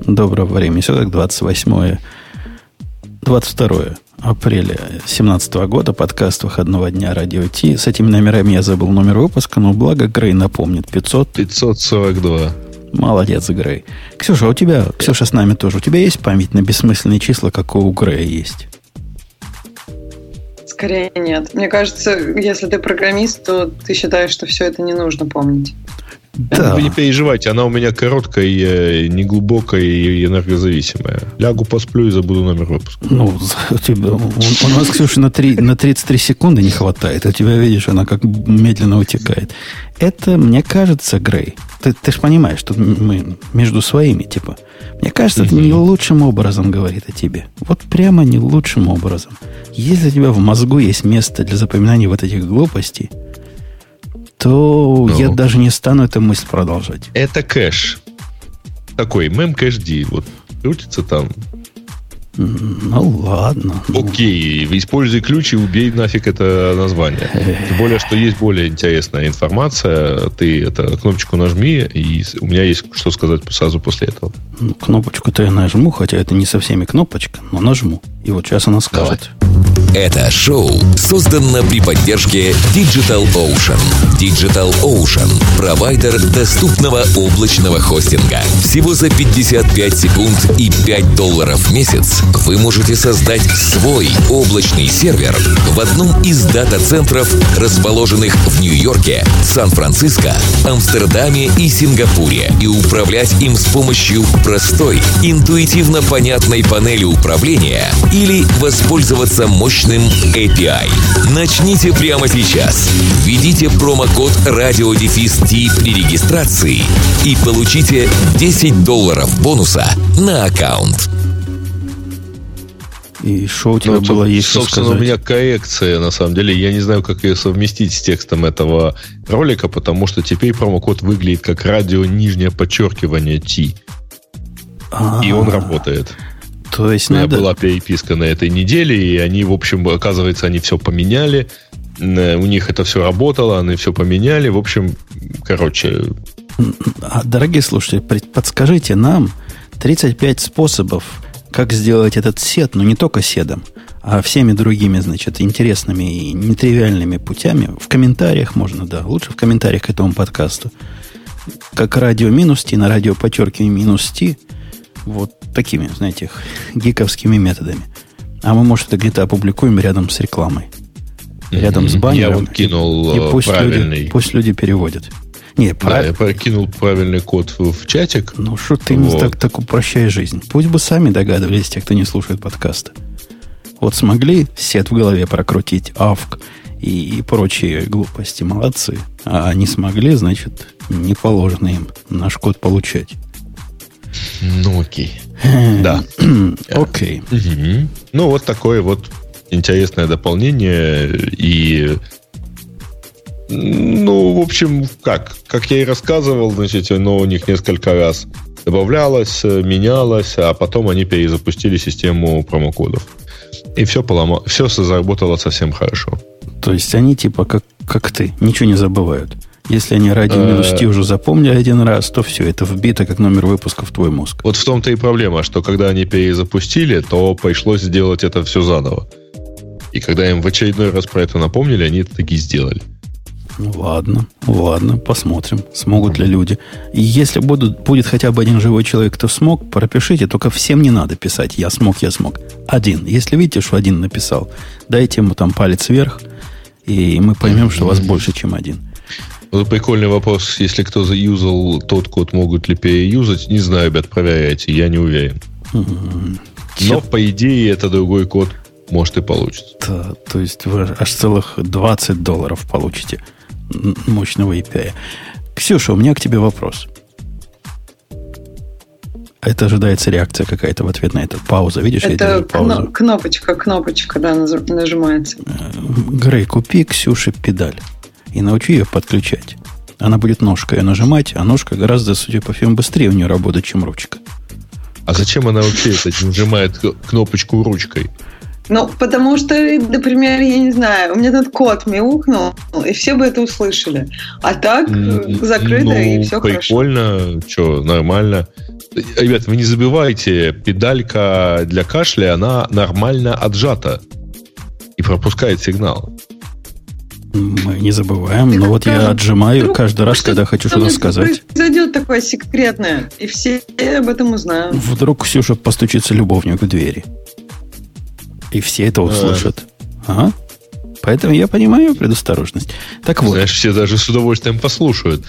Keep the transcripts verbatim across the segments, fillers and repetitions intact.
Доброго времени суток, двадцать восьмое, двадцать второе апреля две тысячи семнадцатого года, подкаст выходного дня Радио Ти. С этими номерами я забыл номер выпуска, но благо Грей напомнит. пятьсот... пятьсот сорок два. Молодец, Грей. Ксюша, у тебя, Ксюша с нами тоже, у тебя есть память на бессмысленные числа, как у Грея есть? Скорее нет. Мне кажется, если ты программист, то ты считаешь, что все это не нужно помнить. Да. Вы не переживайте, она у меня короткая, неглубокая и энергозависимая. Лягу, посплю и забуду номер выпуска. Ну, у, тебя, у, у нас, Ксюша, на, три, на тридцать три секунды не хватает. А у тебя, видишь, она как медленно утекает. Это, мне кажется, Грей, ты, ты же понимаешь, что мы между своими, типа. Мне кажется, это не лучшим образом говорит о тебе. Вот прямо не лучшим образом. Если у тебя в мозгу есть место для запоминания вот этих глупостей, то ну, я даже не стану эту мысль продолжать. Это кэш. Такой мем-кэш-ди. Вот крутится там. Ну, ладно. Окей. Используй ключ и убей нафиг это название. Тем более, что есть более интересная информация. Ты эту кнопочку нажми, и у меня есть что сказать сразу после этого. Ну, кнопочку-то я нажму, хотя это не со всеми кнопочка, но нажму. И вот сейчас она скажет. Давай. Это шоу создано при поддержке Digital Ocean. Digital Ocean – провайдер доступного облачного хостинга. Всего за пятьдесят пять секунд и пять долларов в месяц вы можете создать свой облачный сервер в одном из дата-центров, расположенных в Нью-Йорке, Сан-Франциско, Амстердаме и Сингапуре, и управлять им с помощью простой, интуитивно понятной панели управления или воспользоваться мощным эй пи ай. Начните прямо сейчас. Введите промокод радиодефис-ти при регистрации и получите десять долларов бонуса на аккаунт. И шоу у тебя ну, было есть что собственно, сказать. у меня коррекция, на самом деле. Я не знаю, как ее совместить с текстом этого ролика, потому что теперь промокод выглядит как радио нижнее подчеркивание Ти. И он работает. То есть у меня надо... была переписка на этой неделе, и они, в общем, оказывается, они все поменяли. У них это все работало, они все поменяли. В общем, короче... Дорогие слушатели, подскажите нам тридцать пять способов, как сделать этот сет, но не только седом, а всеми другими, значит, интересными и нетривиальными путями. В комментариях можно, да, лучше в комментариях к этому подкасту. Как радио минус Ти на радио подчеркивание минус Ти. Вот такими, знаете, гиковскими методами. А мы, может, это где-то опубликуем рядом с рекламой. Рядом mm-hmm. с баннером. Я вот кинул и, и пусть правильный. Люди, пусть люди переводят. Не, да, прав... я прокинул правильный код в, в чатик. Ну, что ты вот. так, так упрощай жизнь. Пусть бы сами догадывались, те, кто не слушает подкаста. Вот смогли сет в голове прокрутить, авк и, и прочие глупости. Молодцы. А не смогли, значит, не положено им наш код получать. Ну, окей. Да. Окей. Угу. Ну, вот такое вот интересное дополнение. И, ну, в общем, как? Как я и рассказывал, значит, оно у них несколько раз добавлялось, менялось, а потом они перезапустили систему промокодов. И все поломало, все заработало совсем хорошо. То есть они типа как, как ты, ничего не забывают. Если они радио минус Ти уже запомнили один раз, то все, это вбито как номер выпуска в твой мозг. Вот в том-то и проблема, что когда они перезапустили, то пришлось сделать это все заново. И когда им в очередной раз про это напомнили, они это таки сделали. Ну, ладно, ладно, посмотрим, смогут ли люди. И если будут, будет хотя бы один живой человек, кто смог, пропишите, только всем не надо писать «я смог, я смог». Один. Если видите, что один написал, дайте ему там палец вверх, и мы поймем, что вас больше, чем один. Вот прикольный вопрос. Если кто заюзал тот код, могут ли переюзать? Не знаю, ребят, проверяйте. Я не уверен. Mm-hmm. Но, по идее, это другой код. Может, и получится. Да, то есть вы аж целых двадцать долларов получите мощного эй пи ай. Ксюша, у меня к тебе вопрос. Это ожидается реакция какая-то в ответ на это. Пауза, видишь? Это кно- кнопочка, кнопочка, да, нажимается. Грей, купи Ксюше педаль и научи ее подключать. Она будет ножкой ее нажимать, а ножка гораздо, судя по всему, быстрее у нее работает, чем ручка. А зачем она вообще это нажимает кнопочку ручкой? Ну, потому что, например, я не знаю, у меня тут кот мяукнул, и все бы это услышали. А так закрыто, ну, и все хорошо. Прикольно, что, нормально. Ребят, вы не забывайте, педалька для кашля, она нормально отжата и пропускает сигнал. Мы не забываем, но вот я отжимаю каждый раз, когда хочу что-то сказать. Произойдет такое секретное, и все об этом узнают. Вдруг Ксюша постучится любовник в двери. И все это услышат. А? Поэтому я понимаю предосторожность. Так вот. Знаешь, все даже с удовольствием послушают.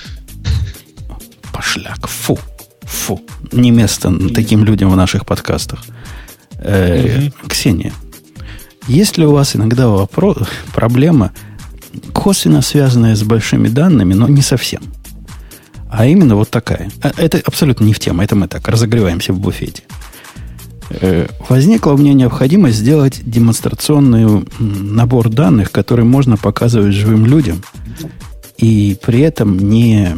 Пошляк. Фу. Фу. Не место таким людям в наших подкастах. Э, угу. Ксения, есть ли у вас иногда вопрос, проблема, косвенно связанная с большими данными, но не совсем? А именно вот такая. Это абсолютно не в тему. Это мы так разогреваемся в буфете. Э, возникла у меня необходимость сделать демонстрационный набор данных, который можно показывать живым людям, и при этом не...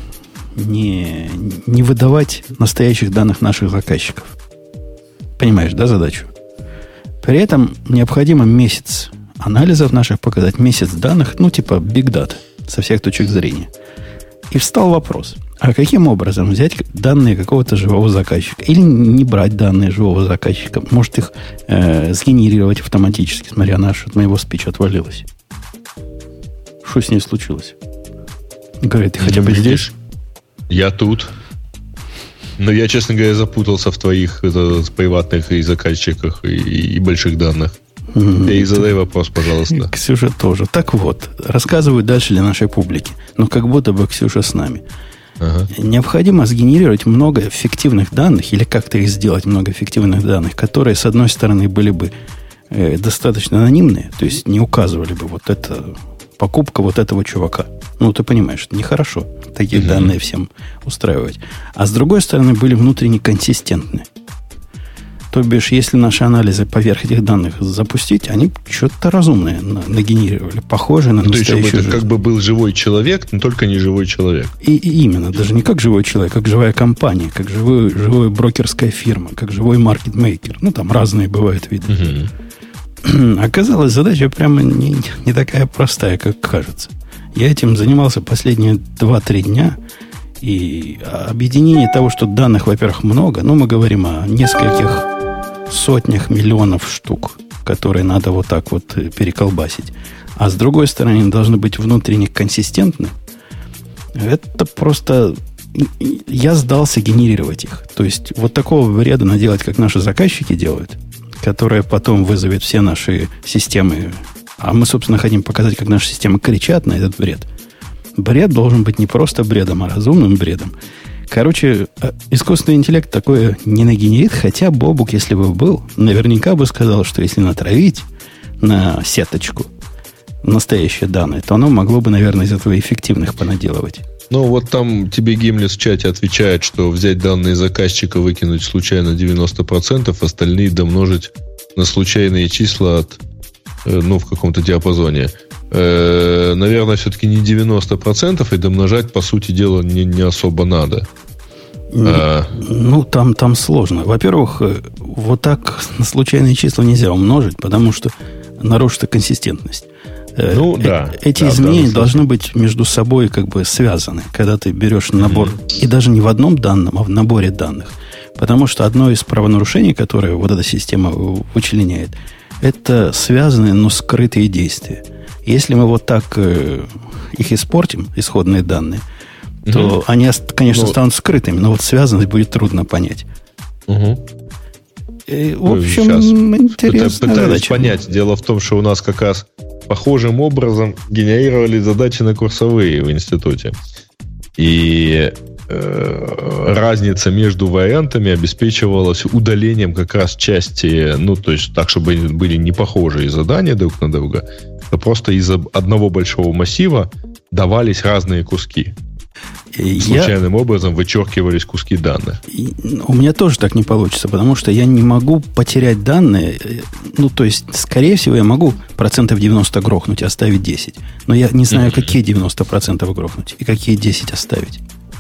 Не, не выдавать настоящих данных наших заказчиков. Понимаешь, да, задачу? При этом необходимо месяц анализов наших показать, месяц данных, ну, типа Big Data, со всех точек зрения. И встал вопрос, а каким образом взять данные какого-то живого заказчика? Или не брать данные живого заказчика? Может, их э, сгенерировать автоматически? Смотря на что от моего спича отвалилось. Что с ней случилось? Говорит, ты хотя бы здесь? Я тут. Но я, честно говоря, запутался в твоих это, приватных и заказчиках, и, и больших данных. Mm-hmm. И задай вопрос, пожалуйста. Ксюша тоже. Так вот, рассказываю дальше для нашей публики. Но как будто бы Ксюша с нами. Ага. Необходимо сгенерировать много фиктивных данных, или как-то их сделать много фиктивных данных, которые, с одной стороны, были бы э, достаточно анонимные, то есть не указывали бы вот это... покупка вот этого чувака. Ну, ты понимаешь, это нехорошо такие mm-hmm. данные всем устраивать. А с другой стороны, были внутренне консистентны. То бишь, если наши анализы поверх этих данных запустить, они что-то разумное нагенерировали, похожее на настоящую жизнь. То есть, это как бы был живой человек, но только не живой человек. И, и именно, даже не как живой человек, как живая компания, как живой, живая брокерская фирма, как живой маркетмейкер. Ну, там разные бывают виды. Mm-hmm. Оказалось, задача прямо не, не такая простая, как кажется. Я этим занимался последние два-три дня. И объединение того, что данных, во-первых, много, ну, мы говорим о нескольких сотнях миллионов штук, которые надо вот так вот переколбасить. А с другой стороны, они должны быть внутренне консистентны. Это просто... Я сдался генерировать их. То есть, вот такого вреда наделать, как наши заказчики делают, которая потом вызовет все наши системы. А мы, собственно, хотим показать, как наши системы кричат на этот бред. Бред должен быть не просто бредом, а разумным бредом. Короче, искусственный интеллект такое не нагенерит, хотя Бобук, если бы был, наверняка бы сказал, что если натравить на сеточку настоящие данные, то оно могло бы, наверное, из этого эффективных понаделывать. Ну, вот там тебе Гимлес в чате отвечает, что взять данные заказчика, выкинуть случайно девяносто процентов, остальные домножить на случайные числа от, ну, в каком-то диапазоне. Э, наверное, все-таки не девяносто процентов, и домножать, по сути дела, не, не особо надо. Ну, а... ну там, там сложно. Во-первых, вот так на случайные числа нельзя умножить, потому что нарушится консистентность. Ну, э, да. Эти да, изменения да, должны быть между собой как бы связаны, когда ты берешь набор, mm-hmm. и даже не в одном данном, а в наборе данных. Потому что одно из правонарушений, которое вот эта система вычленяет, это связанные, но скрытые действия. Если мы вот так э, их испортим, исходные данные, угу. то они, конечно, ну, станут скрытыми, но вот связанность будет трудно понять. Угу. И, в общем, сейчас интересная пытаюсь задача. понять. Дело в том, что у нас как раз похожим образом генерировали задачи на курсовые в институте. И э, разница между вариантами обеспечивалась удалением как раз части, ну, то есть так, чтобы были не похожие задания друг на друга, а просто из одного большого массива давались разные куски. Случайным я... образом вычеркивались куски данных. И, у меня тоже так не получится, потому что я не могу потерять данные. Ну, то есть, скорее всего, я могу процентов девяносто грохнуть и оставить десять. Но я не знаю, mm-hmm. какие девяносто процентов грохнуть и какие десять оставить.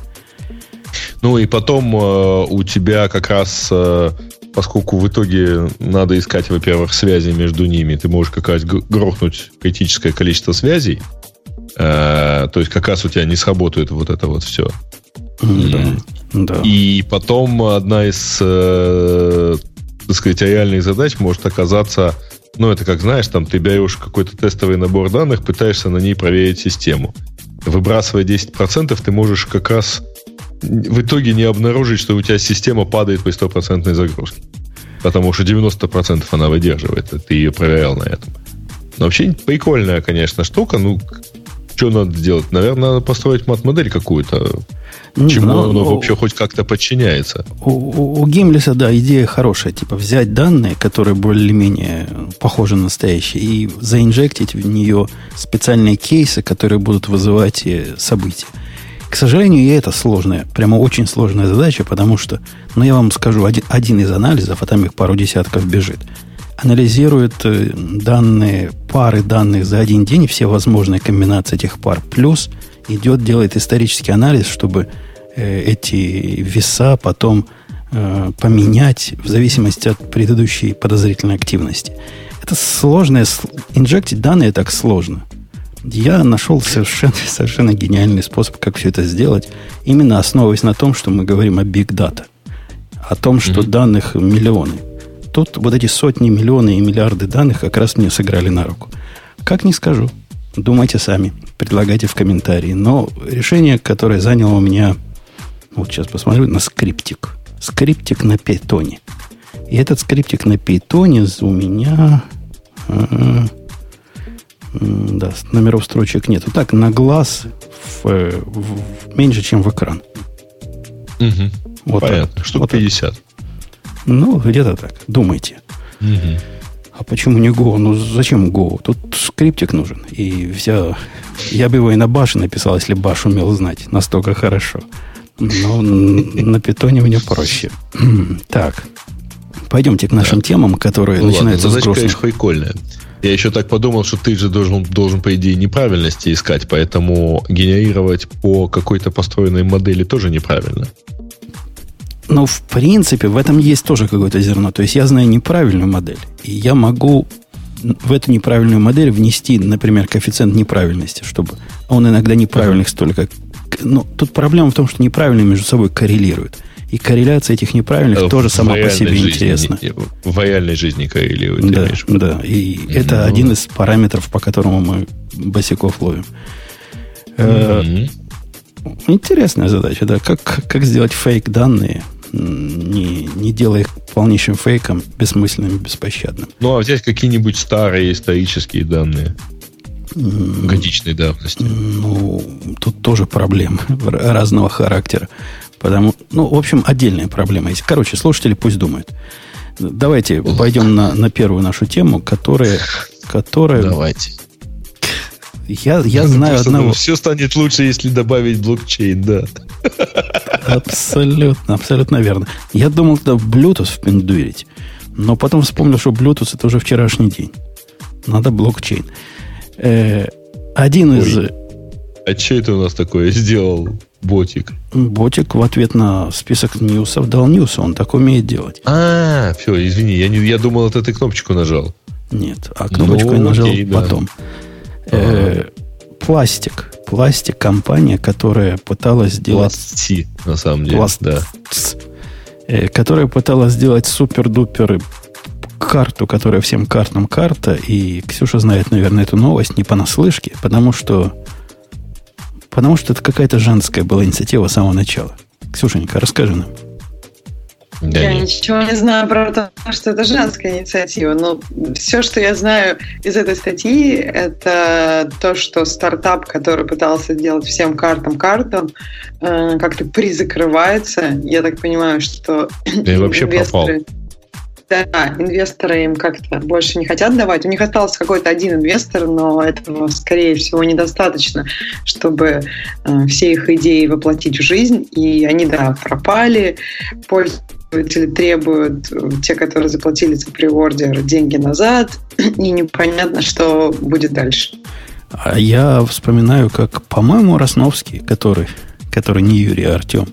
Ну, и потом э, у тебя как раз, э, поскольку в итоге надо искать, во-первых, связи между ними, ты можешь как раз грохнуть критическое количество связей. Э, то есть, как раз у тебя не сработает вот это вот все. Mm-hmm. Да. И потом одна из, э, так сказать, реальных задач может оказаться, ну, это как, знаешь, там ты берешь какой-то тестовый набор данных, пытаешься на ней проверить систему. Выбрасывая десять процентов, ты можешь как раз в итоге не обнаружить, что у тебя система падает при стопроцентной загрузке. Потому что девяносто процентов она выдерживает. Ты ее проверял на этом. Но вообще прикольная, конечно, штука. Ну, что надо сделать? Наверное, надо построить мат-модель какую-то. Чему но, оно но, вообще хоть как-то подчиняется. У, у, у Гимлиса, да, идея хорошая. Типа взять данные, которые более-менее похожи на настоящие, и заинжектить в нее специальные кейсы, которые будут вызывать события. К сожалению, и это сложная, прямо очень сложная задача, потому что, ну, я вам скажу, один, один из анализов, а там их пару десятков бежит, анализирует данные, пары данных за один день, все возможные комбинации этих пар, плюс идет, делает исторический анализ, чтобы э, эти веса потом э, поменять в зависимости от предыдущей подозрительной активности. Это сложно, инжектить данные так сложно. Я нашел совершенно, совершенно гениальный способ, как все это сделать, именно основываясь на том, что мы говорим о Big Data, о том, что mm-hmm. данных миллионы. Тут вот эти сотни, миллионы и миллиарды данных как раз мне сыграли на руку. Как не скажу. Думайте сами, предлагайте в комментарии. Но решение, которое заняло у меня, вот сейчас посмотрю, на скриптик. Скриптик на питоне. И этот скриптик на питоне у меня... Да, номеров строчек нету. Так, на глаз в, в, в, меньше, чем в экран. Угу. Вот понятно. Так. Штук вот пятьдесят. Так. Ну, где-то так. Думайте. Угу. А почему не Go? Ну, зачем Go? Тут скриптик нужен. И вся... Я бы его и на Баше написал, если Баш умел знать. Настолько хорошо. Но на питоне мне проще. Так. Пойдемте к нашим да. темам, которые ну, начинаются ладно, с грустных. Задача, конечно, прикольная. Я еще так подумал, что ты же должен, должен, по идее, неправильности искать, поэтому генерировать по какой-то построенной модели тоже неправильно. Ну, в принципе, в этом есть тоже какое-то зерно. То есть я знаю неправильную модель, и я могу в эту неправильную модель внести, например, коэффициент неправильности, чтобы он иногда неправильных столько... Но тут проблема в том, что неправильные между собой коррелируют. И корреляция этих неправильных в тоже сама по себе жизни, интересна. В реальной жизни коррелирует. Да, да. И mm-hmm. это один из параметров, по которому мы босиков ловим. Mm-hmm. Интересная задача, да. Как, как сделать фейк-данные, не, не делая их полнейшим фейком, бессмысленным, беспощадным. Ну, а взять какие-нибудь старые исторические данные. Mm-hmm. Годичной давности. Ну, тут тоже проблемы разного характера. Потому, ну, в общем, отдельная проблема есть. Короче, слушатели пусть думают. Давайте пойдем на, на первую нашу тему, которая... которая... Давайте. Я, я знаю Просто, одного... Ну, все станет лучше, если добавить блокчейн, да. Абсолютно, абсолютно верно. Я думал, тогда Bluetooth впендурить, но потом вспомнил, что Bluetooth это уже вчерашний день. Надо блокчейн. Э, один Ой. из... А что это у нас такое сделал ботик? Ботик в ответ на список ньюсов дал ньюс. Он так умеет делать. А, все, извини, я, не, я думал, это ты кнопочку нажал. Нет, а кнопочку ну, я нажал окей, потом. Да. Э, пластик. Пластик компания, которая пыталась сделать... Пласти, на самом деле, Пласт... да. Э, которая пыталась сделать супер-дупер карту, которая всем картам карта. И Ксюша знает, наверное, эту новость не понаслышке, потому что Потому что это какая-то женская была инициатива с самого начала. Ксюшенька, расскажи нам. Да я нет. ничего не знаю про то, что это женская инициатива, но все, что я знаю из этой статьи, это то, что стартап, который пытался сделать всем картам картам, э, как-то призакрывается. Я так понимаю, что да вообще инвесторы... пропал. Да, инвесторы им как-то больше не хотят давать. У них остался какой-то один инвестор, но этого, скорее всего, недостаточно, чтобы э, все их идеи воплотить в жизнь. И они, да, пропали. Пользователи требуют, те, которые заплатили за преордер, деньги назад. И непонятно, что будет дальше. А я вспоминаю, как, по-моему, Росновский, который, который не Юрий, а Артем,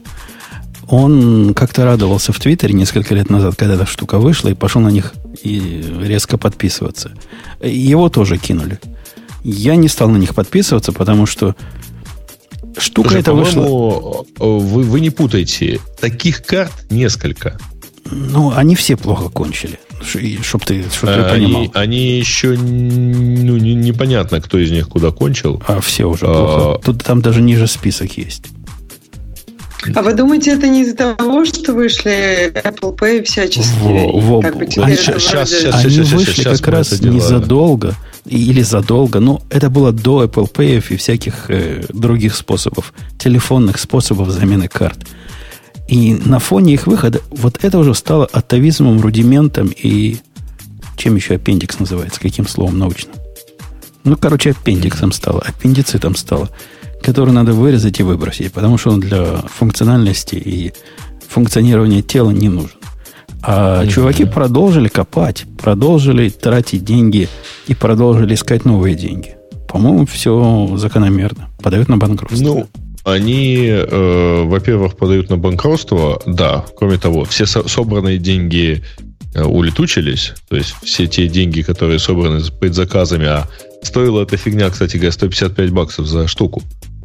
он как-то радовался в Твиттере несколько лет назад, когда эта штука вышла, и пошел на них и резко подписываться. Его тоже кинули. Я не стал на них подписываться, потому что Штука Слушай, эта по-моему, вышла... Вы, вы не путайте. Таких карт несколько. Ну, они все плохо кончили. Чтоб ты, чтоб ты они, понимал. Они еще ну, не, непонятно, кто из них куда кончил. А все уже плохо. А... Тут там даже ниже список есть. А вы думаете, это не из-за того, что вышли Apple Pay всяческие? Во, во, как бы они сейчас, сейчас, вроде... сейчас, они сейчас, вышли сейчас как раз делаем. незадолго или задолго. Ну, это было до Apple Pay и всяких э, других способов, телефонных способов замены карт. И на фоне их выхода вот это уже стало атовизмом, рудиментом и... Чем еще аппендикс называется? Каким словом научным? Ну, короче, аппендиксом стало, аппендицитом стало, который надо вырезать и выбросить, потому что он для функциональности и функционирования тела не нужен. А mm-hmm. чуваки продолжили копать, продолжили тратить деньги и продолжили искать новые деньги. По-моему, все закономерно. Подают на банкротство. Ну, они, э, во-первых, подают на банкротство, да. Кроме того, все со- собранные деньги э, улетучились. То есть все те деньги, которые собраны с предзаказами, а стоила эта фигня, кстати говоря, сто пятьдесят пять баксов за штуку.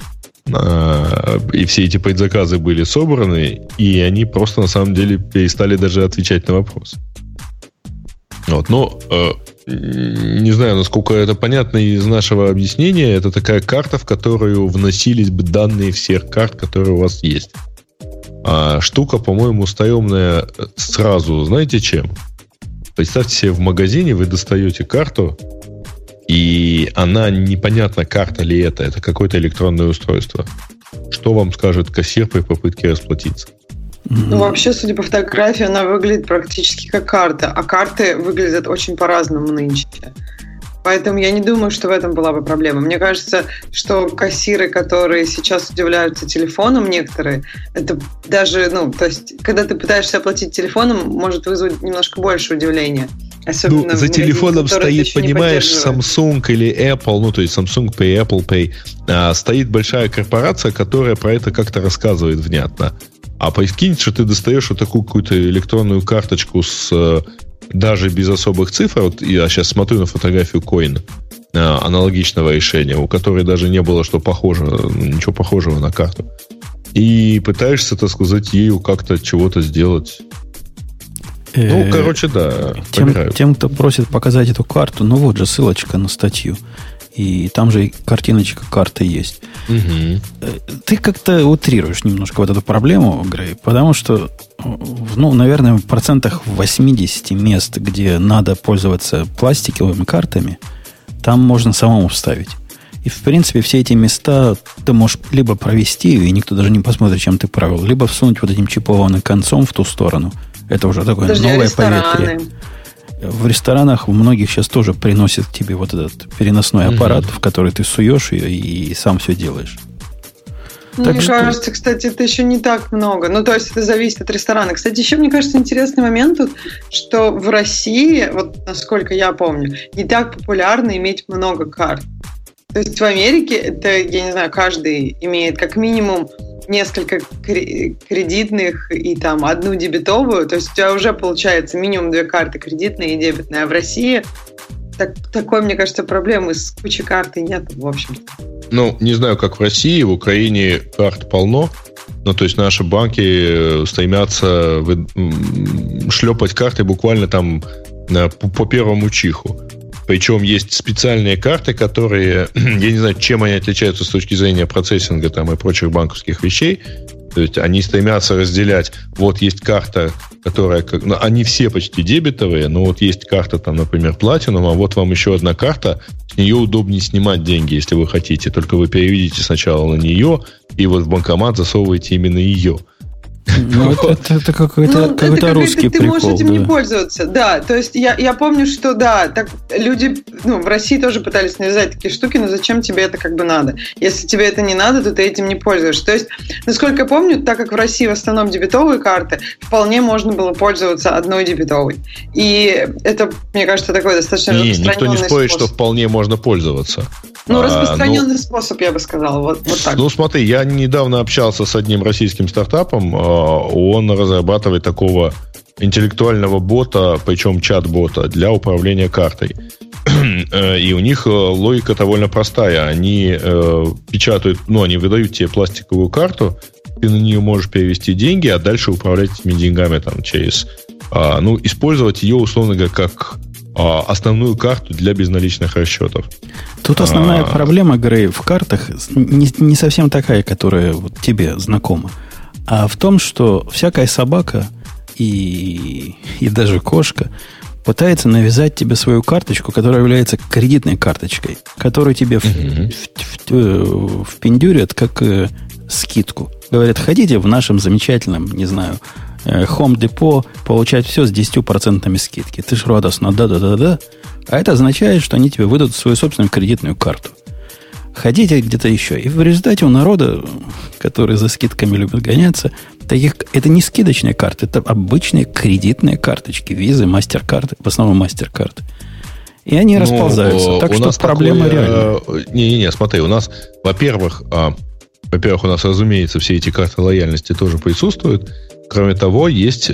И все эти предзаказы были собраны, и они просто на самом деле перестали даже отвечать на вопросы. Вот. Но э, не знаю, насколько это понятно из нашего объяснения, это такая карта, в которую вносились бы данные всех карт, которые у вас есть. А штука, по-моему, стоемная сразу, знаете чем? Представьте себе, в магазине вы достаете карту, и она непонятно, карта ли это, это какое-то электронное устройство. Что вам скажет кассир при попытке расплатиться? Ну, вообще, судя по фотографии, она выглядит практически как карта, а карты выглядят очень по-разному нынче. Поэтому я не думаю, что в этом была бы проблема. Мне кажется, что кассиры, которые сейчас удивляются телефоном, некоторые, это даже, ну, то есть, когда ты пытаешься оплатить телефоном, может вызвать немножко больше удивления. Особенно ну, за телефоном стоит, понимаешь, Samsung или Apple, ну, то есть Samsung Pay, Apple Pay, а, стоит большая корпорация, которая про это как-то рассказывает внятно. А прикинь, что ты достаешь вот такую какую-то электронную карточку с даже без особых цифр. Вот я сейчас смотрю на фотографию Coin, аналогичного решения, у которой даже не было что похоже, ничего похожего на карту. И пытаешься, так сказать, ею как-то чего-то сделать. Ну, короче, да. Тем, тем, кто просит показать эту карту, ну вот же ссылочка на статью. И там же и картиночка карты есть. Угу. Ты как-то утрируешь немножко вот эту проблему, Грей, потому что, ну, наверное, в процентах восемьдесят мест, где надо пользоваться пластиковыми картами, там можно самому вставить. И, в принципе, все эти места ты можешь либо провести, и никто даже не посмотрит, чем ты провел, либо всунуть вот этим чипованным концом в ту сторону. Это уже такое Подожди, новое поветрие. В ресторанах у многих сейчас тоже приносят тебе вот этот переносной аппарат, mm-hmm. в который ты суешь ее и, и сам все делаешь. Мне так кажется, что... кстати, это еще не так много. Ну, то есть это зависит от ресторана. Кстати, еще, мне кажется, интересный момент тут, что в России, вот насколько я помню, не так популярно иметь много карт. То есть в Америке это, я не знаю, каждый имеет как минимум несколько кредитных и там одну дебетовую. То есть у тебя уже получается минимум две карты, кредитная и дебетная. А в России так, такой, мне кажется, проблемы с кучей карт и нет, в общем. Ну, не знаю, как в России, в Украине карт полно. Ну, то есть наши банки стремятся шлепать карты буквально там по, по первому чиху. Причем есть специальные карты, которые, я не знаю, чем они отличаются с точки зрения процессинга там, и прочих банковских вещей. То есть они стремятся разделять. Вот есть карта, которая... Ну, они все почти дебетовые, но вот есть карта, там, например, Platinum, а вот вам еще одна карта. С нее удобнее снимать деньги, если вы хотите. Только вы переведите сначала на нее, и вот в банкомат засовываете именно ее. Ну, это, это, это какой-то, ну, какой-то это русский ты прикол. Ты можешь этим да. не пользоваться. Да, то есть я, я помню, что да, так люди ну, в России тоже пытались навязать такие штуки, но зачем тебе это как бы надо? Если тебе это не надо, то ты этим не пользуешься. То есть, насколько я помню, так как в России в основном дебетовые карты, вполне можно было пользоваться одной дебетовой. И это, мне кажется, такой достаточно не, распространенный никто не спорит, способ. что вполне можно пользоваться. Ну, распространенный а, ну, способ, я бы сказала. Вот, вот так. Ну, смотри, я недавно общался с одним российским стартапом. Он разрабатывает такого интеллектуального бота, причем чат-бота, для управления картой. И у них логика довольно простая. Они э, печатают, ну, они выдают тебе пластиковую карту, ты на нее можешь перевести деньги, а дальше управлять этими деньгами там через... А, ну, использовать ее, условно говоря, как а, основную карту для безналичных расчетов. Тут основная а, проблема, Грей, в картах не, не совсем такая, которая вот тебе знакома, а в том, что всякая собака и, и даже кошка пытается навязать тебе свою карточку, которая является кредитной карточкой, которую тебе uh-huh. в, в, впендюрят как э, скидку. Говорят, ходите в нашем замечательном, не знаю, э, Home Depot, получать все с десятью процентами скидки. Ты ж радостно, да-да-да-да. А это означает, что они тебе выдадут свою собственную кредитную карту. Ходите где-то еще. И в результате у народа, который за скидками любит гоняться, таких, это не скидочные карты, это обычные кредитные карточки, визы, мастер-карты, в основном мастер-карты. И они ну, расползаются. Так что проблема такое, реальная. Не-не-не, смотри, у нас, во-первых, а, во-первых, у нас, разумеется, все эти карты лояльности тоже присутствуют. Кроме того, есть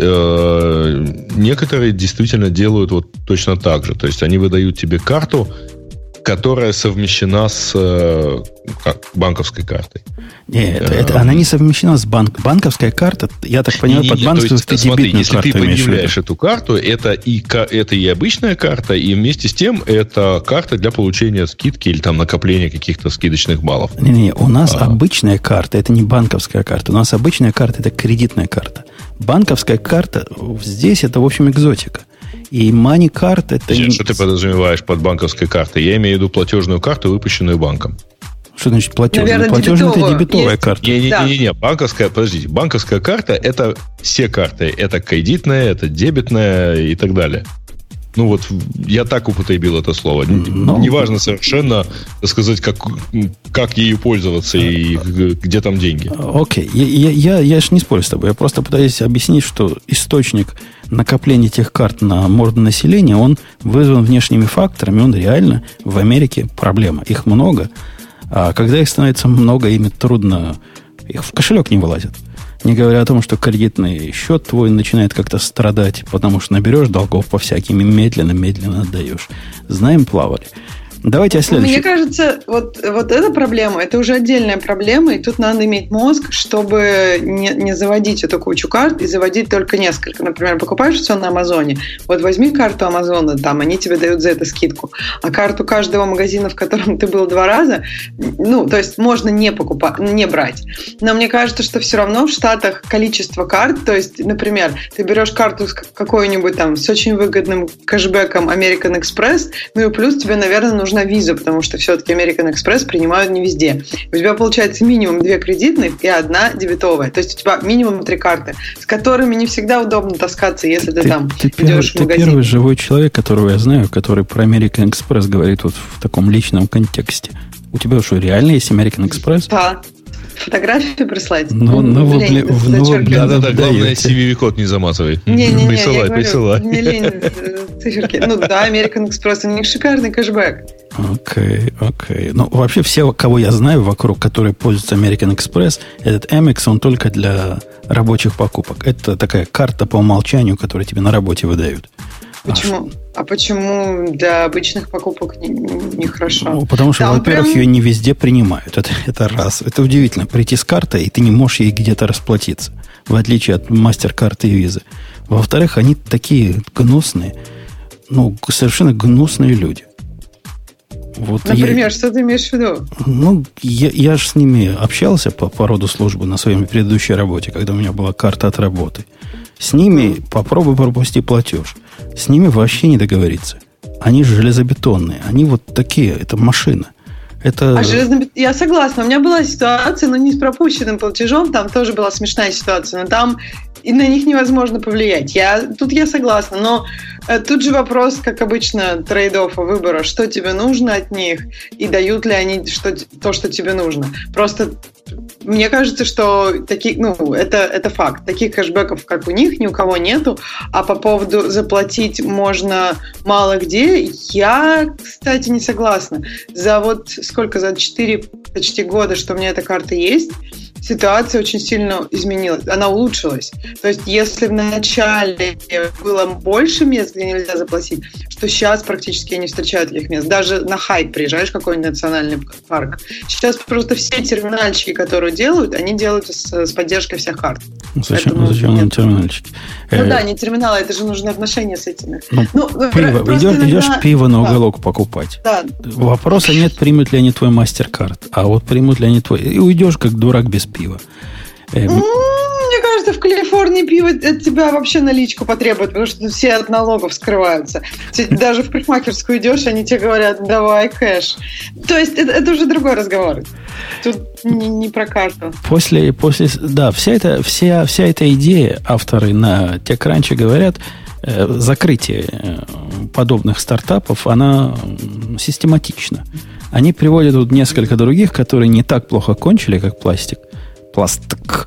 э, некоторые действительно делают вот точно так же. То есть они выдают тебе карту, которая совмещена с э, как, банковской картой. Нет, это, это, она не совмещена с банк. Банковская карта, я так понимаю, не, не, под банковскую дебетную если карту. Если ты предъявляешь эту карту, это и, это и обычная карта, и вместе с тем это карта для получения скидки или там накопления каких-то скидочных баллов. Не-не, у нас а. обычная карта, это не банковская карта. У нас обычная карта, это кредитная карта. Банковская карта, здесь это, в общем, экзотика. И money-card это... Сейчас, что ты подразумеваешь под банковской картой? Я имею в виду платежную карту, выпущенную банком. Что значит платежная? Наверное, платежная дебетовая. Это дебетовая Есть? карта. Не-не-не, банковская, подождите, банковская карта это все карты. Это кредитная, это дебетная и так далее. Ну вот, я так употребил это слово. Но... Неважно совершенно, так сказать, как, как ею пользоваться и где там деньги. Окей, okay. я, я, я же не спорю с тобой. Я просто пытаюсь объяснить, что источник накопления этих карт на морду населения, он вызван внешними факторами. Он реально в Америке проблема. Их много. А когда их становится много, ими трудно... Их в кошелек не вылазят. Не говоря о том, что кредитный счет твой начинает как-то страдать, потому что наберешь долгов по всяким и медленно-медленно отдаешь. Знаем, плавали. Давайте о следующем. Мне кажется, вот, вот эта проблема, это уже отдельная проблема, и тут надо иметь мозг, чтобы не, не заводить эту кучу карт и заводить только несколько. Например, покупаешь все на Амазоне, вот возьми карту Амазона, там они тебе дают за это скидку, а карту каждого магазина, в котором ты был два раза, ну, то есть можно не покупать, не брать. Но мне кажется, что все равно в Штатах количество карт, то есть, например, ты берешь карту с какой-нибудь там с очень выгодным кэшбэком American Express, ну и плюс тебе, наверное, нужно на визу, потому что все-таки American Express принимают не везде. У тебя получается минимум две кредитных и одна дебетовая. То есть у тебя минимум три карты, с которыми не всегда удобно таскаться, если ты, ты там ты идешь первый, в магазин. Ты первый живой человек, которого я знаю, который про American Express говорит вот в таком личном контексте. У тебя что, реально есть American Express? Да. Фотографию прислать? Ну, ну, ну, лень, ну, да-да-да, главное, си ви ви-код не замазывай. Не-не-не, присылай, я присылай. Говорю, не лень циферки. Ну да, American Express, у них шикарный кэшбэк. Окей, окей. Ну, вообще все, кого я знаю вокруг, которые пользуются American Express, этот Amex, он только для рабочих покупок. Это такая карта по умолчанию, которую тебе на работе выдают. Почему? А, а почему для обычных покупок нехорошо? Не, не ну, потому что, там во-первых, прям... ее не везде принимают. Это, это раз. Это удивительно. Прийти с картой, и ты не можешь ей где-то расплатиться. В отличие от мастер-карты и визы. Во-вторых, они такие гнусные, ну, совершенно гнусные люди. Вот Например, я, что ты имеешь в виду? Ну, я, я же с ними общался по, по роду службы на своей предыдущей работе, когда у меня была карта от работы. С ними попробуй пропусти платеж. С ними вообще не договориться. Они же железобетонные. Они вот такие. Это машина. Это... А железобет... Я согласна. У меня была ситуация, но не с пропущенным платежом. Там тоже была смешная ситуация. Но там и на них невозможно повлиять. Я... Тут я согласна. Но э, тут же вопрос, как обычно, трейд-оффа, выбора. Что тебе нужно от них? И дают ли они что... то, что тебе нужно? Просто мне кажется, что такие, ну, это, это факт. Таких кэшбэков, как у них, ни у кого нету. А по поводу заплатить можно мало где, я, кстати, не согласна. За вот сколько, за четыре почти года, что у меня эта карта есть, ситуация очень сильно изменилась. Она улучшилась. То есть, если в начале было больше мест, где нельзя заплатить, что сейчас практически я не встречаю таких мест. Даже на хайп приезжаешь, какой-нибудь национальный парк. Сейчас просто все терминальчики, которые делают, они делают с, с поддержкой всех карт. Зачем, Поэтому, зачем нам терминальчики? Ну э, да, не терминалы, это же нужны отношения с этими. Ну, ну, пиво, идешь, иногда... идешь пиво на уголок да. покупать. Да. Вопроса нет, примут ли они твой мастер-карт. А вот примут ли они твой... И уйдешь как дурак без пива. Э, Мне кажется, в Калифорнии пиво от тебя вообще наличку потребует, потому что все от налогов скрываются. Даже в парикмахерскую идешь, они тебе говорят, давай кэш. То есть это, это уже другой разговор. Тут не, не про карту. После, после, да, вся эта, вся, вся эта идея, авторы на TechCrunch говорят, э, закрытие э, подобных стартапов, она систематична. Они приводят тут несколько других, которые не так плохо кончили, как пластик. Пластик.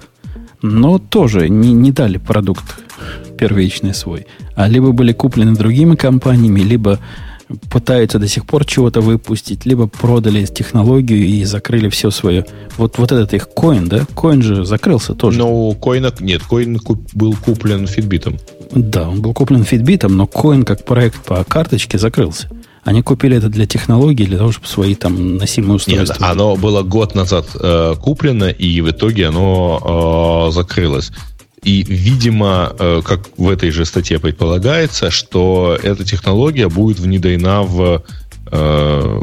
Но тоже не, не дали продукт первичный свой. А либо были куплены другими компаниями, либо пытаются до сих пор чего-то выпустить, либо продали технологию и закрыли все свое. Вот, вот этот их коин, да? Коин же закрылся тоже. Но коина... Нет, коин куп, был куплен Fitbit. Да, он был куплен Fitbit, но коин как проект по карточке закрылся. Они купили это для технологий, для того, чтобы свои там носимые устройства... Нет, оно было год назад э, куплено, и в итоге оно э, закрылось. И, видимо, э, как в этой же статье предполагается, что эта технология будет внедрена в, э,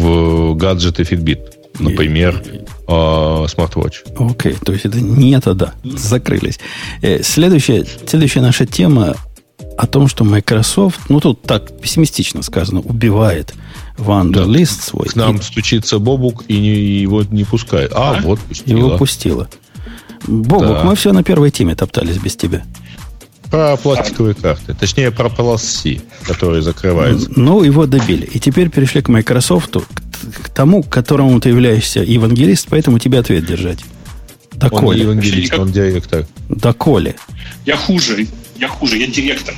в гаджеты Fitbit. Например, э, смарт-вотч. Окей, okay, то есть это не это, да, закрылись. Э, следующая, следующая наша тема о том, что Microsoft, ну тут так пессимистично сказано, убивает Wunderlist да, свой. К нам и... стучится Бобук и не, его не пускает. А, а? вот пустила. Его пустила. Бобук, да. Мы все на первой теме топтались без тебя. Про пластиковые карты. Точнее, про полосы, которые закрываются. Ну, его добили. И теперь перешли к Microsoft, к, к тому, к которому ты являешься евангелист, поэтому тебе ответ держать. Доколе. Он не евангелист, он директор. Доколе. Я хуже. Я хуже, я директор.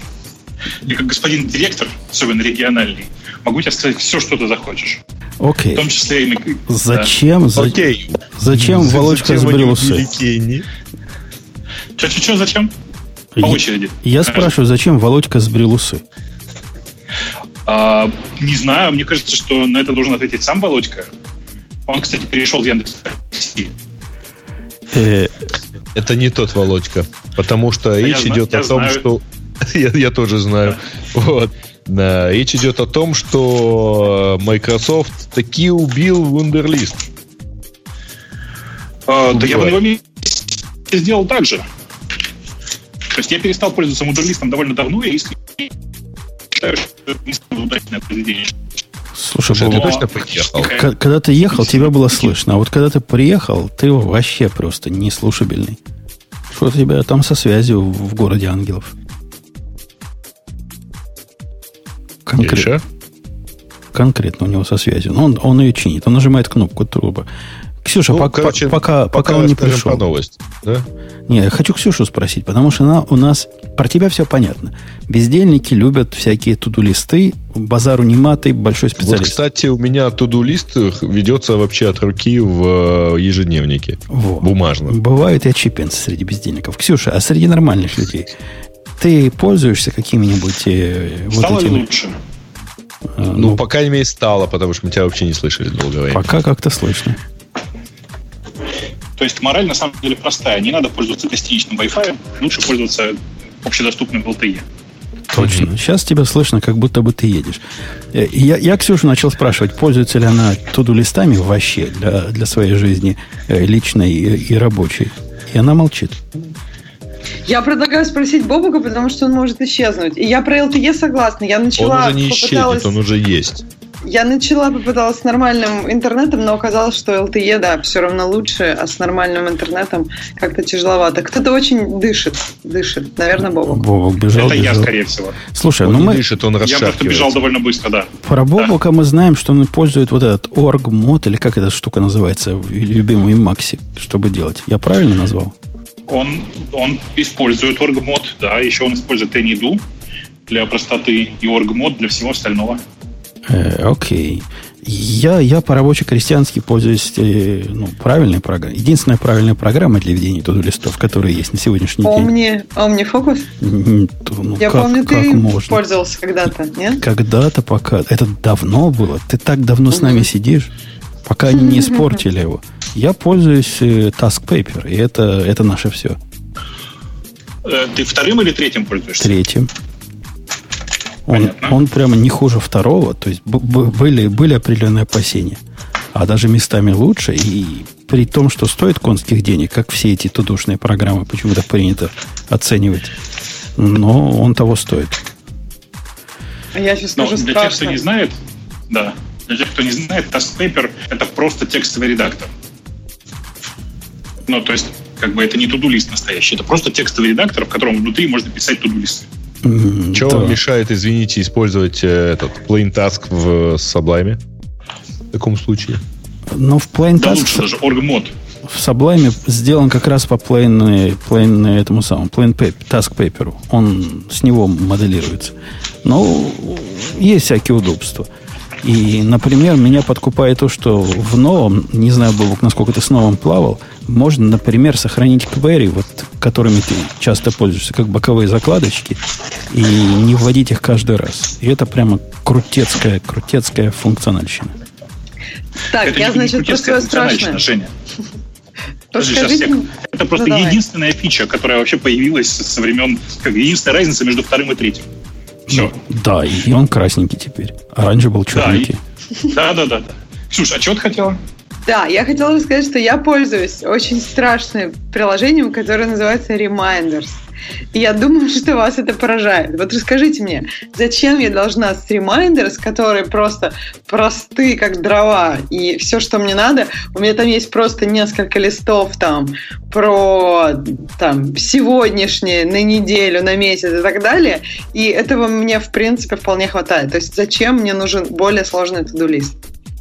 Я как господин директор, особенно региональный, могу тебе сказать все, что ты захочешь. Окей. В том числе и... Зачем? Да. За... Окей. Зачем За, Володька сбрил усы? Че-че-че, зачем? По я, очереди. Я Скажи. спрашиваю, зачем Володька сбрил усы? А, не знаю, мне кажется, что на это должен ответить сам Володька. Он, кстати, перешел в Яндекс.Такси. Э... Это не тот Володька, потому что а речь идет о том, знаю. что... я, я тоже знаю. Да. Вот. Да, речь идет о том, что Microsoft таки убил Wunderlist. А, да я бы на его месте сделал так же. То есть я перестал пользоваться Wunderlist довольно давно, и если считаю, что это не удачное произведение. Слушай, Слушай, ты точно приехал? К- когда ты ехал, тебя было слышно. А вот когда ты приехал, ты вообще просто неслушабельный. Что у тебя там со связью в городе ангелов? Конкретно. Конкретно у него со связью. Но он, он ее чинит. Он нажимает кнопку труба. Ксюша, ну, пока, короче, пока, пока, пока он не пришел. Новость, да? Не, я хочу Ксюшу спросить, потому что она у нас... Про тебя все понятно. Бездельники любят всякие туду-листы, базару не маты, большой специалист. Вот, кстати, у меня туду-лист ведется вообще от руки в ежедневнике. Во. Бумажном. Бывают и отщепенцы среди бездельников. Ксюша, а среди нормальных людей ты пользуешься какими-нибудь э, стало вот этими... лучше? А, ну, ну, по крайней мере, стало, потому что мы тебя вообще не слышали долгое время. Пока как-то слышно. То есть мораль на самом деле простая. Не надо пользоваться гостиничным Wi-Fi, лучше пользоваться общедоступным эл ти и. Точно. Mm-hmm. Сейчас тебя слышно, как будто бы ты едешь. Я, я Ксюшу начал спрашивать, пользуется ли она туду-листами вообще для, для своей жизни личной и, и рабочей. И она молчит. Я предлагаю спросить Бобука, потому что он может исчезнуть. И я про эл ти и согласна. Я начала, он уже не исчезнет, он уже есть. Я начала попыталась с нормальным интернетом, но оказалось, что эл ти и, да, все равно лучше, а с нормальным интернетом как-то тяжеловато. Кто-то очень дышит, дышит. Наверное, Бобук. Бобук бежал, Это бежал. я, скорее всего. Слушай, он ну не мы... дышит, он расшаркивается. Я просто бежал довольно быстро, да. Про Бобука да. мы знаем, что он использует вот этот орг-мод, или как эта штука называется, в любимой Максе, чтобы делать. Я правильно назвал? Он, он использует орг-мод, да, еще он использует AnyDo для простоты и орг-мод для всего остального. Э, окей. Я, я по-рабоче-крестьянски пользуюсь ну, правильной программой. Единственная правильная программа для ведения туду-листов, которые есть на сегодняшний Omni, день. OmniFocus? Ну, я как, помню, как ты можно? пользовался когда-то, нет? Когда-то пока. Это давно было. Ты так давно с нами сидишь, пока они не испортили его. Я пользуюсь TaskPaper, и это, это наше все. Ты вторым или третьим пользуешься? Третьим. Он, он прямо не хуже второго. То есть б- б- были, были определенные опасения. А даже местами лучше. И при том, что стоит конских денег, как все эти тудушные программы почему-то принято оценивать. Но он того стоит. Я сейчас скажу Но для страшно. тех, кто не знает, да, для тех, кто не знает, TaskPaper — это просто текстовый редактор. Ну, то есть, как бы это не туду-лист настоящий, это просто текстовый редактор, в котором внутри можно писать туду-листы. Mm, Что да. вам мешает, извините, использовать э, этот plain task в Sublime? В таком случае. Но в Plain Да Task лучше даже org-мод. в Sublime сделан как раз по plain, plain этому самому, plain paper, task paper. Он с него моделируется. Но есть всякие удобства. И, например, меня подкупает то, что в новом, не знаю, Бобок, насколько ты с новым плавал, можно, например, сохранить query, вот, которыми ты часто пользуешься, как боковые закладочки, и не вводить их каждый раз. И это прямо крутецкая, крутецкая функциональщина. Так, это я, не значит, про свое функциональщина, страшное. Женя. Подожди, сейчас Расскажите. я- Это просто Ну, давай. единственная фича, которая вообще появилась со времен, как единственная разница между вторым и третьим. Все. Да, и он красненький теперь. А раньше был черненький. Да, да, да, да. Ксюш, а чего ты хотела? Да, я хотела бы сказать, что я пользуюсь очень страшным приложением, которое называется Reminders. И я думаю, что вас это поражает. Вот расскажите мне, зачем я должна с Reminders, которые просто просты, как дрова, и все, что мне надо, у меня там есть просто несколько листов там про там, сегодняшнее, на неделю, на месяц и так далее, и этого мне, в принципе, вполне хватает. То есть зачем мне нужен более сложный to-do-лист?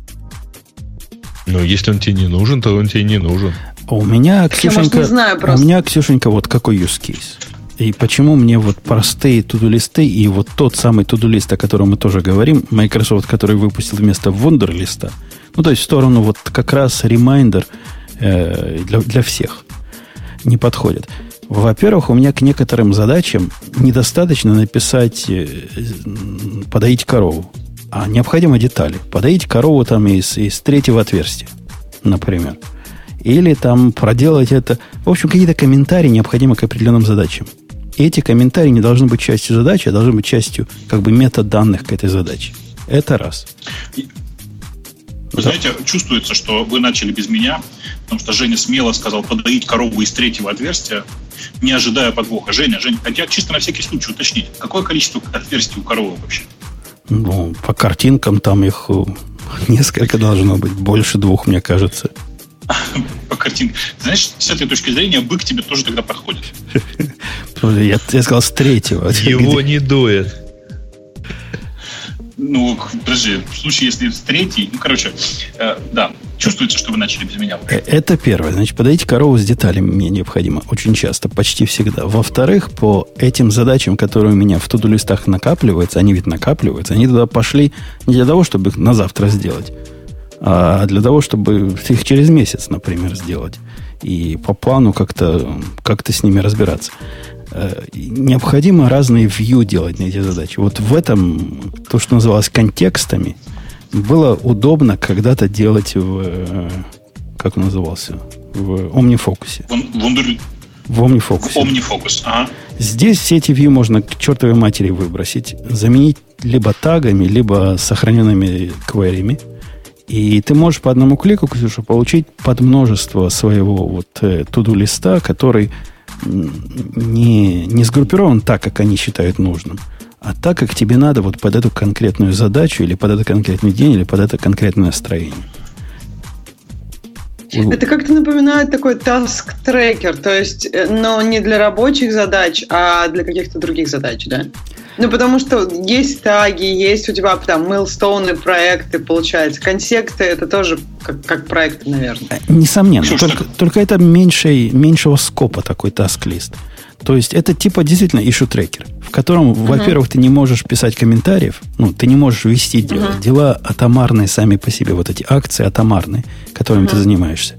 Ну, если он тебе не нужен, то он тебе не нужен. А у меня, Я, Ксюшенька, может, не знаю у просто. меня, Ксюшенька, вот какой use case. И почему мне вот простые туду-листы и вот тот самый туду-лист, о котором мы тоже говорим, Microsoft, который выпустил вместо Wunderlist, ну, то есть в сторону вот как раз Reminder э, для, для всех не подходит. Во-первых, у меня к некоторым задачам недостаточно написать э, подоить корову, а необходимы детали. Подоить корову там из, из третьего отверстия, например. Или там проделать это. В общем, какие-то комментарии необходимы к определенным задачам. И эти комментарии не должны быть частью задачи, а должны быть частью как бы метаданных к этой задаче. Это раз. Вы Да. знаете, чувствуется, что вы начали без меня, потому что Женя смело сказал подоить корову из третьего отверстия, не ожидая подвоха. Женя, Женя, хотя чисто на всякий случай уточнить, какое количество отверстий у коровы вообще? Ну, по картинкам там их э, несколько должно быть. Больше двух, мне кажется. По картинке. Знаешь, с этой точки зрения бык тебе тоже тогда подходит. Я, я сказал с третьего. Его не дует. Ну, подожди, в случае, если с третьей, ну, короче, э, да, чувствуется, что вы начали без меня. Э, Это первое. Значит, подойти корову с деталями мне необходимо. Очень часто, почти всегда. Во-вторых, по этим задачам, которые у меня в туду-листах накапливаются, они ведь накапливаются, они туда пошли не для того, чтобы их на завтра сделать, а для того, чтобы их через месяц, например, сделать. И по плану как-то, как-то с ними разбираться. Необходимо разные view делать на эти задачи. Вот в этом, то, что называлось контекстами, было удобно когда-то делать в... Как он назывался? В OmniFocus. Вундер... В OmniFocus. OmniFocus, ага. Здесь все эти view можно к чертовой матери выбросить. Заменить либо тагами, либо сохраненными query'ми. И ты можешь по одному клику, Ксюша, получить подмножество своего вот to-do-листа, который не, не сгруппирован так, как они считают нужным, а так, как тебе надо вот под эту конкретную задачу, или под этот конкретный день, или под это конкретное настроение. Это как-то напоминает такой task-трекер, то есть, но не для рабочих задач, а для каких-то других задач, да? Ну, потому что есть таги, есть у тебя там мейлстоуны, проекты, получается. Консекты — это тоже как, как проекты, наверное. Несомненно. Ксюш, только, только это меньшей, меньшего скопа такой task-лист. То есть это типа действительно issue-трекер, в котором, uh-huh. во-первых, ты не можешь писать комментариев, ну, ты не можешь вести дела. Uh-huh. Дела атомарные сами по себе, вот эти акции атомарные, которыми uh-huh. ты занимаешься.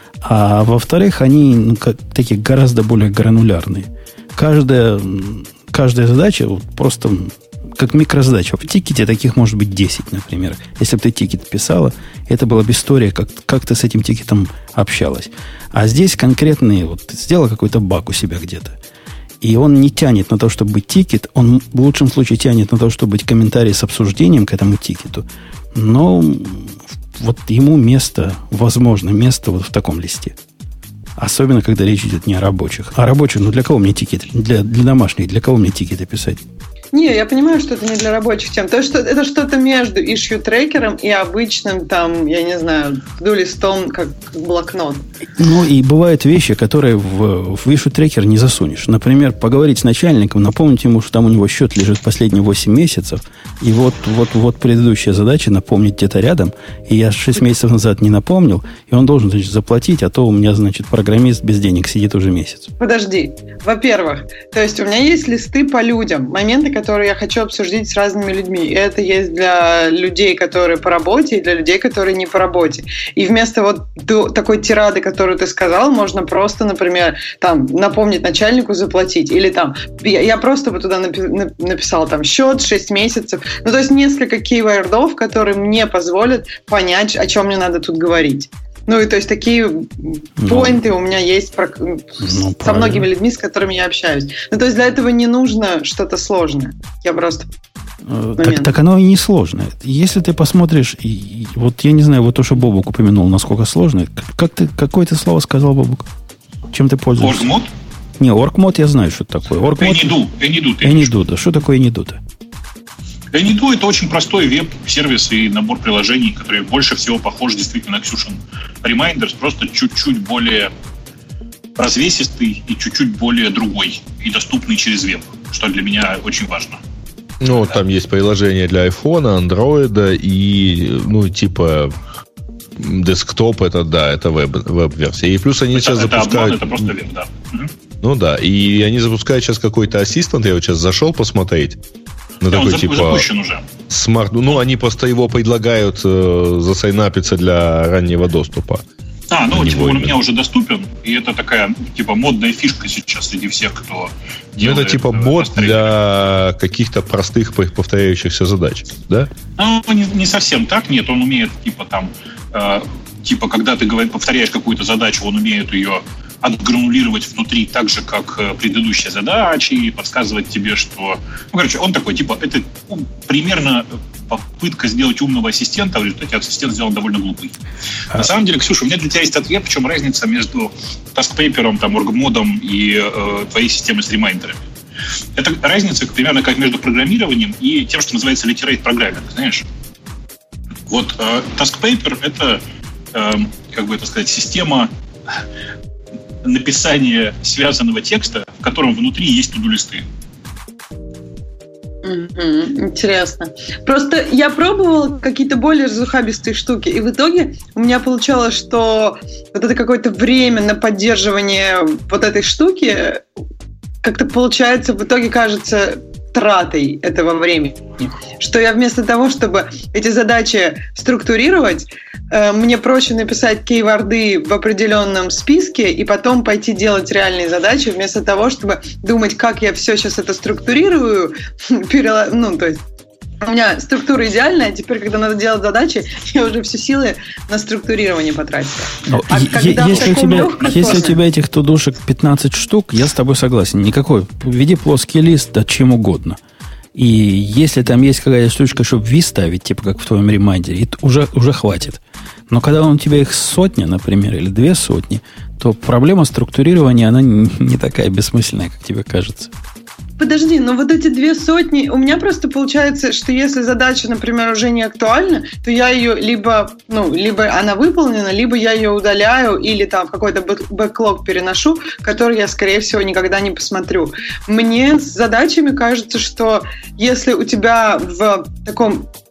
А во-вторых, они ну, как, такие гораздо более гранулярные. Каждая, каждая задача вот, просто как микрозадача. В тикете таких может быть десять, например. Если бы ты тикет писала, это была бы история, как, как ты с этим тикетом общалась. А здесь конкретный, вот ты сделала какой-то баг у себя где-то. И он не тянет на то, чтобы быть тикет. Он в лучшем случае тянет на то, чтобы быть комментарий с обсуждением к этому тикету. Но вот ему место, возможно, место вот в таком листе. Особенно, когда речь идет не о рабочих. А рабочих, ну для кого мне тикеты? Для, для домашних, для кого мне тикеты писать? Не, я понимаю, что это не для рабочих тем. То, что это что-то между issue-трекером и обычным, там, я не знаю, ду-листом, как, как блокнот. Ну, и бывают вещи, которые в, в issue-трекер не засунешь. Например, поговорить с начальником, напомнить ему, что там у него счет лежит последние восемь месяцев, и вот, вот, вот предыдущая задача напомнить где-то рядом, и я шесть месяцев назад не напомнил, и он должен, значит, заплатить, а то у меня, значит, программист без денег сидит уже месяц. Подожди. Во-первых, то есть у меня есть листы по людям, моменты, которые которые я хочу обсудить с разными людьми. И это есть для людей, которые по работе, и для людей, которые не по работе. И вместо вот такой тирады, которую ты сказал, можно просто, например, там, напомнить начальнику заплатить. Или там, я, я просто бы туда напи- написала там счет, шесть месяцев. Ну, то есть несколько кейвордов, которые мне позволят понять, о чем мне надо тут говорить. Ну, и то есть такие поинты ну, у меня есть про, ну, со правильно. Многими людьми, с которыми я общаюсь. Ну, то есть для этого не нужно что-то сложное. Я просто... Так, так оно и не сложное. Если ты посмотришь, и, и, вот я не знаю, вот то, что Бобук упомянул, насколько сложно. Как ты, какое ты слово сказал, Бобук? Чем ты пользуешься? Оргмод? Не, оргмод я знаю, что это такое. Оргмод... Эниду. Эниду. Эниду, да. Что такое Эниду-то? Эниду – это очень простой веб-сервис и набор приложений, который больше всего похож действительно на Ksushin Reminders, просто чуть-чуть более развесистый и чуть-чуть более другой и доступный через веб, что для меня очень важно. Ну, да. Там есть приложение для айфона, андроида и, ну, типа... Десктоп, это, да, это веб, веб-версия. И плюс они это, сейчас это запускают... Обман, это просто веб, да. Угу. Ну да, и они запускают сейчас какой-то ассистент, я вот сейчас зашел посмотреть. На да, такой, он типа, запущен уже. Смарт... Ну, они просто его предлагают э, засайнапиться для раннего доступа. А, ну, типа, он у меня уже доступен, и это такая, типа, модная фишка сейчас среди всех, кто делает... Ну, это, типа, бот для каких-то простых повторяющихся задач, да? Ну, не, не совсем так, нет, он умеет, типа, там, э, типа, когда ты говоришь, повторяешь какую-то задачу, он умеет ее отгранулировать внутри так же, как предыдущие задачи, и подсказывать тебе, что... Ну, короче, он такой, типа, это ну, примерно попытка сделать умного ассистента, в результате ассистент сделан довольно глупый. А... На самом деле, Ксюша, у меня для тебя есть ответ, в чем разница между TaskPaper, там, оргмодом и э, твоей системой с ремайндерами. Это разница примерно как между программированием и тем, что называется literate programming, знаешь? Вот э, TaskPaper — это, э, как бы это сказать, система написания связанного текста, в котором внутри есть туду-листы. Mm-hmm. Интересно. Просто я пробовала какие-то более разухабистые штуки, и в итоге у меня получалось, что вот это какое-то время на поддерживание вот этой штуки как-то получается, в итоге кажется тратой этого времени. Что я вместо того, чтобы эти задачи структурировать, э, мне проще написать кейворды в определенном списке и потом пойти делать реальные задачи, вместо того, чтобы думать, как я все сейчас это структурирую, перела... ну, то есть у меня структура идеальная, а теперь, когда надо делать задачи, я уже все силы на структурирование потратила. А е- если у тебя, если у тебя этих тудушек пятнадцать штук, я с тобой согласен. Никакой. Введи плоский лист, да чем угодно. И если там есть какая-то штучка, чтобы ви ставить, типа как в твоем ремайдере, уже, уже хватит. Но когда у тебя их сотня, например, или две сотни, то проблема структурирования, она не такая бессмысленная, как тебе кажется. Подожди, но вот эти две сотни, у меня просто получается, что если задача, например, уже не актуальна, то я ее либо, ну, либо она выполнена, либо я ее удаляю или там в какой-то бэклог переношу, который я, скорее всего, никогда не посмотрю. Мне с задачами кажется, что если у тебя в таком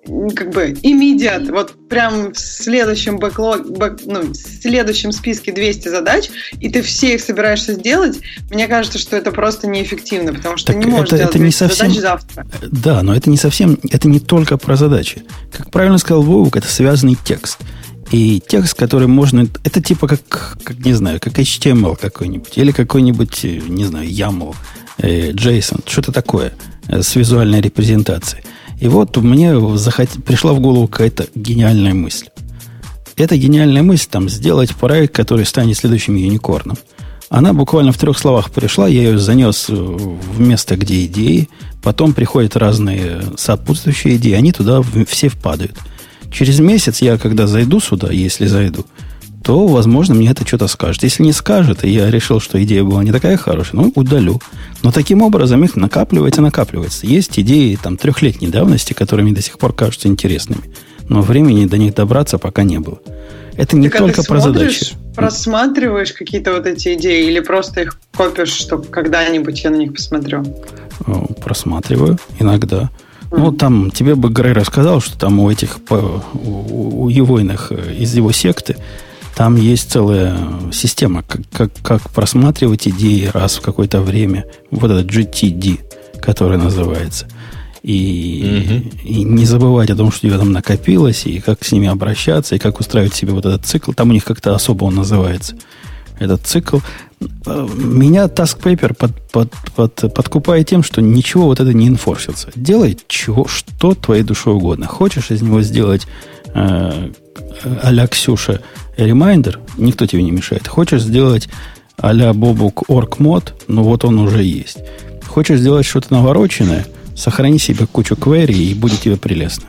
как бы immediate, вот прям в следующем бэклог, бэк, ну, в следующем списке двести задач, и ты все их собираешься сделать, мне кажется, что это просто неэффективно, потому что так ты не можешь это, сделать это не совсем, задач завтра. Да, но это не совсем, это не только про задачи. Как правильно сказал Вовк, это связанный текст. И текст, который можно... Это типа как, как не знаю, как эйч ти эм эл какой-нибудь, или какой-нибудь, не знаю, ямл, э, JSON, что-то такое э, с визуальной репрезентацией. И вот мне захот... пришла в голову какая-то гениальная мысль. Эта гениальная мысль, там, сделать проект, который станет следующим юникорном. Она буквально в трех словах пришла, я ее занес в место, где идеи, потом приходят разные сопутствующие идеи, они туда все впадают. Через месяц я, когда зайду сюда, если зайду, то, возможно, мне это что-то скажет. Если не скажет, и я решил, что идея была не такая хорошая, ну, удалю. Но таким образом их накапливается, накапливается. Есть идеи там трехлетней давности, которые мне до сих пор кажутся интересными. Но времени до них добраться пока не было. Это не так, только а ты про смотришь, задачи. Просматриваешь какие-то вот эти идеи или просто их копишь, чтобы когда-нибудь я на них посмотрю? Просматриваю иногда. Ну, там тебе бы Грей рассказал, что там у этих, у, у Евойных из его секты, там есть целая система, как, как, как просматривать идеи раз в какое-то время. Вот этот джи ти ди, который называется. И, угу. и не забывать о том, что у тебя там накопилось, и как с ними обращаться, и как устраивать себе вот этот цикл. Там у них как-то особо он называется. Этот цикл. Меня Task Paper под, под, под, подкупает тем, что ничего вот это не инфорсится. Делай чего, что твоей душе угодно. Хочешь из него сделать э, а-ля Ксюша ремайндер, никто тебе не мешает. Хочешь сделать а-ля Бобук орг мод, ну вот он уже есть. Хочешь сделать что-то навороченное, сохрани себе кучу query, и будет тебе прелестно.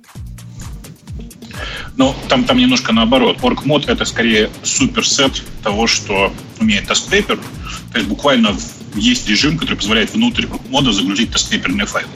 Ну, там, там немножко наоборот. Org-мод — это скорее суперсет того, что умеет Task Paper. То есть буквально есть режим, который позволяет внутрь org-мода загрузить task-paperные файлы.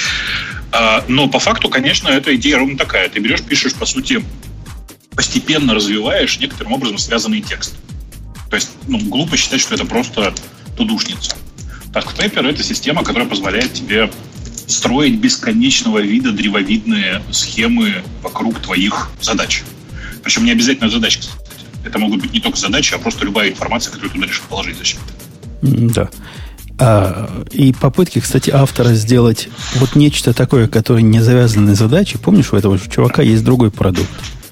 А, но по факту, конечно, эта идея ровно такая. Ты берешь, пишешь, по сути, постепенно развиваешь некоторым образом связанный текст. То есть, ну, глупо считать, что это просто тудушница. Task Paper — это система, которая позволяет тебе строить бесконечного вида древовидные схемы вокруг твоих задач. Причем не обязательно задачи, кстати. Это могут быть не только задачи, а просто любая информация, которую ты туда решил положить зачем-то. Да. А, и попытки, кстати, автора сделать вот нечто такое, которое не завязано на задачи. Помнишь, у этого чувака есть другой продукт?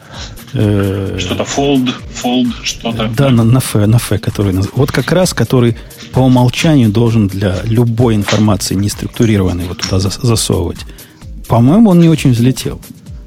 Что-то fold, fold, что-то. Да, на, на F, на F, который вот как раз, который по умолчанию должен для любой информации неструктурированной вот туда засовывать. По-моему, он не очень взлетел.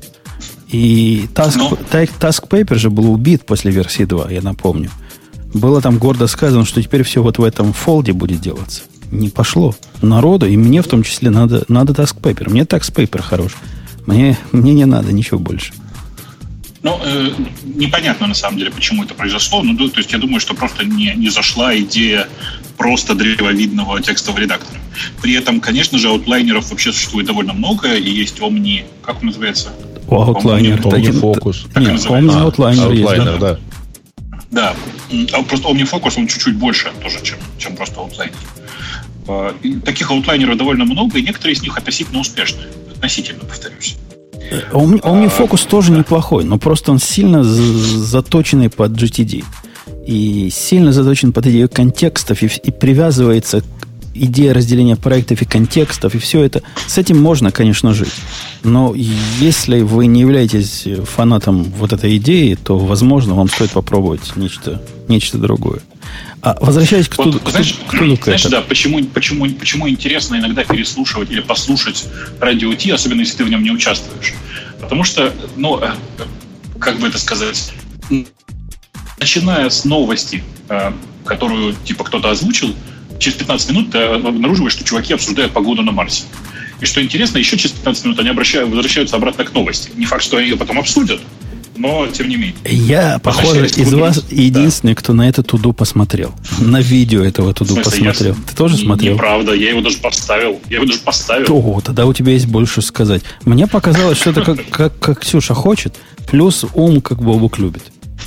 И Task, Но... Task Paper же был убит после версии два, я напомню. Было там гордо сказано, что теперь все вот в этом фолде будет делаться. Не пошло. Народу, и мне в том числе, надо, надо Task Paper. Мне Task Paper хорош. Мне, мне не надо ничего больше. Ну, э, непонятно на самом деле, почему это произошло. Ну, то есть я думаю, что просто не, не зашла идея просто древовидного текстового редактора. При этом, конечно же, аутлайнеров вообще существует довольно много, и есть Omni, как он называется? Аутлайнер. OmniFocus. Нет, Omni Outliner есть. Outliner, да. Да, а просто OmniFocus, он чуть-чуть больше тоже, чем, чем просто аутлайнер. И таких аутлайнеров довольно много, и некоторые из них относительно успешны. Относительно, повторюсь. OmniFocus а, тоже да. неплохой, но просто он сильно заточенный под джи ти ди. И сильно заточен под идею контекстов и, и привязывается к идее разделения проектов и контекстов, и все это. С этим можно, конечно, жить. Но если вы не являетесь фанатом вот этой идеи, то, возможно, вам стоит попробовать нечто, нечто другое. А возвращаясь к вот, туду, знаешь, к туду, к знаешь, да, почему, почему, почему интересно иногда переслушивать или послушать радио Ти, особенно если ты в нем не участвуешь. Потому что, ну, как бы это сказать, начиная с новости, которую типа кто-то озвучил, через пятнадцать минут ты обнаруживаешь, что чуваки обсуждают погоду на Марсе. И что интересно, еще через пятнадцать минут они обращаются, возвращаются обратно к новости. Не факт, что они ее потом обсудят, но тем не менее. Я, похоже, из вас единственный, да. кто на эту туду посмотрел. На видео этого туду посмотрел. Я... Ты тоже смотрел? Неправда, я его даже поставил. Я его даже поставил. О, тогда у тебя есть больше сказать. Мне показалось, что это как, как, как Ксюша хочет, плюс ум, как Бобук любит.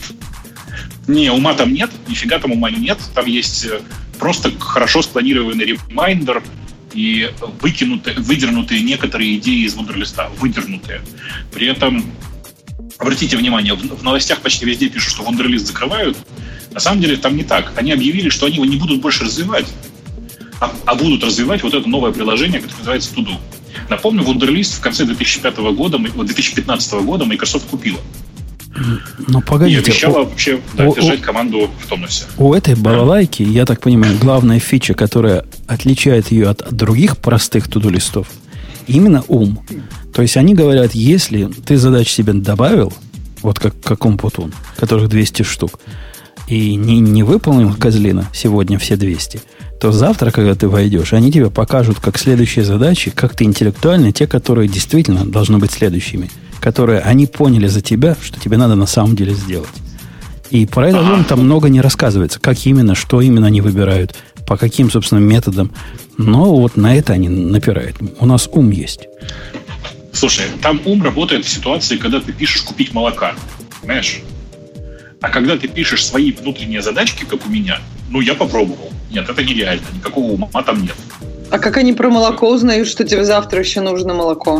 Не, ума там нет, нифига там ума нет. Там есть просто хорошо спланированный ремайндер и выкинутые, выдернутые некоторые идеи из вундерлиста, выдернутые. При этом, обратите внимание, в, в новостях почти везде пишут, что вундерлист закрывают. На самом деле там не так. Они объявили, что они его не будут больше развивать, а, а будут развивать вот это новое приложение, которое называется To Do. Напомню, вундерлист в конце две тысячи пятого года, две тысячи пятнадцатого года Microsoft купила. Ну, погодите. И обещала у, вообще да, у, держать команду в тонусе. У этой балалайки, я так понимаю, главная фича, которая отличает ее от, от других простых туду-листов, именно ум. То есть они говорят, если ты задач себе добавил, вот как, как Умпутун, которых двести штук, и не, не выполнил козлина сегодня все двести, то завтра, когда ты войдешь, они тебе покажут, как следующие задачи, как ты интеллектуальны, те, которые действительно должны быть следующими, которые они поняли за тебя, что тебе надо на самом деле сделать. И про это ага. там много не рассказывается, как именно, что именно они выбирают, по каким, собственно, методам. Но вот на это они напирают. У нас ум есть. Слушай, там ум работает в ситуации, когда ты пишешь «купить молока». Понимаешь? А когда ты пишешь свои внутренние задачки, как у меня, ну, я попробовал. Нет, это нереально. Никакого ума там нет. А как они про молоко узнают, что тебе завтра еще нужно молоко?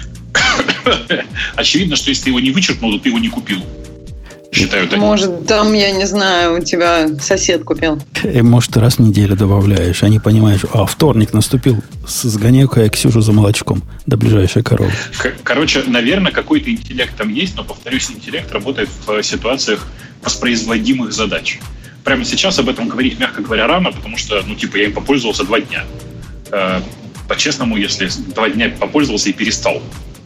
Очевидно, что если ты его не вычеркнул, то ты его не купил. Считают они. Может, там, я не знаю, у тебя сосед купил. И, может, ты раз в неделю добавляешь, а не понимаешь, а вторник наступил, сгоняю-ка я Ксюшу за молочком до ближайшей коровы. Короче, наверное, какой-то интеллект там есть, но, повторюсь, интеллект работает в ситуациях воспроизводимых задач. Прямо сейчас об этом говорить, мягко говоря, рано, потому что, ну, типа, я им попользовался два дня. По-честному, если два дня попользовался и перестал.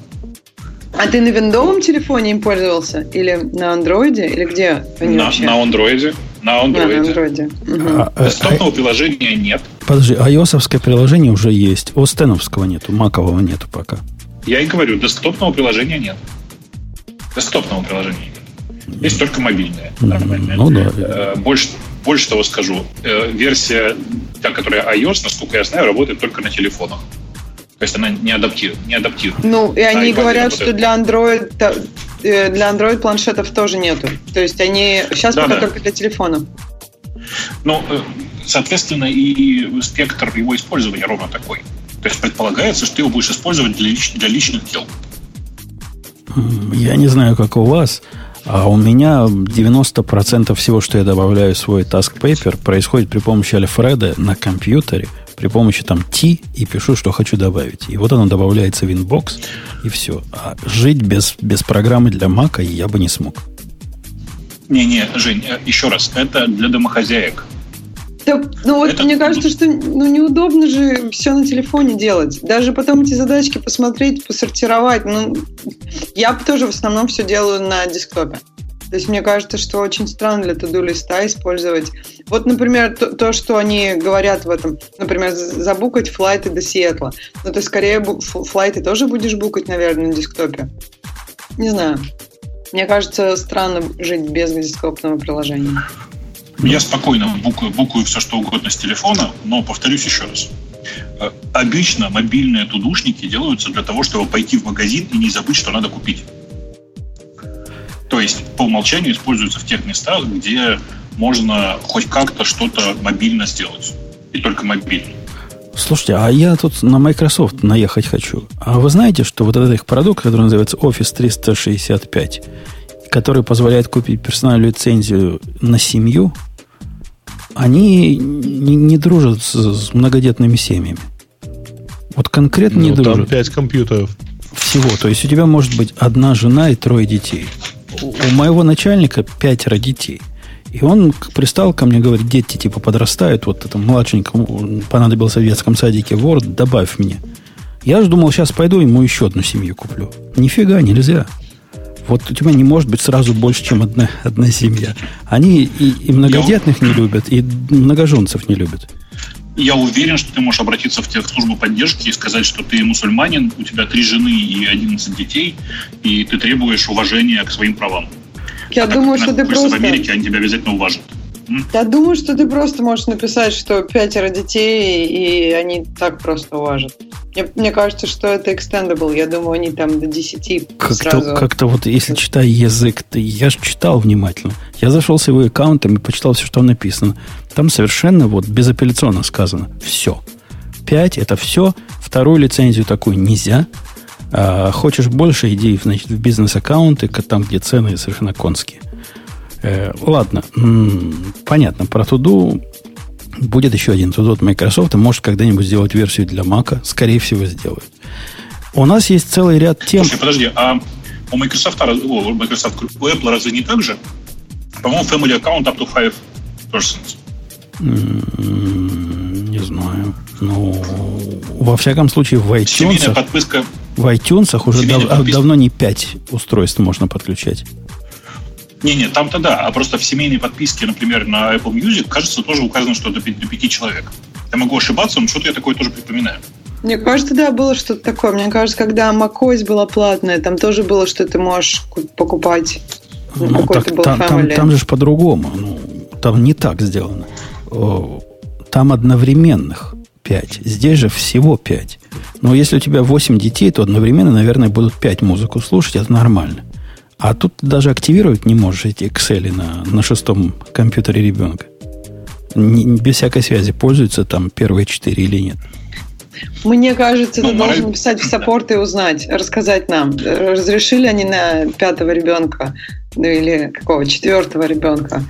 А ты на виндовом телефоне им пользовался? Или на андроиде? Или где они на, вообще? На андроиде. На андроиде. А, на андроиде. Угу. А, а, Десктопного а, приложения нет. Подожди, iOS-овское приложение уже есть. остеновского нету, макового нету пока. Я и говорю, десктопного приложения нет. Десктопного приложения нет. Есть только мобильное. Нормальное. Ну да. Больше, больше того скажу. Версия, та, которая iOS, насколько я знаю, работает только на телефонах. То есть она не адаптирует. Не адаптирует. Ну, и они а говорят, работает. что для Android, для Android планшетов тоже нету. То есть они сейчас да, пока да. только для телефонов. Ну, соответственно, и спектр его использования ровно такой. То есть предполагается, что ты его будешь использовать для, лич, для личных дел. Я не знаю, как у вас, а у меня девяносто процентов всего, что я добавляю в свой Task Paper, происходит при помощи Альфреда на компьютере, при помощи там T, и пишу, что хочу добавить. И вот оно добавляется в инбокс, и все. А жить без, без программы для Mac я бы не смог. Не-не, Жень, еще раз, это для домохозяек. Да, ну вот это... мне кажется, что ну, неудобно же все на телефоне делать. Даже потом эти задачки посмотреть, посортировать. Ну, я тоже в основном все делаю на десктопе. То есть мне кажется, что очень странно для to-do листа использовать. Вот, например, то, то, что они говорят в этом, например, забукать флайты до Сиэтла. Но ты скорее бу- флайты тоже будешь букать, наверное, на десктопе. Не знаю. Мне кажется, странно жить без десктопного приложения. Я спокойно букаю, букаю все, что угодно с телефона, но повторюсь еще раз. Обычно мобильные тудушники делаются для того, чтобы пойти в магазин и не забыть, что надо купить. То есть по умолчанию используются в тех местах, где можно хоть как-то что-то мобильно сделать. И только мобильно. Слушайте, а я тут на Microsoft наехать хочу. А вы знаете, что вот этот их продукт, который называется Office триста шестьдесят пять, который позволяет купить персональную лицензию на семью, они не, не дружат с, с многодетными семьями. Вот конкретно ну, не дружат. Там пять компьютеров. Всего. То есть у тебя может быть одна жена и трое детей. У, у моего начальника пятеро детей. И он пристал ко мне, говорит, дети типа подрастают, вот этому младшенькому понадобился в детском садике Word, добавь мне. Я же думал, сейчас пойду ему еще одну семью куплю. Нифига, нельзя. Вот у тебя не может быть сразу больше, чем одна, одна семья. Они и, и многодетных не любят, и многоженцев не любят. Я уверен, что ты можешь обратиться в техслужбу поддержки и сказать, что ты мусульманин, у тебя три жены и одиннадцать детей, и ты требуешь уважения к своим правам. Я а думаю, что ты просто... в Америке, они тебя обязательно уважат. М? Я думаю, что ты просто можешь написать, что пятеро детей, и они так просто уважат. Мне, мне кажется, что это extendable. Я думаю, они там до десяти как-то, сразу... Как-то вот, если читай язык, то я же читал внимательно. Я зашел с его аккаунтом и почитал все, что там написано. Там совершенно вот безапелляционно сказано. Все. пять, это все. Вторую лицензию такую нельзя. А хочешь больше, иди, значит, в бизнес-аккаунты, там, где цены совершенно конские. Э, ладно, м-м, понятно. Про туду будет еще один туду от Microsoft. Может, когда-нибудь сделать версию для Mac. Скорее всего, сделают. У нас есть целый ряд тем... Слушай, подожди, а у Microsoft, о, Microsoft, у Apple разве не так же? По-моему, family account up to five persons. М-м, не знаю. Ну, во всяком случае, в iTunes... Семейная подписка... В iTunes уже дав- давно не пять устройств можно подключать. Не-не, там-то да. А просто в семейной подписке, например, на Apple Music, кажется, тоже указано, что до пяти человек. Я могу ошибаться, но что-то я такое тоже припоминаю. Мне кажется, да, было что-то такое. Мне кажется, когда macOS была платная, там тоже было, что ты можешь покупать ну, какой-то так, был там, там, там же по-другому. Ну, там не так сделано. Там одновременных пять. Здесь же всего пять. Но если у тебя восемь детей, то одновременно, наверное, будут пять музыку слушать. Это нормально. А тут даже активировать не можешь эти Excel на, на шестом компьютере ребенка. Не, без всякой связи пользуются там первые четыре или нет. Мне кажется, ну, ты должен написать в саппорт и узнать, рассказать нам, разрешили они на пятого ребенка, ну или какого, четвертого ребенка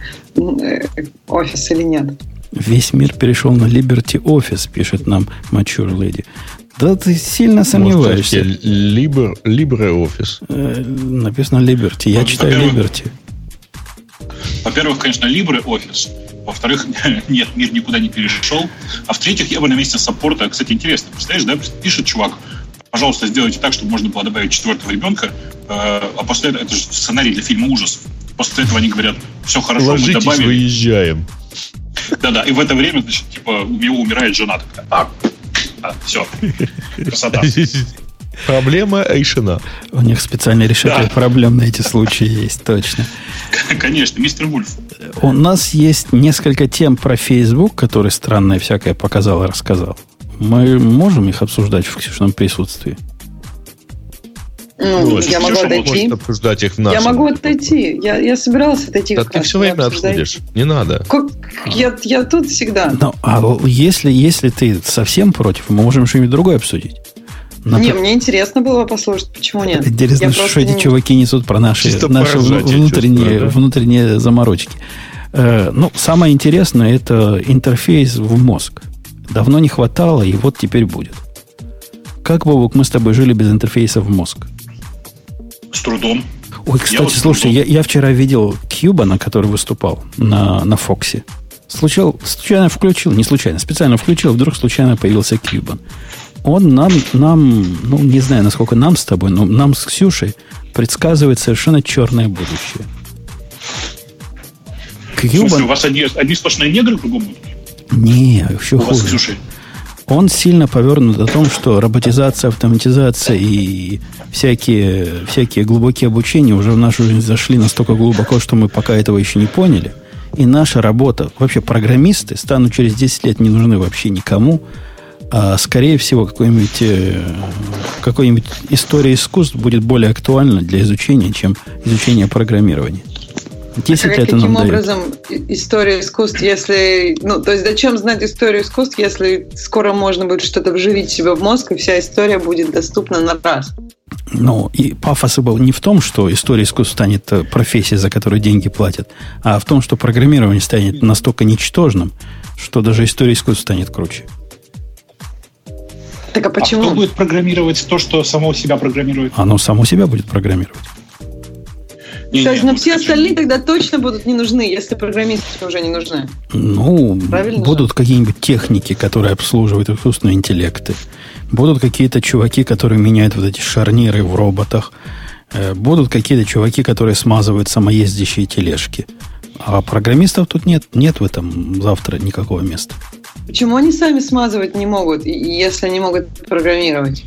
офис или нет. Весь мир перешел на Liberty Office, пишет нам Mature Lady. Да ты сильно сомневаешься. Может, Libre, LibreOffice. Э, написано Liberty. Я ну, читаю во-первых, Liberty. Во-первых, конечно, LibreOffice. Во-вторых, нет, мир никуда не перешел. А в-третьих, я бы на месте саппорта... Кстати, интересно, представляешь, да, пишет чувак, пожалуйста, сделайте так, чтобы можно было добавить четвертого ребенка, э, а после этого... Это же сценарий для фильма ужасов. После этого они говорят, все хорошо, ложитесь, мы добавили. выезжаем. Да-да, и в это время, значит, типа, у него умирает жена. Такая, а, а, все, красота. Проблема решена. У них специальный решатель да. проблем на эти случаи есть, точно. Конечно, мистер Вульф. У нас есть несколько тем про Facebook, которые странное всякое показал и рассказал. Мы можем их обсуждать в Ксюшном присутствии? Ну, ну, я могу отойти. Обсуждать их в нашем. Я могу отойти. Я, я собиралась отойти. Да ты все время обсудишь. Не надо. Как? Я, я тут всегда. Ну, а если, если ты совсем против, мы можем что-нибудь другое обсудить. Напр... Не, мне интересно было послушать, почему нет. Интересно, я что эти не... чуваки несут про наши, наши внутренние, чувствую, да? внутренние заморочки. Э, ну, самое интересное, это интерфейс в мозг. Давно не хватало, и вот теперь будет. Как, Бобук, мы с тобой жили без интерфейса в мозг? С трудом. Ой, кстати, вот слушайте, я, я вчера видел Кьюбана, который выступал на, на Фоксе. Случайно, случайно включил, не случайно, специально включил, вдруг случайно появился Кьюбан. Он нам, нам, ну, не знаю, насколько нам с тобой, но нам с Ксюшей предсказывает совершенно черное будущее. Кьюбан... В смысле, у вас одни, одни сплошные негры кругом будут? Не, еще у хуже. Вас, Ксюшей? Он сильно повернут о том, что роботизация, автоматизация и всякие, всякие глубокие обучения уже в нашу жизнь зашли настолько глубоко, что мы пока этого еще не поняли. И наша работа, вообще программисты, станут через десять лет не нужны вообще никому. А, скорее всего, какой-нибудь, какой-нибудь история искусств будет более актуальна для изучения, чем изучение программирования. десять лет Каким нам образом дает. История искусств, если... Ну, то есть, зачем знать историю искусств, если скоро можно будет что-то вживить себе в мозг, и вся история будет доступна на раз? Ну, и пафос был не в том, что история искусств станет профессией, за которую деньги платят, а в том, что программирование станет настолько ничтожным, что даже история искусств станет круче. Так а почему? А кто будет программировать то, что само себя программирует? Оно само себя будет программировать. Не, то есть, но все остальные тогда точно будут не нужны, если программисты уже не нужны. Ну, правильно будут же? Какие-нибудь техники, которые обслуживают искусственные интеллекты. Будут какие-то чуваки, которые меняют вот эти шарниры в роботах. Будут какие-то чуваки, которые смазывают самоездящие тележки. А программистов тут нет. Нет в этом завтра никакого места. Почему они сами смазывать не могут, если они могут программировать?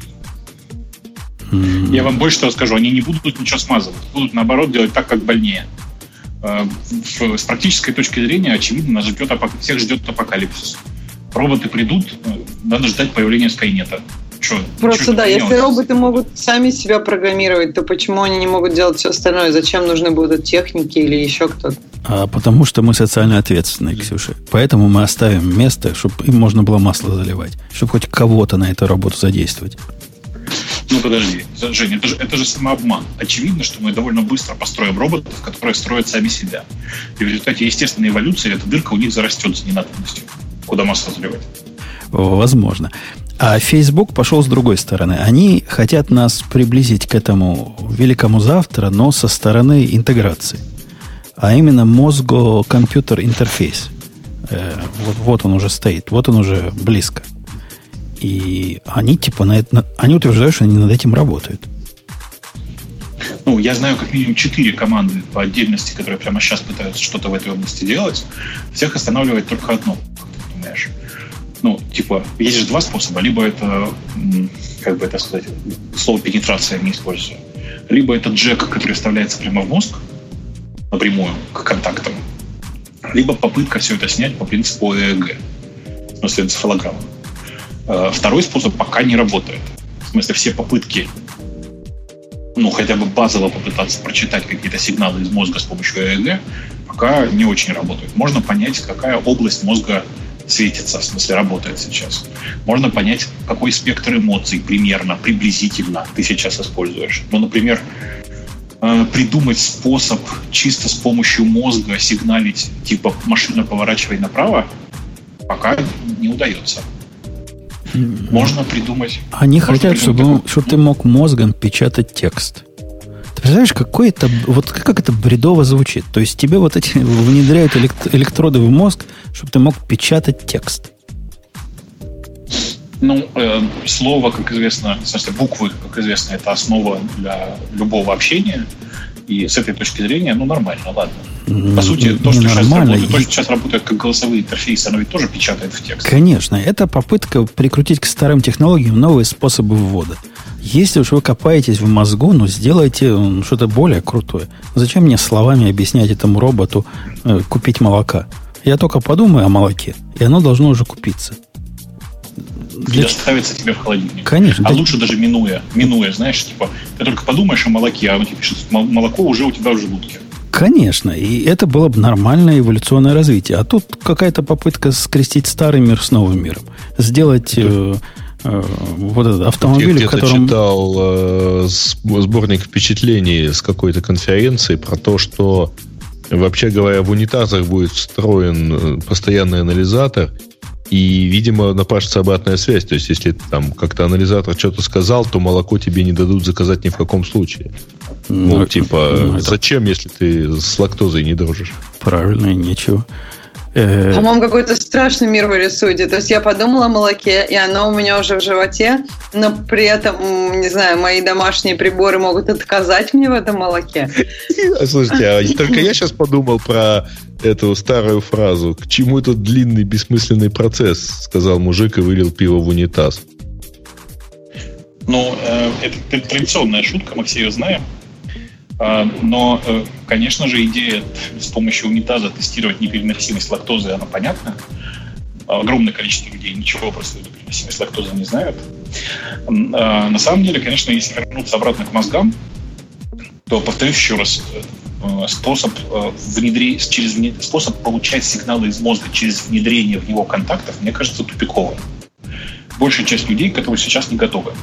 Я вам больше того скажу, они не будут ничего смазывать, будут наоборот делать так, как больнее. С практической точки зрения, очевидно, нас ждет, всех ждет апокалипсис. Роботы придут, надо ждать появления Скайнета. Что, Просто да, если роботы могут сами себя программировать, то почему они не могут делать все остальное? Зачем нужны будут техники или еще кто-то? А потому что мы социально ответственные, Ксюша. Поэтому мы оставим место, чтобы им можно было масло заливать. Чтобы хоть кого-то на эту работу задействовать. Ну, подожди, Женя, это же, это же самообман. Очевидно, что мы довольно быстро построим роботов, которые строят сами себя. И в результате естественной эволюции эта дырка у них зарастет за ненадобностью. Куда масло заливать? Возможно. А Facebook пошел с другой стороны. Они хотят нас приблизить к этому великому завтра, но со стороны интеграции. А именно мозго-компьютер интерфейс. Э, вот, вот он уже стоит, вот он уже близко. И они типа на это, они утверждают, что они над этим работают. Ну, я знаю как минимум четыре команды по отдельности, которые прямо сейчас пытаются что-то в этой области делать. Всех останавливает только одно, как ты понимаешь. Ну, типа, есть же два способа. Либо это, как бы это сказать, слово пенетрация не использую. Либо это джек, который вставляется прямо в мозг, напрямую, к контактам. Либо попытка все это снять по принципу ЭЭГ. В смысле, энцефалограммы. Второй способ пока не работает. В смысле, все попытки, ну, хотя бы базово попытаться прочитать какие-то сигналы из мозга с помощью ЭЭГ, пока не очень работают. Можно понять, какая область мозга светится, в смысле, работает сейчас. Можно понять, какой спектр эмоций примерно, приблизительно ты сейчас используешь. Ну, например, придумать способ чисто с помощью мозга сигналить, типа машина поворачивай направо, пока не удается. Можно придумать... Они можно хотят, чтобы, чтобы ты мог мозгом печатать текст. Ты представляешь, какой это, вот как это бредово звучит? То есть тебе вот эти внедряют электроды в мозг, чтобы ты мог печатать текст. Ну, э, слово, как известно, в смысле, буквы, как известно, это основа для любого общения. И с этой точки зрения, ну, нормально, ладно. По сути, то, что сейчас, работает, то, что сейчас работает как голосовые интерфейсы, оно ведь тоже печатает в текст. Конечно, это попытка прикрутить к старым технологиям новые способы ввода. Если уж вы копаетесь в мозгу, ну, сделайте что-то более крутое. Зачем мне словами объяснять этому роботу э, купить молока? Я только подумаю о молоке, и оно должно уже купиться. Для... И доставится тебе в холодильник. Конечно. А да... лучше даже минуя, минуя, знаешь, типа, ты только подумаешь о молоке, а оно тебе пишет, молоко уже у тебя в желудке. Конечно, и это было бы нормальное эволюционное развитие. А тут какая-то попытка скрестить старый мир с новым миром. Сделать э, э, вот этот автомобиль, я в котором... Я читал э, сборник впечатлений с какой-то конференции про то, что, вообще говоря, в унитазах будет встроен постоянный анализатор, и, видимо, напашется обратная связь. То есть, если там как-то анализатор что-то сказал, то молоко тебе не дадут заказать ни в каком случае. Ну, ну типа, ну, это... зачем, если ты с лактозой не дружишь? Правильно, нечего. По-моему, какой-то страшный мир вы рисуете. То есть я подумала о молоке, и оно у меня уже в животе, но при этом, не знаю, мои домашние приборы могут отказать мне в этом молоке. Слушайте, а только я сейчас подумал про эту старую фразу. К чему этот длинный бессмысленный процесс, сказал мужик и вылил пиво в унитаз. Ну, э, это традиционная шутка, мы все ее знаем. Э, но, э, конечно же, идея с помощью унитаза тестировать непереносимость лактозы, она понятна. Огромное количество людей ничего про свою непереносимость лактозы не знают. Э, на самом деле, конечно, если вернуться обратно к мозгам, то, повторюсь еще раз, способ внедрить, через способ получать сигналы из мозга через внедрение в него контактов, мне кажется, тупиковым. Большая часть людей к этому сейчас не готовы.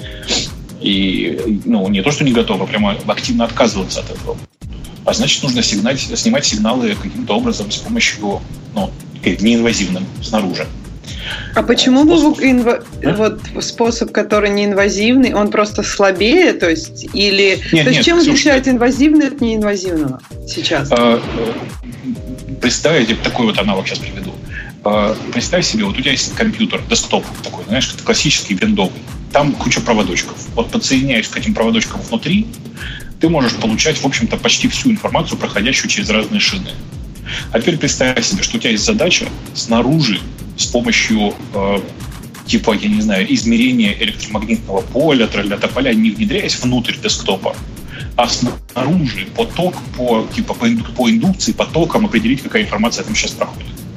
И, ну, не то, что не готовы, прямо активно отказываются от этого. А значит, нужно сигнать, снимать сигналы каким-то образом с помощью, ну, неинвазивным, снаружи. А почему способ... инв... а? Вот способ, который неинвазивный, он просто слабее, то есть, или... Нет, то есть нет, чем отличается слушай, инвазивный от неинвазивного сейчас? А, представьте, такой вот аналог сейчас приведу. А, представь себе, вот у тебя есть компьютер, десктоп такой, знаешь, классический виндовый. Там куча проводочков. Вот подсоединяясь к этим проводочкам внутри, ты можешь получать, в общем-то, почти всю информацию, проходящую через разные шины. А теперь представь себе, что у тебя есть задача снаружи с помощью э, типа, я не знаю, измерения электромагнитного поля, тролля тополя, не внедряясь внутрь десктопа, а снаружи поток по, типа, по, инду, по индукции, потоком определить, какая информация там сейчас проходит.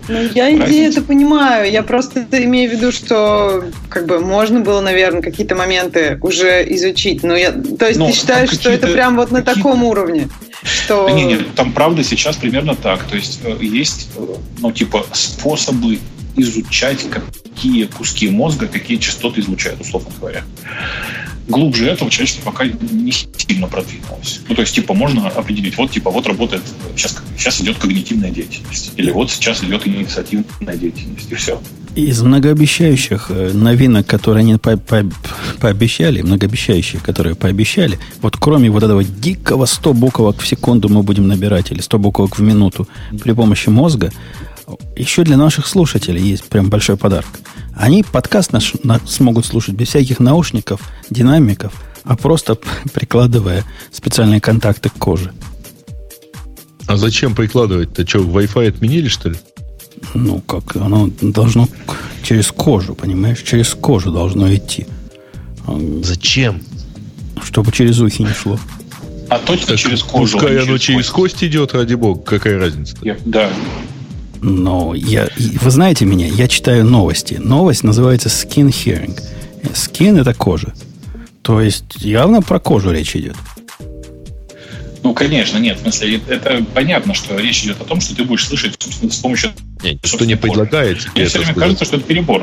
Ну, я идею это понимаю. Я просто имею в виду, что как бы можно было, наверное, какие-то моменты уже изучить. Но я, то есть Но ты считаешь, что это прям вот на таком уровне? Что... Нет, нет, там правда сейчас примерно так. То есть есть, ну, типа, способы изучать, какие куски мозга, какие частоты излучают, условно говоря. Глубже этого человечество пока не сильно продвинулось. Ну, то есть, типа, можно определить, вот, типа, вот работает, сейчас, сейчас идет когнитивная деятельность, или вот сейчас идет инициативная деятельность, и все. Из многообещающих новинок, которые они по- по- пообещали, многообещающие, которые пообещали, вот кроме вот этого дикого сто буквок в секунду мы будем набирать, или сто буквок в минуту при помощи мозга, еще для наших слушателей есть прям большой подарок. Они подкаст наш на, смогут слушать без всяких наушников, динамиков, а просто прикладывая специальные контакты к коже. А зачем прикладывать-то? Что, Wi-Fi отменили, что ли? Ну, как оно должно через кожу, понимаешь? Через кожу должно идти. Зачем? Чтобы через ухи не шло. А точно Так через кожу. Пускай через оно через кость идет, ради бога. Какая разница? Я, да. Но я, вы знаете меня, я читаю новости. Новость называется Skin Hearing. Skin – это кожа. То есть явно про кожу речь идет. Ну, конечно, нет. В смысле, это понятно, что речь идет о том, что ты будешь слышать, собственно, с помощью... Нет, что не предлагается. Мне все время кажется, что это перебор.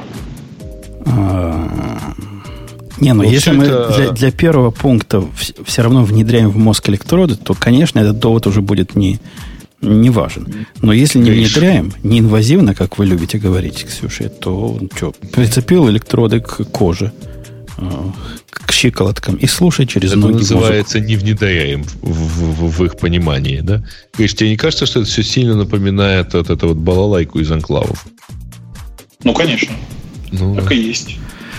А, не, ну Но если всё мы это- для, для первого пункта все равно внедряем в мозг электроды, то, конечно, этот довод уже будет не, не важен. Но если не Гриш. внедряем, не инвазивно, как вы любите говорить, Ксюша, то что, прицепил электроды к коже, э, к щиколоткам и слушай через Это ноги называется не внедряем в, в- в их понимании, да? Говоришь, тебе не кажется, что это все сильно напоминает вот эту вот балалайку из анклавов? Ну, конечно. Ну, Так и есть.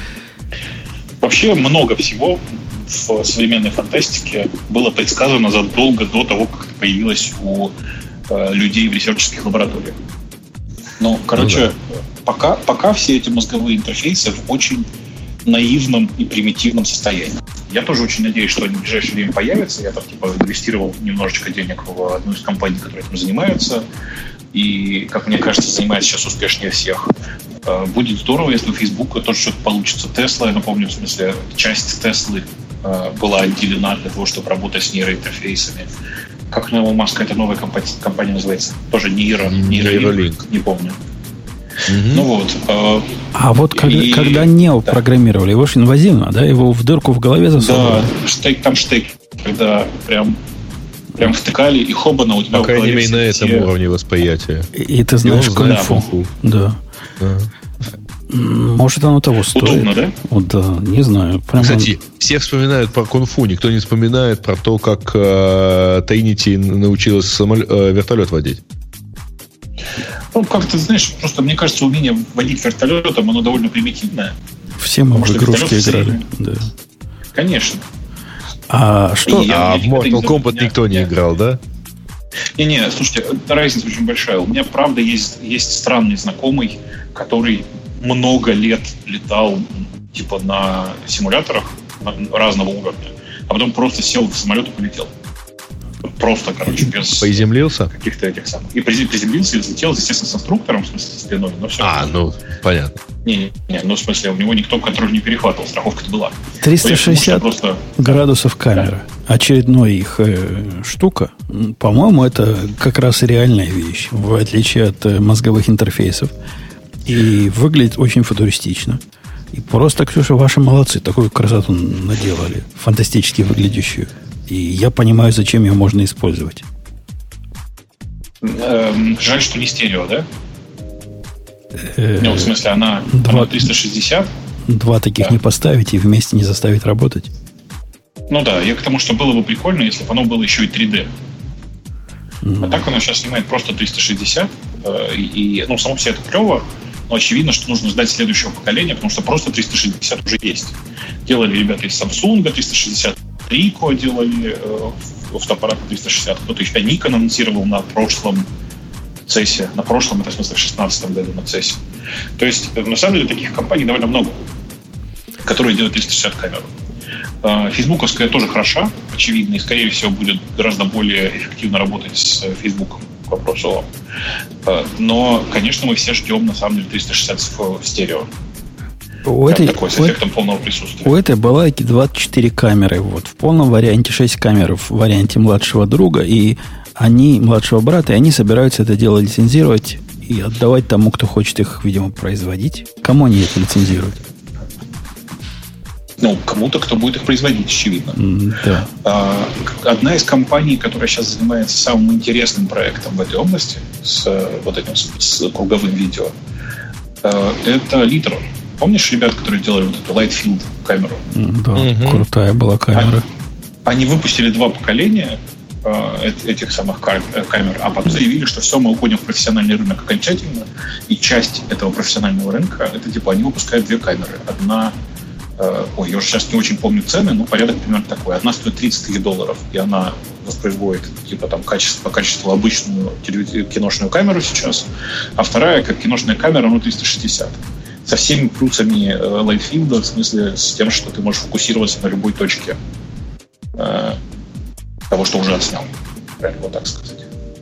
Вообще много всего в современной фантастике было предсказано задолго до того, как это появилось у э, людей в ресерчерских лабораториях. Ну, короче, Ну пока, пока все эти мозговые интерфейсы в очень наивном и примитивном состоянии. Я тоже очень надеюсь, что они в ближайшее время появятся. Я там типа инвестировал немножечко денег в одну из компаний, которые этим занимаются. И, как мне кажется, занимается сейчас успешнее всех. Э, Будет здорово, если у Фейсбука тоже что-то получится. Тесла, я напомню, в смысле, часть Теслы э, была отделена для того, чтобы работать с нейроинтерфейсами. Как у Маска эта новая компания, компания называется? Тоже нейро, нейролинк, не помню. Мгм. Ну вот. э, А вот когда, И- когда Нео да. программировали, его же инвазивно, да? Его в дырку в голове засовывали. Да, штек, там штеки, когда прям, прям втыкали, и хобана у тебя По в крайней голове мере, на все- этом уровне восприятия. И, и ты знаешь И он знает кунг-фу. кунг-фу. Да. Да. М, Может, оно того стоит. Удобно, да? Вот, да, не знаю. Прям Кстати, все вспоминают про кунг-фу, никто не вспоминает про то, как э, Тринити научилась самолет, э, вертолет водить. Ну, как ты знаешь, просто мне кажется, умение водить вертолетом, оно довольно примитивное. все мы в Потому что игрушки вертолет играли. сильный. Да. Конечно. А что? И я- а в я- Mortal это Kombat меня- никто не я- играл, да? Не-не, слушайте, разница очень большая. У меня, правда, есть, есть странный знакомый, который много лет летал типа на симуляторах на- разного уровня, а потом просто сел в самолет и полетел. Просто, короче, без Приземлился? каких-то этих самых. И призи- приземлился и взлетел, естественно, с инструктором, в смысле, с длиной, но все. А, ну, понятно. Не-не-не, ну, в смысле, у него никто контроль не перехватывал, страховка-то была. триста шестьдесят Потому что просто... градусов камера. Очередной их э, штука. М, По-моему, это как раз реальная вещь, в отличие от э, мозговых интерфейсов. И выглядит очень футуристично. И просто, Ксюша, ваши молодцы. Такую красоту наделали. Фантастически выглядящую. И я понимаю, зачем ее можно использовать. Эм, жаль, что не стерео, да? Э, Ну, в смысле, она, Два- она триста шестьдесят. Два таких Да. не поставить и вместе не заставить работать. Ну да, я к тому, что было бы прикольно, если бы оно было еще и три дэ. Ну, А так оно сейчас снимает просто триста шестьдесят. э, И, и, ну, само все это клево, но очевидно, что нужно ждать следующего поколения, потому что просто триста шестьдесят уже есть. Делали ребята из Samsung триста шестьдесят, Ricoh делали э, фотоаппарат на триста шестьдесят. Кто-то еще Nikon анонсировал на прошлом цессе. На прошлом, это в смысле в шестнадцатом году на цессе. То есть, э, на самом деле, таких компаний довольно много, которые делают триста шестьдесят камеру. Э, Фейсбуковская тоже хороша, очевидно, и, скорее всего, будет гораздо более эффективно работать с э, Фейсбуком. к вопросу. Но, конечно, мы все ждем, на самом деле, триста шестьдесят в стерео. У этой, такой, с эффектом у, полного присутствия. У этой балайки двадцать четыре камеры. Вот, в полном варианте шесть камер в варианте младшего друга. И они, младшего брата, и они собираются это дело лицензировать и отдавать тому, кто хочет их, видимо, производить. Кому они это лицензируют? Ну, кому-то, кто будет их производить, очевидно. Да. А, одна из компаний, которая сейчас занимается самым интересным проектом в этой области, с вот этим с, с круговым видео, это Literal. Помнишь ребят, которые делали вот эту Lightfield камеру? Да, угу. Крутая была камера. Они, они выпустили два поколения э, этих самых камер, а потом заявили, что все, мы уходим в профессиональный рынок окончательно, и часть этого профессионального рынка, это типа они выпускают две камеры. Одна, э, ой, я уже сейчас не очень помню цены, но порядок примерно такой. Одна стоит тридцать тысяч долларов, и она воспроизводит типа там качество, по качеству обычную киношную камеру сейчас, а вторая, как киношная камера, ну триста шестьдесят. Со всеми плюсами Lightfield, в смысле с тем, что ты можешь фокусироваться на любой точке э, того, что уже отснял. Правильно, вот так сказать.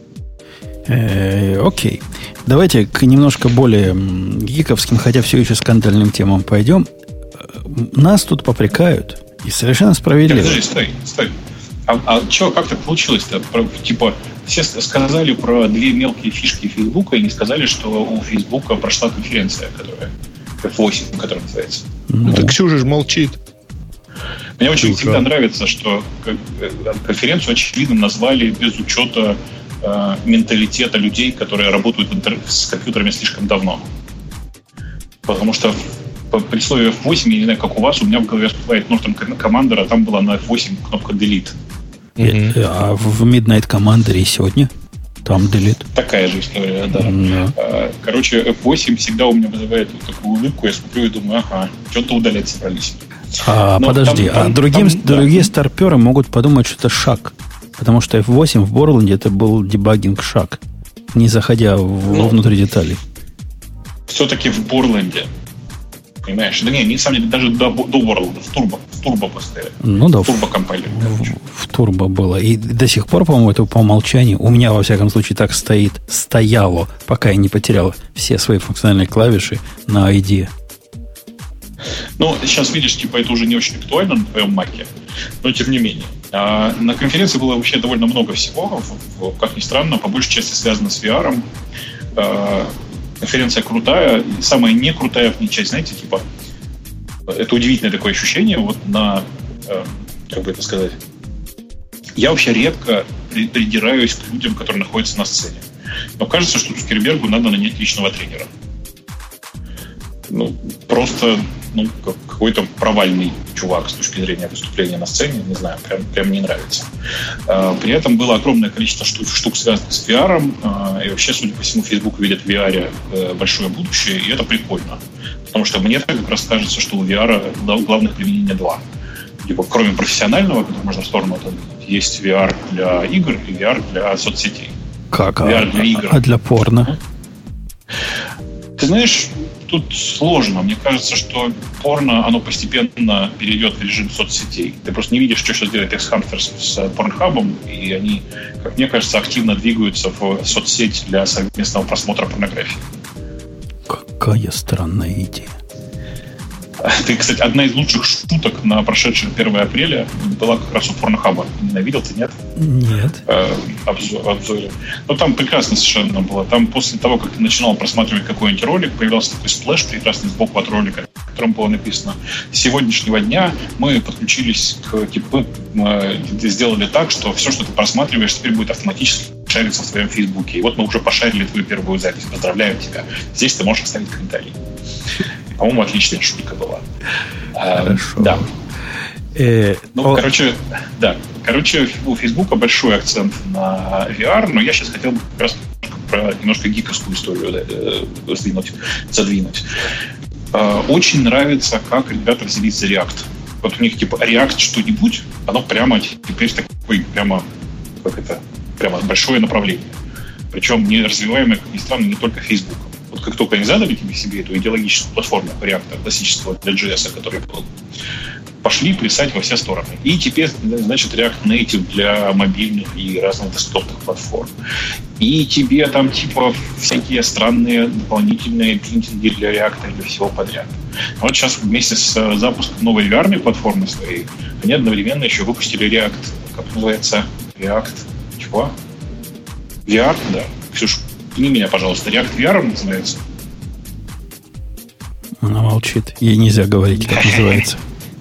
Э, окей. Давайте к немножко более гиковским, хотя все еще скандальным темам пойдем. Нас тут попрекают, и совершенно справедливо. Подожди, стой, стой. А, а что, как так получилось-то? Про, типа, все сказали про две мелкие фишки Фейсбука и не сказали, что у Фейсбука прошла конференция, которая эф восемь, которая называется. Ну, так Ксюша же молчит. Мне очень Ксюша. всегда нравится, что конференцию, очевидно, назвали без учета э, менталитета людей, которые работают с компьютерами слишком давно. Потому что при слове эф восемь, я не знаю, как у вас, у меня в голове всплывает Norton Commander, а там была на эф восемь кнопка Delete. Mm-hmm. А в Midnight Commander и сегодня там Delete. Такая же история, да. Mm-hmm. Короче, эф восемь всегда у меня вызывает вот такую улыбку, я смотрю и думаю, ага, что-то удалять собрались. А, Но подожди, там, там, а другим, там, другие да. старперы могут подумать, что это шаг. Потому что эф восемь в Borland это был дебагинг шаг, не заходя в, ну, внутрь деталей. Все-таки в Borland. Понимаешь? Да не, не самом деле, даже до, до World, в турбо, в турбо поставили. Ну да. В турбо компайлер. В, в турбо было. И до сих пор, по-моему, это по умолчанию, у меня, во всяком случае, так стоит, стояло, пока я не потерял все свои функциональные клавиши на ай ди. Ну, сейчас, видишь, типа, это уже не очень актуально на твоем маке, но тем не менее. А, на конференции было вообще довольно много всего, в, в, как ни странно, по большей части связано с ви ар. А, конференция крутая, и самая не крутая в ней часть, знаете, типа, это удивительное такое ощущение, вот на, э, как бы это сказать, я вообще редко придираюсь к людям, которые находятся на сцене. Но кажется, что Цукербергу надо нанять личного тренера. Ну, просто, ну, какой-то провальный чувак с точки зрения выступления на сцене, не знаю, прям, прям не нравится. При этом было огромное количество штук, штук связанных с ви ар, и вообще, судя по всему, Facebook видит в ви ар большое будущее, и это прикольно. Потому что мне как раз кажется, что у ви ар главных применений два. Типа, кроме профессионального, который можно в сторону отодвинуть, есть ви ар для игр и ви ар для соцсетей. Как? ви ар для игр. А для порно? Ты знаешь, тут сложно. Мне кажется, что порно, оно постепенно перейдет в режим соцсетей. Ты просто не видишь, что сейчас делает X-Hunter с Pornhub, и они, как мне кажется, активно двигаются в соцсеть для совместного просмотра порнографии. Какая странная идея. Ты, кстати, одна из лучших шуток на прошедшем первое апреля была как раз у Порнохаба. Ненавидел ты, нет? Нет. Э, обзор, обзоре. Ну, там прекрасно совершенно было. Там после того, как ты начинал просматривать какой-нибудь ролик, появился такой сплэш прекрасный сбоку от ролика, в котором было написано: с сегодняшнего дня мы подключились к, типа, мы сделали так, что все, что ты просматриваешь, теперь будет автоматически шариться в твоем Фейсбуке. И вот мы уже пошарили твою первую запись. Поздравляем тебя. Здесь ты можешь оставить комментарий. По-моему, отличная шутка была. Хорошо. А, да. Э, ну, о... короче, да. Короче, у Фейсбука большой акцент на ви ар, но я сейчас хотел бы как раз про немножко гиковскую историю да, сдвинуть, задвинуть. Э, очень нравится, как ребята взялись за React. Вот у них типа React что-нибудь, оно прямо теперь такой прямо, как это, прямо большое направление. Причем не развиваемое, как ни странно, не только Фейсбуком. Вот как только они задали тебе себе эту идеологическую платформу React классического для джей эс, который был, пошли плясать во все стороны. И теперь, значит, React Native для мобильных и разных десктопных платформ. И тебе там типа всякие странные дополнительные биндинги для React и для всего подряд. Вот сейчас вместе с запуском новой ви ар платформы своей они одновременно еще выпустили React, как называется, React, чего? ви ар, да. Ксюш, не меня, пожалуйста, React ви ар называется? Она молчит. Ей нельзя говорить, как называется.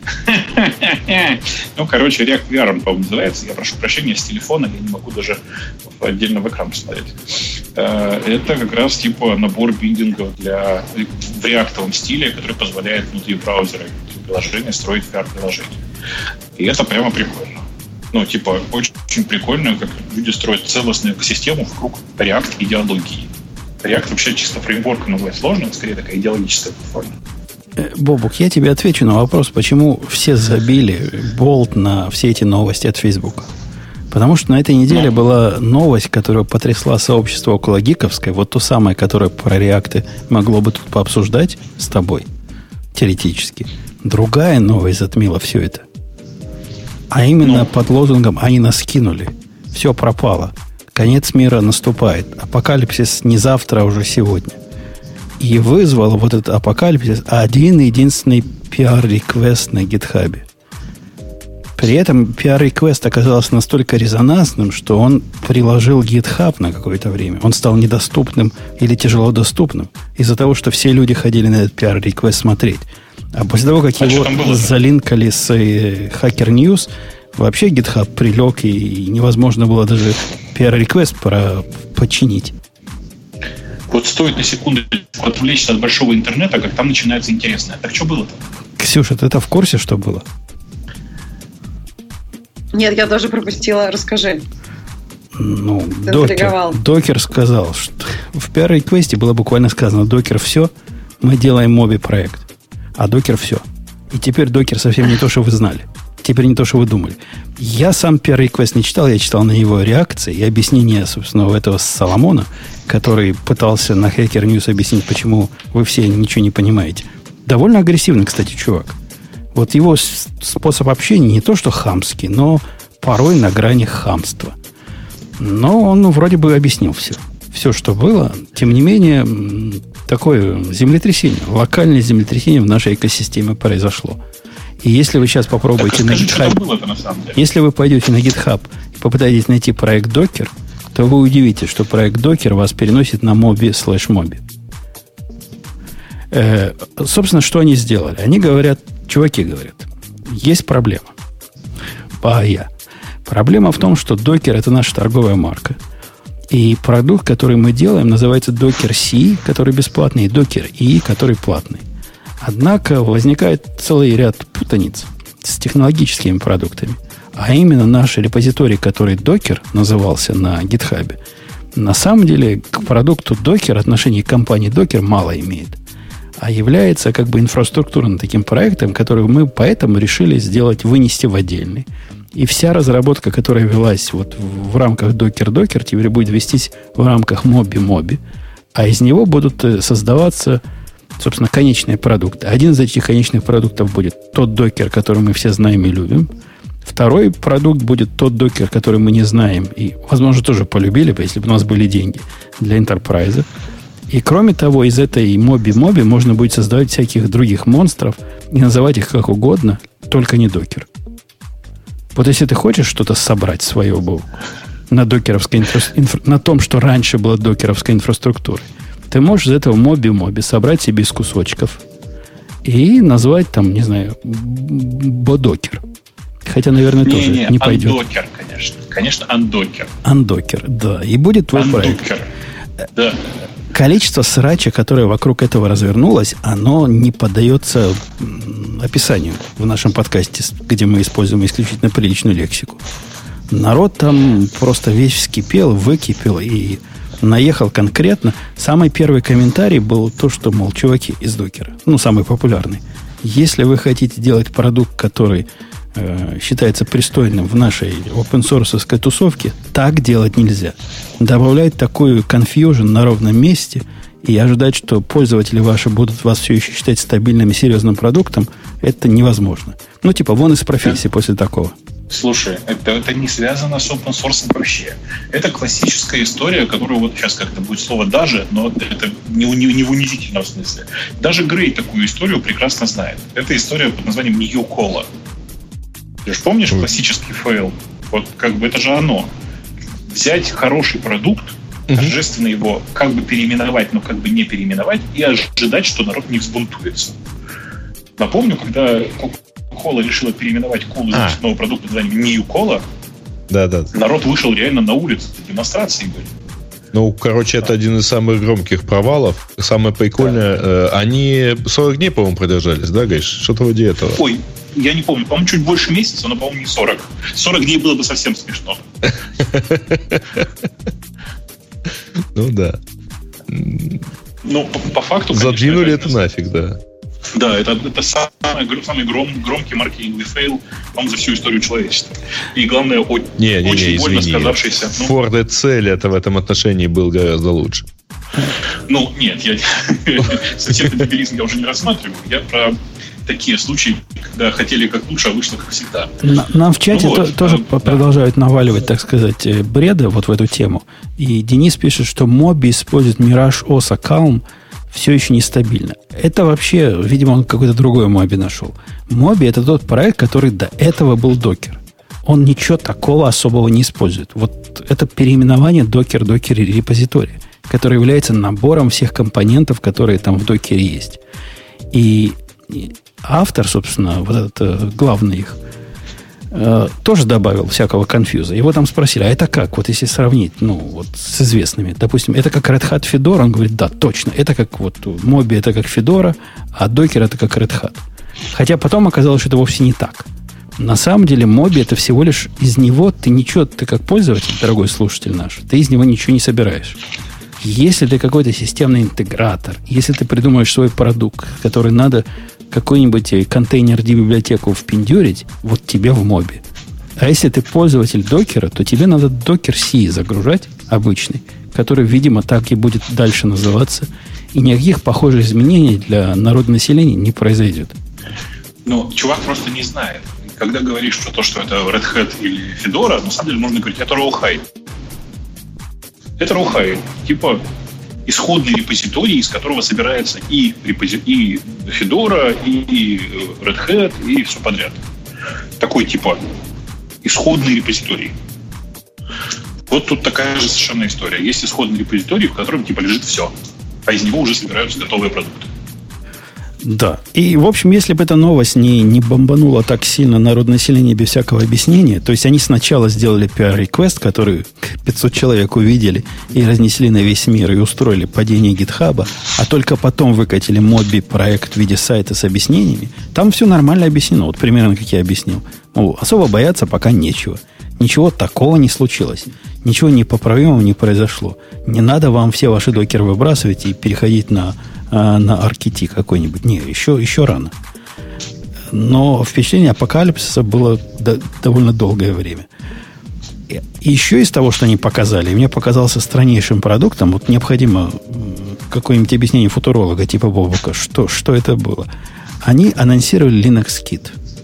Ну, короче, React ви ар, по-моему, называется. Я прошу прощения, с телефона я не могу даже отдельно в экран посмотреть. Это как раз типа набор биндингов для, в реактовом стиле, который позволяет внутри браузера приложения строить ви ар-приложение. И это прямо прикольно. Ну, типа, очень, очень прикольно, как люди строят целостную экосистему вокруг React-идеологии. React вообще чисто фреймворком назвать сложно, это скорее такая идеологическая платформа. Бобук, я тебе отвечу на вопрос, почему все забили болт на все эти новости от Фейсбука. Потому что на этой неделе Но. была новость, которая потрясла сообщество около гиковское, вот то самое, которое про реакты могло бы тут пообсуждать с тобой, теоретически. Другая новость затмила все это. А именно Но. под лозунгом «они нас скинули». Все пропало. Конец мира наступает. Апокалипсис не завтра, а уже сегодня. И вызвал вот этот апокалипсис один единственный пиар-реквест на гитхабе. При этом пиар-реквест оказался настолько резонансным, что он приложил GitHub на какое-то время. Он стал недоступным или тяжело доступным из-за того, что все люди ходили на этот пиар-реквест смотреть. А после того, как а его залинкали с Hacker News, вообще GitHub прилег, и невозможно было даже пиар-реквест про починить. Вот стоит на секунду отвлечься от большого интернета, как там начинается интересное. Так что было-то? Ксюша, ты-то в курсе, что было? Нет, я тоже пропустила. Расскажи. Ну, докер, докер сказал, что в пиар-реквесте было буквально сказано: докер все, мы делаем моби-проект. А докер все. И теперь докер совсем не то, что вы знали. Теперь не то, что вы думали. Я сам пиар-реквест не читал, я читал на его реакции и объяснение, собственно, этого Соломона, который пытался на Hacker News объяснить, почему вы все ничего не понимаете. Довольно агрессивный, кстати, чувак. Вот его способ общения не то, что хамский, но порой на грани хамства. Но он ну, вроде бы объяснил все. Все, что было. Тем не менее, такое землетрясение, локальное землетрясение в нашей экосистеме произошло. И если вы сейчас попробуете на GitHub, если вы пойдете на GitHub и попытаетесь найти проект Docker, то вы удивитесь, что проект Docker вас переносит на моби слэш моби. Э, собственно, что они сделали? Они говорят, чуваки говорят, есть проблема. Бая. Проблема в том, что Docker это наша торговая марка. И продукт, который мы делаем, называется Docker C, который бесплатный, и Docker E, который платный. Однако возникает целый ряд путаниц с технологическими продуктами. А именно наш репозиторий, который Docker назывался на GitHub, на самом деле к продукту Docker отношение к компании Docker мало имеет. А является как бы инфраструктурным таким проектом, который мы поэтому решили сделать, вынести в отдельный. И вся разработка, которая велась вот в, в рамках Docker-Docker, теперь будет вестись в рамках моби-моби. А из него будут создаваться, собственно, конечные продукты. Один из этих конечных продуктов будет тот докер, который мы все знаем и любим. Второй продукт будет тот докер, который мы не знаем и, возможно, тоже полюбили бы, если бы у нас были деньги для Enterprise. И, кроме того, из этой моби-моби можно будет создавать всяких других монстров и называть их как угодно, только не докер. Вот если ты хочешь что-то собрать свое на докеровской инфра... инфра... на том, что раньше была докеровской инфраструктурой, ты можешь из этого моби-моби собрать себе из кусочков и назвать там, не знаю, бодокер. Хотя, наверное, не, тоже не, не пойдет. Андокер, конечно. Конечно, андокер. Андокер, да. И будет твой проект. Да. Количество срача, которое вокруг этого развернулось, оно не поддается описанию в нашем подкасте, где мы используем исключительно приличную лексику. Народ там просто весь вскипел, выкипел и наехал конкретно. Самый первый комментарий был то, что, мол, чуваки из докера, ну, самый популярный. Если вы хотите делать продукт, который э, считается пристойным в нашей open-source тусовке, так делать нельзя. Добавлять такую confusion на ровном месте И ожидать, что пользователи ваши будут вас все еще считать стабильным и серьезным продуктом, это невозможно. Ну, типа, вон из профессии да. после такого. Слушай, это, это не связано с open source вообще. Это классическая история, которую вот сейчас как-то будет слово «даже», но это не, не, не в унизительном смысле. Даже Грей такую историю прекрасно знает. Это история под названием New Cola. Ты же помнишь классический фейл? Вот как бы это же оно. Взять хороший продукт, торжественно его как бы переименовать, но как бы не переименовать, и ожидать, что народ не взбунтуется. Напомню, когда Coca-Cola решила переименовать колу а. из нового продукта под названием New Cola, да, да. народ вышел реально на улицу, демонстрации были. Ну, короче, это один из самых громких провалов. Самое прикольное, да. э, они сорок дней, по-моему, продержались, да, Гриш? Что-то вроде этого. Ой, я не помню, по-моему, чуть больше месяца, но, по-моему, не сорок. сорок дней было бы совсем смешно. Ну да. Ну, по, по факту... Задвинули это нафиг, да. Да, это, это самый, самый гром, громкий маркетинговый фейл, по-моему, за всю историю человечества. И главное, о, не, не, очень не, больно извини. сказавшийся... Ну, Ford Excel это в этом отношении был гораздо лучше. Ну, нет, я совсем дебилизм я уже не рассматриваю. Я про такие случаи, когда хотели как лучше, а вышло как всегда. Нам в чате ну, вот, то, тоже да. продолжают наваливать, так сказать, бреда вот в эту тему. И Денис пишет, что Моби использует Mirage о эс Calm все еще нестабильно. Это вообще, видимо, он какой-то другой Моби нашел. Моби это тот проект, который до этого был докер. Он ничего такого особого не использует. Вот это переименование докер, докер репозитория, который является набором всех компонентов, которые там в докере есть. И автор, собственно, вот этот главный их, э, тоже добавил всякого конфьюза. Его там спросили, а это как? Вот если сравнить, ну, вот с известными. Допустим, это как Red Hat Fedora? Он говорит, да, точно. Это как вот Mobi, это как Fedora, а Docker это как Red Hat. Хотя потом оказалось, что это вовсе не так. На самом деле, Mobi это всего лишь из него ты ничего, ты как пользователь, дорогой слушатель наш, ты из него ничего не собираешь. Если ты какой-то системный интегратор, если ты придумаешь свой продукт, который надо какой-нибудь контейнер-библиотеку впендюрить, вот тебе в Моби. А если ты пользователь докера, то тебе надо докер си загружать, обычный, который, видимо, так и будет дальше называться, и никаких похожих изменений для народного населения не произойдет. Ну, чувак просто не знает. Когда говоришь, что то, что это Red Hat или Fedora, на самом деле можно говорить, это Rawhide. Это Rawhide. Типа исходный репозиторий, из которого собирается и, репози... и Fedora, и Red Hat, и все подряд. Такой типа исходный репозиторий. Вот тут такая же совершенно история. Есть исходный репозиторий, в котором типа лежит все, а из него уже собираются готовые продукты. Да. И, в общем, если бы эта новость не, не бомбанула так сильно народное население без всякого объяснения, то есть они сначала сделали пиар-реквест, который пятьсот человек увидели и разнесли на весь мир и устроили падение гитхаба, а только потом выкатили Моби проект в виде сайта с объяснениями, там все нормально объяснено. Вот примерно как я объяснил. Ну, особо бояться пока нечего. Ничего такого не случилось. Ничего непоправимого не произошло. Не надо вам все ваши докеры выбрасывать и переходить на, на ар кей ти какой-нибудь. Не, еще, еще рано. Но впечатление апокалипсиса было до, довольно долгое время. И еще из того, что они показали, мне показался страннейшим продуктом. Вот необходимо какое-нибудь объяснение футуролога типа Бобука, что, что это было. Они анонсировали Linux Kit.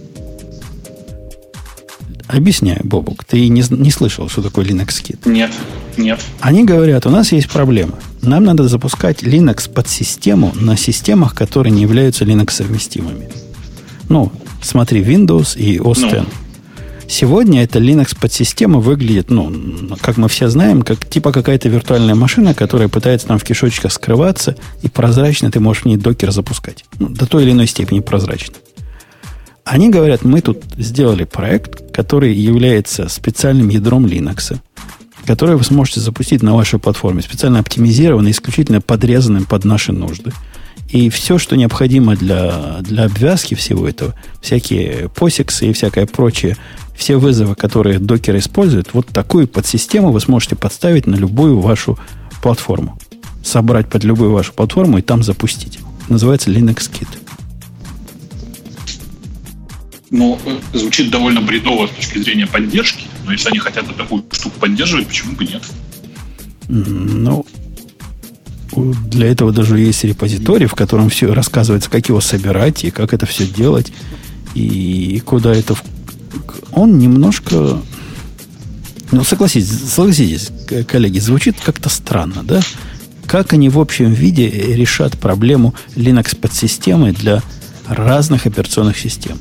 Объясняю, Бобук, ты не, не слышал, что такое Linux Kit? Нет, нет. Они говорят, у нас есть проблема. Нам надо запускать Linux под систему на системах, которые не являются Linux совместимыми. Ну, смотри, Windows и о эс X. Ну. Сегодня эта Linux подсистема выглядит, ну, как мы все знаем, как типа какая-то виртуальная машина, которая пытается там в кишочках скрываться, и прозрачно ты можешь в ней докер запускать. Ну, до той или иной степени прозрачно. Они говорят, мы тут сделали проект, который является специальным ядром Linux, который вы сможете запустить на вашей платформе, специально оптимизированный, исключительно подрезанным под наши нужды. И все, что необходимо для, для обвязки всего этого, всякие посиксы и всякое прочее, все вызовы, которые докер использует, вот такую подсистему вы сможете подставить на любую вашу платформу. Собрать под любую вашу платформу и там запустить. Называется Linux Kit. Ну, звучит довольно бредово с точки зрения поддержки, но если они хотят такую штуку поддерживать, почему бы нет? Ну, для этого даже есть репозиторий, в котором все рассказывается, как его собирать и как это все делать, и куда это... Он немножко... Ну, согласитесь, согласитесь, коллеги, звучит как-то странно, да? Как они в общем виде решат проблему Linux-подсистемы для разных операционных систем?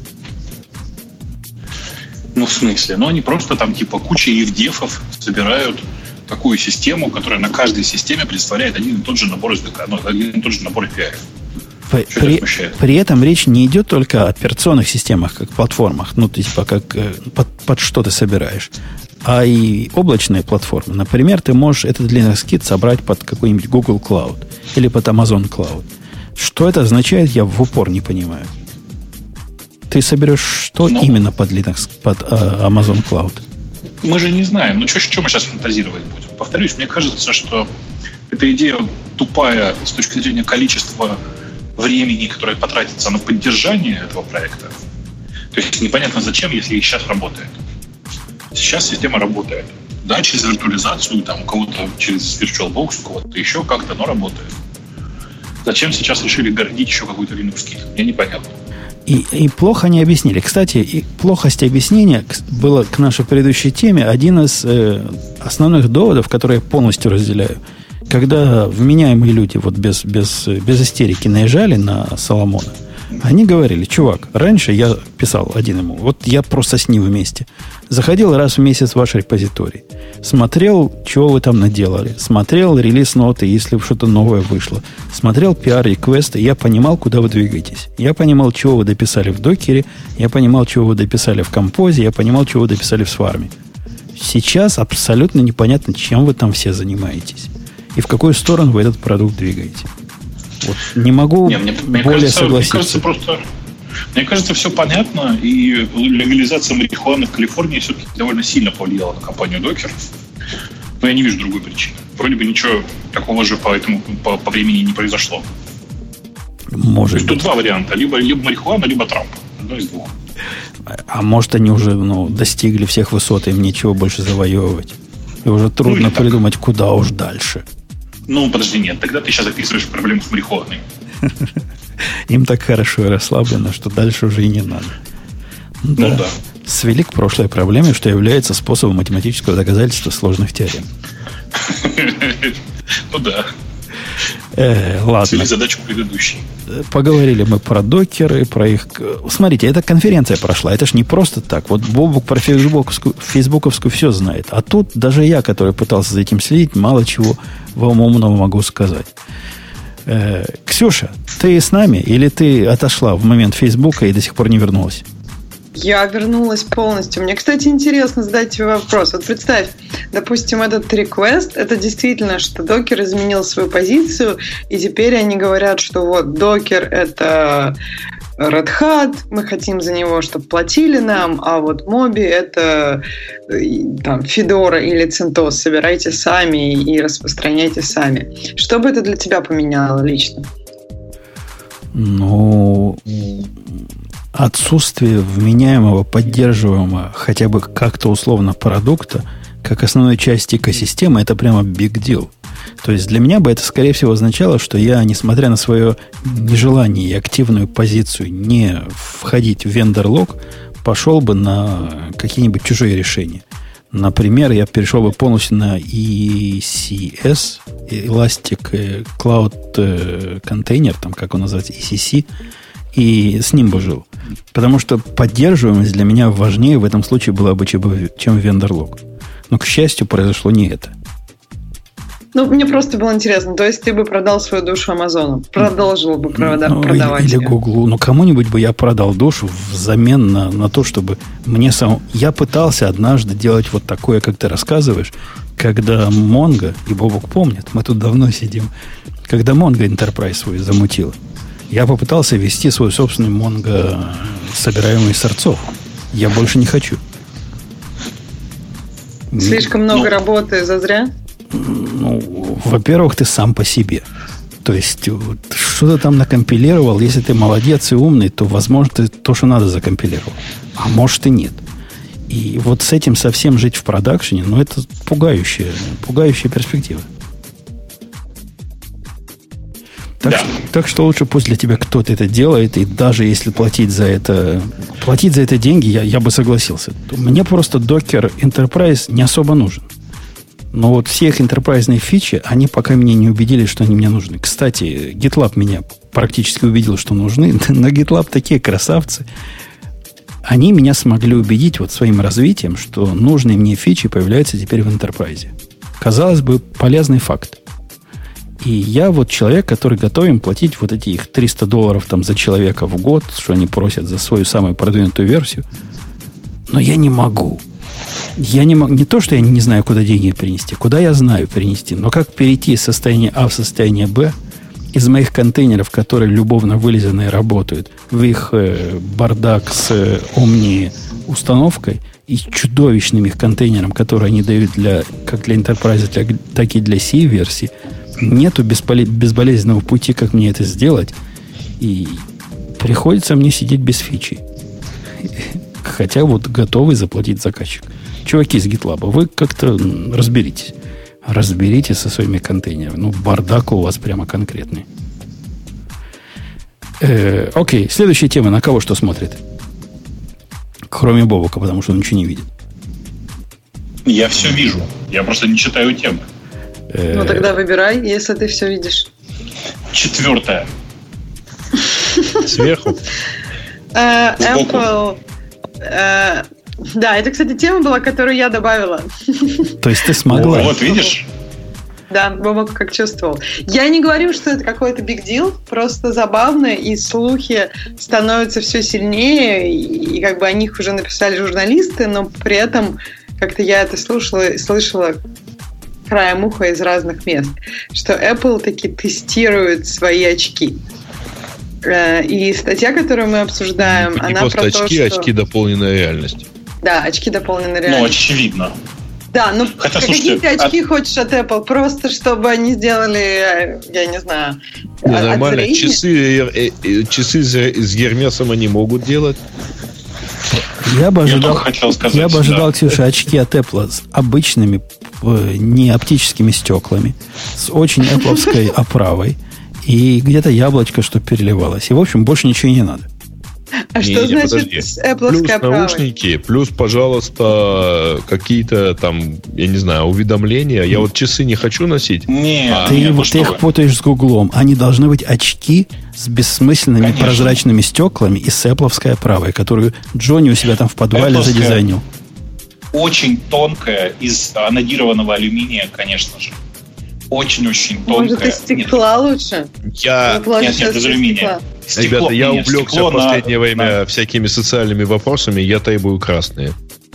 Ну, в смысле? Ну, они просто там типа куча ивдефов собирают такую систему, которая на каждой системе представляет один и тот же набор эс ди кей, ну, один и тот же набор эй пи ай. При, при, при этом речь не идет только о операционных системах, как платформах, ну, типа, как под, под что ты собираешь, а и облачные платформы. Например, ты можешь этот Linux-кит собрать под какой-нибудь Google Cloud или под Amazon Cloud. Что это означает, я в упор не понимаю. Ты соберешь что ну, именно под Linux, под uh, Amazon Cloud? Мы же не знаем. Ну, что, что мы сейчас фантазировать будем? Повторюсь, мне кажется, что эта идея тупая с точки зрения количества времени, которое потратится на поддержание этого проекта. То есть непонятно зачем, если и сейчас работает. Сейчас система работает. Да, через виртуализацию, там, у кого-то через VirtualBox, у кого-то еще как-то, но работает. Зачем сейчас решили городить еще какой-то Linux-кит? Мне непонятно. И, и плохо не объяснили. Кстати, и плохость объяснения было к нашей предыдущей теме один из э, основных доводов, которые я полностью разделяю. Когда вменяемые люди вот без, без, без истерики наезжали на Соломона, они говорили: чувак, раньше я писал один ему, вот я просто с ним вместе. Заходил раз в месяц в ваш репозиторий, смотрел, чего вы там наделали, смотрел релиз-ноты, если что-то новое вышло, смотрел пиар-реквесты, я понимал, куда вы двигаетесь. Я понимал, чего вы дописали в докере, я понимал, чего вы дописали в композе, я понимал, чего вы дописали в сварме. Сейчас абсолютно непонятно, чем вы там все занимаетесь и в какую сторону вы этот продукт двигаете. Вот не могу не, мне, мне более кажется, согласиться. Мне кажется, просто, мне кажется, все понятно, и легализация марихуаны в Калифорнии все-таки довольно сильно повлияла на компанию Docker. Но я не вижу другой причины. Вроде бы ничего такого же по, этому, по, по времени не произошло. Может быть. Тут два варианта. Либо, либо марихуана, либо Трамп. Одно из двух. А может, они уже ну, достигли всех высот, им нечего больше завоевывать. И уже трудно ну, придумать, куда уж дальше. Ну, подожди, нет, тогда ты сейчас описываешь проблему с марихуаной. Им так хорошо и расслаблено, что дальше уже и не надо. Да. Ну да. Свели к прошлой проблеме, что является способом математического доказательства сложных теорем. Ну да. Э, ладно. Свели задачу предыдущей. Поговорили мы про докеры, про их... Смотрите, эта конференция прошла. Это ж не просто так. Вот Бобук про фейсбуковскую, фейсбуковскую все знает. А тут даже я, который пытался за этим следить, мало чего вам умного могу сказать. Э, Ксюша, ты с нами или ты отошла в момент Фейсбука и до сих пор не вернулась? Я вернулась полностью. Мне, кстати, интересно задать тебе вопрос. Вот представь, допустим, этот request, это действительно, что Docker изменил свою позицию, и теперь они говорят, что вот Docker это Red Hat, мы хотим за него, чтобы платили нам, а вот Moby это там, Fedora или CentOS, собирайте сами и распространяйте сами. Что бы это для тебя поменяло лично? Ну... Отсутствие вменяемого, поддерживаемого, хотя бы как-то условно продукта, как основной части экосистемы, это прямо big deal. То есть для меня бы это, скорее всего, означало, что я, несмотря на свое нежелание и активную позицию не входить в вендор-лог, пошел бы на какие-нибудь чужие решения. Например, я перешел бы полностью на и си эс, Elastic Cloud Container, там, как он называется, и си си, и с ним бы жил. Потому что поддерживаемость для меня важнее в этом случае была бы, чем вендор-лог. Но, к счастью, произошло не это. Ну, мне просто было интересно. То есть ты бы продал свою душу Амазону? Продолжил бы прода- ну, продавать или, или Гуглу. Ну, кому-нибудь бы я продал душу взамен на, на то, чтобы мне сам... Я пытался однажды делать вот такое, как ты рассказываешь, когда Mongo, и Бобок помнит, мы тут давно сидим, когда Mongo Enterprise свой замутила. Я попытался ввести свой собственный Mongo, собираемый с сорцов. Я больше не хочу. Слишком много ну, работы зазря? Ну, во-первых, ты сам по себе. То есть, что ты там накомпилировал, если ты молодец и умный, то, возможно, ты то, что надо, закомпилировал. А может и нет. И вот с этим совсем жить в продакшене, ну, это пугающая, пугающая перспектива. Так, да. что, так что лучше пусть для тебя кто-то это делает, и даже если платить за это, платить за это деньги, я, я бы согласился. Мне просто Docker Enterprise не особо нужен. Но вот все их enterprise фичи, они пока меня не убедили, что они мне нужны. Кстати, GitLab меня практически убедил, что нужны. Но GitLab такие красавцы. Они меня смогли убедить вот своим развитием, что нужные мне фичи появляются теперь в enterprise. Казалось бы, полезный факт. И я вот человек, который готов им платить вот эти их триста долларов там, за человека в год, что они просят за свою самую продвинутую версию. Но я не могу. Я не могу, не то, что я не знаю, куда деньги перенести, куда я знаю перенести, но как перейти из состояния А в состояние Б из моих контейнеров, которые любовно вылизанные работают, в их э, бардак с э, Omni установкой и чудовищным их контейнером, которые они дают для, как для Enterprise, для, так и для C-версии, нету бесполе- безболезненного пути, как мне это сделать, и приходится мне сидеть без фичи. Хотя вот готовый заплатить заказчик. Чуваки из GitLab, вы как-то разберитесь. Разберитесь со своими контейнерами. Ну, бардак у вас прямо конкретный. Э, окей, следующая тема. На кого что смотрит? Кроме Бобука, потому что он ничего не видит. Я все вижу. Я просто не читаю темы. Э, ну, тогда выбирай, если ты все видишь. Четвертое. Сверху? Apple... Да, это, кстати, тема была, которую я добавила. То есть ты смогла? Вот, видишь? Да, Бобок как чувствовал. Я не говорю, что это какой-то big deal, просто забавно, и слухи становятся все сильнее, и, и как бы о них уже написали журналисты, но при этом как-то я это слушала, слышала краем уха из разных мест, что Apple таки тестирует свои очки. И статья, которую мы обсуждаем, не она просто про очки, то, что... очки дополненной реальности. Да, очки дополненной реальности. Ну, очевидно. Да, ну Хотя, какие слушайте, ты очки от... хочешь от Apple? Просто чтобы они сделали, я не знаю, не, нормально. зрения? Часы, часы с Гермесом они могут делать. Я бы ожидал, я сказать, я бы ожидал да. Ксюша, очки от Apple с обычными, не оптическими стеклами, с очень Apple'овской оправой, и где-то яблочко, что переливалось. И, в общем, больше ничего не надо. А не, что не, значит подожди. с Apple'овской Плюс оправой? наушники, плюс, пожалуйста, какие-то там, я не знаю, уведомления. Я вот часы не хочу носить. Не, а, Ты, нет, вот, ты их вы. путаешь с Гуглом. Они должны быть очки с бессмысленными Конечно. прозрачными стеклами и с Apple'овской оправой, которую Джонни у себя там в подвале Apple'овская. задизайнил. Очень тонкая, из анодированного алюминия, конечно же. Очень-очень тонкая. Может, из стекла Нет. лучше? Я, Вот Нет, нет, из алюминия. Стекло, ребята, я нет, увлекся стекло в последнее на- время на- всякими социальными вопросами, я требую красные.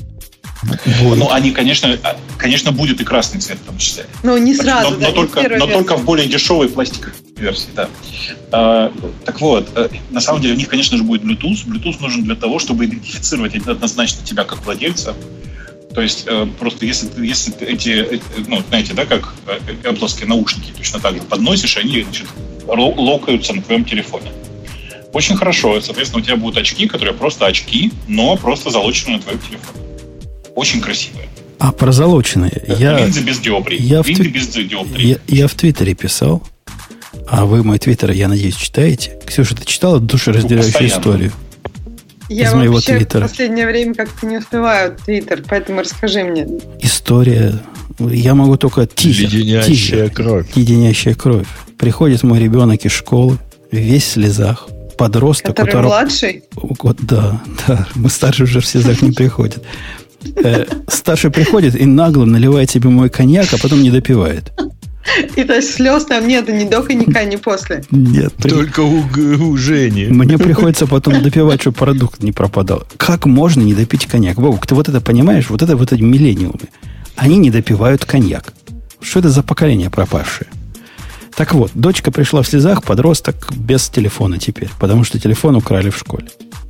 Ну, они, конечно, конечно, будет и красный цвет в том числе. Ну, не сразу, но, да, но не только, первая но версия. только в более дешевой пластиковой версии, да. А, так вот, э, на самом деле у них, конечно же, будет Bluetooth. Bluetooth нужен для того, чтобы идентифицировать однозначно тебя как владельца. То есть э, просто если ты, если ты эти, э, ну, знаете, да, как Apple-овские наушники точно так же подносишь, они, значит, локаются на твоем телефоне. Очень хорошо. Соответственно, у тебя будут очки, которые просто очки, но просто залочены на твоем телефоне. Очень красивые. А про залоченные. Я, Линзы без диоптрий. я, в Линзы тви- без диоптрий. я, я в Твиттере писал, а вы мой Твиттер, я надеюсь, читаете. Ксюша, ты читала душераздирающую Постоянно. историю? Я из моего вообще твиттера. в последнее время как-то не успеваю Твиттер, поэтому расскажи мне. История. Я могу только тизер. Леденящая тизер. кровь. Леденящая кровь. Приходит мой ребенок из школы, весь в слезах. Подросток, Который которого... младший? Вот, да, да. Мы старшие уже в слезах не приходят. Э, старший приходит и нагло наливает себе мой коньяк, а потом не допивает. И то есть слез там нет ни до коньяка, ни после. Нет, при- Только у, у Жени. мне приходится потом допивать, чтобы продукт не пропадал. Как можно не допить коньяк? Бобук, ты вот это понимаешь? Вот это вот эти миллениумы. Они не допивают коньяк. Что это за поколение пропавшее? Так вот, дочка пришла в слезах, подросток без телефона теперь, потому что телефон украли в школе.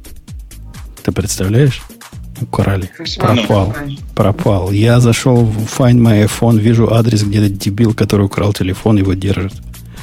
Ты представляешь? Украли. Кошмар. Пропал. Ну. Пропал. Я зашел в Find My iPhone, вижу адрес, где этот дебил, который украл телефон, его держит.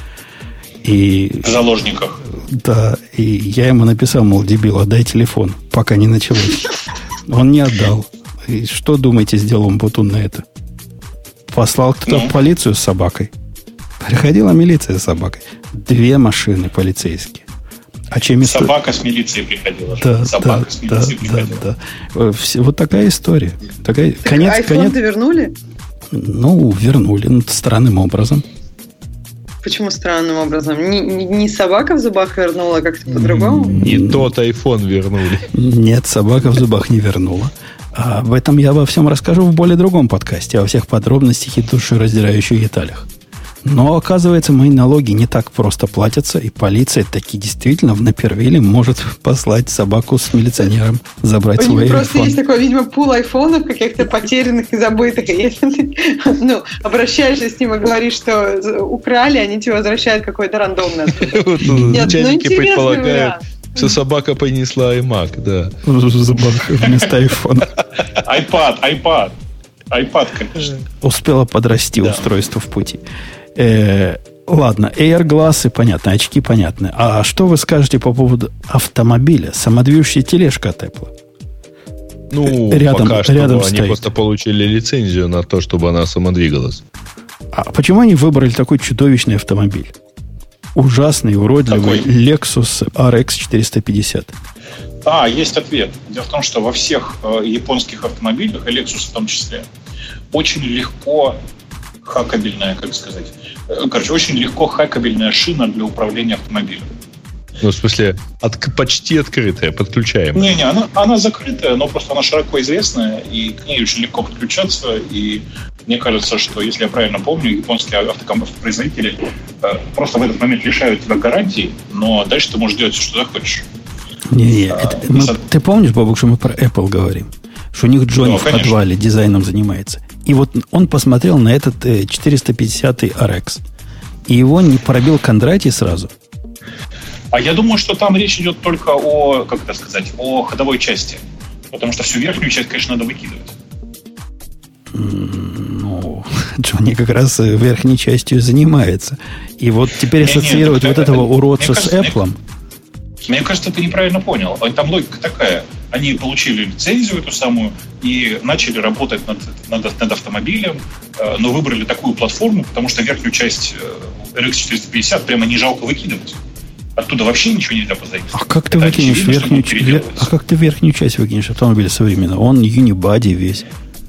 И В заложниках. да, и я ему написал, мол, дебил, отдай телефон, пока не началось. Он не отдал. И что, думаете, сделал Умпутун на это? Послал кто-то Ну? в полицию с собакой. Приходила милиция с собакой. две машины полицейские. А чем история? Собака с милицией приходила. Да, Собака да, с милицией да, приходила. Да, да. Все, вот такая история. Такая, Так конец, айфон-то конец. вернули? Ну, вернули. Ну, странным образом. Почему странным образом? Не, не, не собака в зубах вернула, а как-то по-другому? Не тот iPhone вернули. Нет, собака в зубах не вернула. А об этом я во всем расскажу в более другом подкасте, о всех подробностях и душераздирающих деталях. Но, оказывается, мои налоги не так просто платятся, и полиция таки действительно в Напервилле может послать собаку с милиционером забрать У свой них просто iPhone. есть такой, видимо, пул айфонов каких-то потерянных и забытых. И если ты ну, обращаешься с ним и говоришь, что украли, они тебе возвращают какой-то рандомный. Нет, ну Начальники интересный предполагают, вариант. что собака понесла iMac, да. В зубах вместо iPhone. iPad, iPad. iPad, конечно. Успело подрасти Да. устройство в пути. Э, ладно, Air-глассы, понятно, очки понятны. А что вы скажете по поводу автомобиля? Самодвижущая тележка от Apple. Ну, Рядом- пока что рядом они стоит. просто получили лицензию на то, чтобы она самодвигалась. А почему они выбрали такой чудовищный автомобиль? Ужасный, уродливый Какой? Lexus ар экс четыреста пятьдесят. А, есть ответ. Дело в том, что во всех э, японских автомобилях, и Lexus в том числе, очень легко хакабельная, как сказать, э, короче, очень легко хакабельная шина для управления автомобилем. Ну, в смысле, от, почти открытая, подключаемая. Не-не, она, она закрытая, но просто она широко известная, и к ней очень легко подключаться, и мне кажется, что, если я правильно помню, японские автопроизводители э, просто в этот момент лишают тебя гарантии, но дальше ты можешь делать все, что захочешь. Не-не, А, это мы- за- ты помнишь, Бобук, что мы про Apple говорим? Что у них Джонни Да, в конечно. подвале дизайном занимается. И вот он посмотрел на этот э, четыреста пятьдесят ар экс. И его не пробил Кондратий сразу. А я думаю, что там речь идет только о, как это сказать, о ходовой части. Потому что всю верхнюю часть, конечно, надо выкидывать. Ну, Джонни как раз э, верхней частью занимается. И вот теперь Не-не, ассоциировать это- вот это- этого мне уродца с кажется, мне- Apple. Мне кажется, ты неправильно понял. Там логика такая. Они получили лицензию эту самую и начали работать над, над, над автомобилем, э, но выбрали такую платформу, потому что верхнюю часть э, эр икс четыреста пятьдесят прямо не жалко выкидывать. Оттуда вообще ничего нельзя позаимствовать. А как ты Это выкинешь очевидно, что верхнюю он часть? переделывается. А как ты верхнюю часть выкинешь автомобиля современного? Он юнибади весь.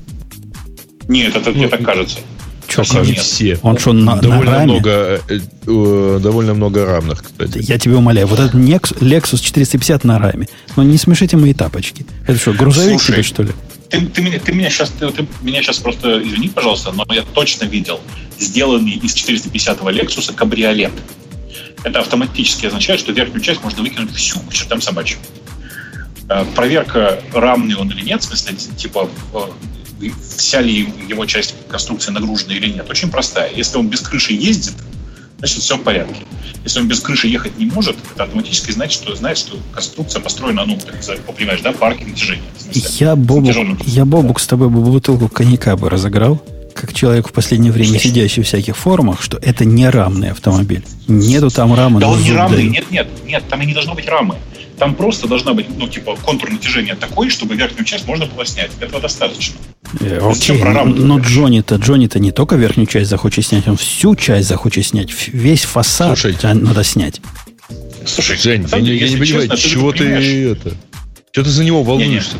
Нет, это мне так кажется. Че Совсем Не нет. все. Он что, на, на довольно раме? много, э, э, довольно много равных, кстати. Я тебя умоляю, вот этот Nex- Lexus четыреста пятьдесят на раме. Ну, не смешите мои тапочки. Это что, грузовик Слушай, тебе, что ли? Ты, ты меня, ты, меня сейчас, ты, ты меня сейчас просто, извини, пожалуйста, но я точно видел сделанный из четыреста пятидесятого Lexus кабриолет. Это автоматически означает, что верхнюю часть можно выкинуть всю к чертям собачьим. Э, Проверка, рамный он или нет, в смысле, типа, э, вся ли его часть конструкции нагружена или нет, очень простая. Если он без крыши ездит, значит, все в порядке. Если он без крыши ехать не может, это автоматически значит, что знает, что конструкция построена, ну, ты понимаешь, да, парки натяжения. В смысле, Я Бобук, натяженным. я Бобук с тобой бы бутылку коньяка бы разыграл, как человек в последнее время Слушай. сидящий в всяких форумах, что это не рамный автомобиль. Нету там рамы. Да на он не зуб рамный, дают. нет, нет, нет, там и не должно быть рамы. Там просто должна быть, ну, типа, контур натяжения такой, чтобы верхнюю часть можно было снять. Этого достаточно. Э, Зачем Окей, про раму но говоришь? Джонни-то, Джонни-то не только верхнюю часть захочет снять, он всю часть захочет снять. Ф- Весь фасад Слушай. надо снять. Слушай, Жень, на самом я, деле, я не если понимаю, честно, ты чего же ты понимаешь, это... Что ты за него волнуешься?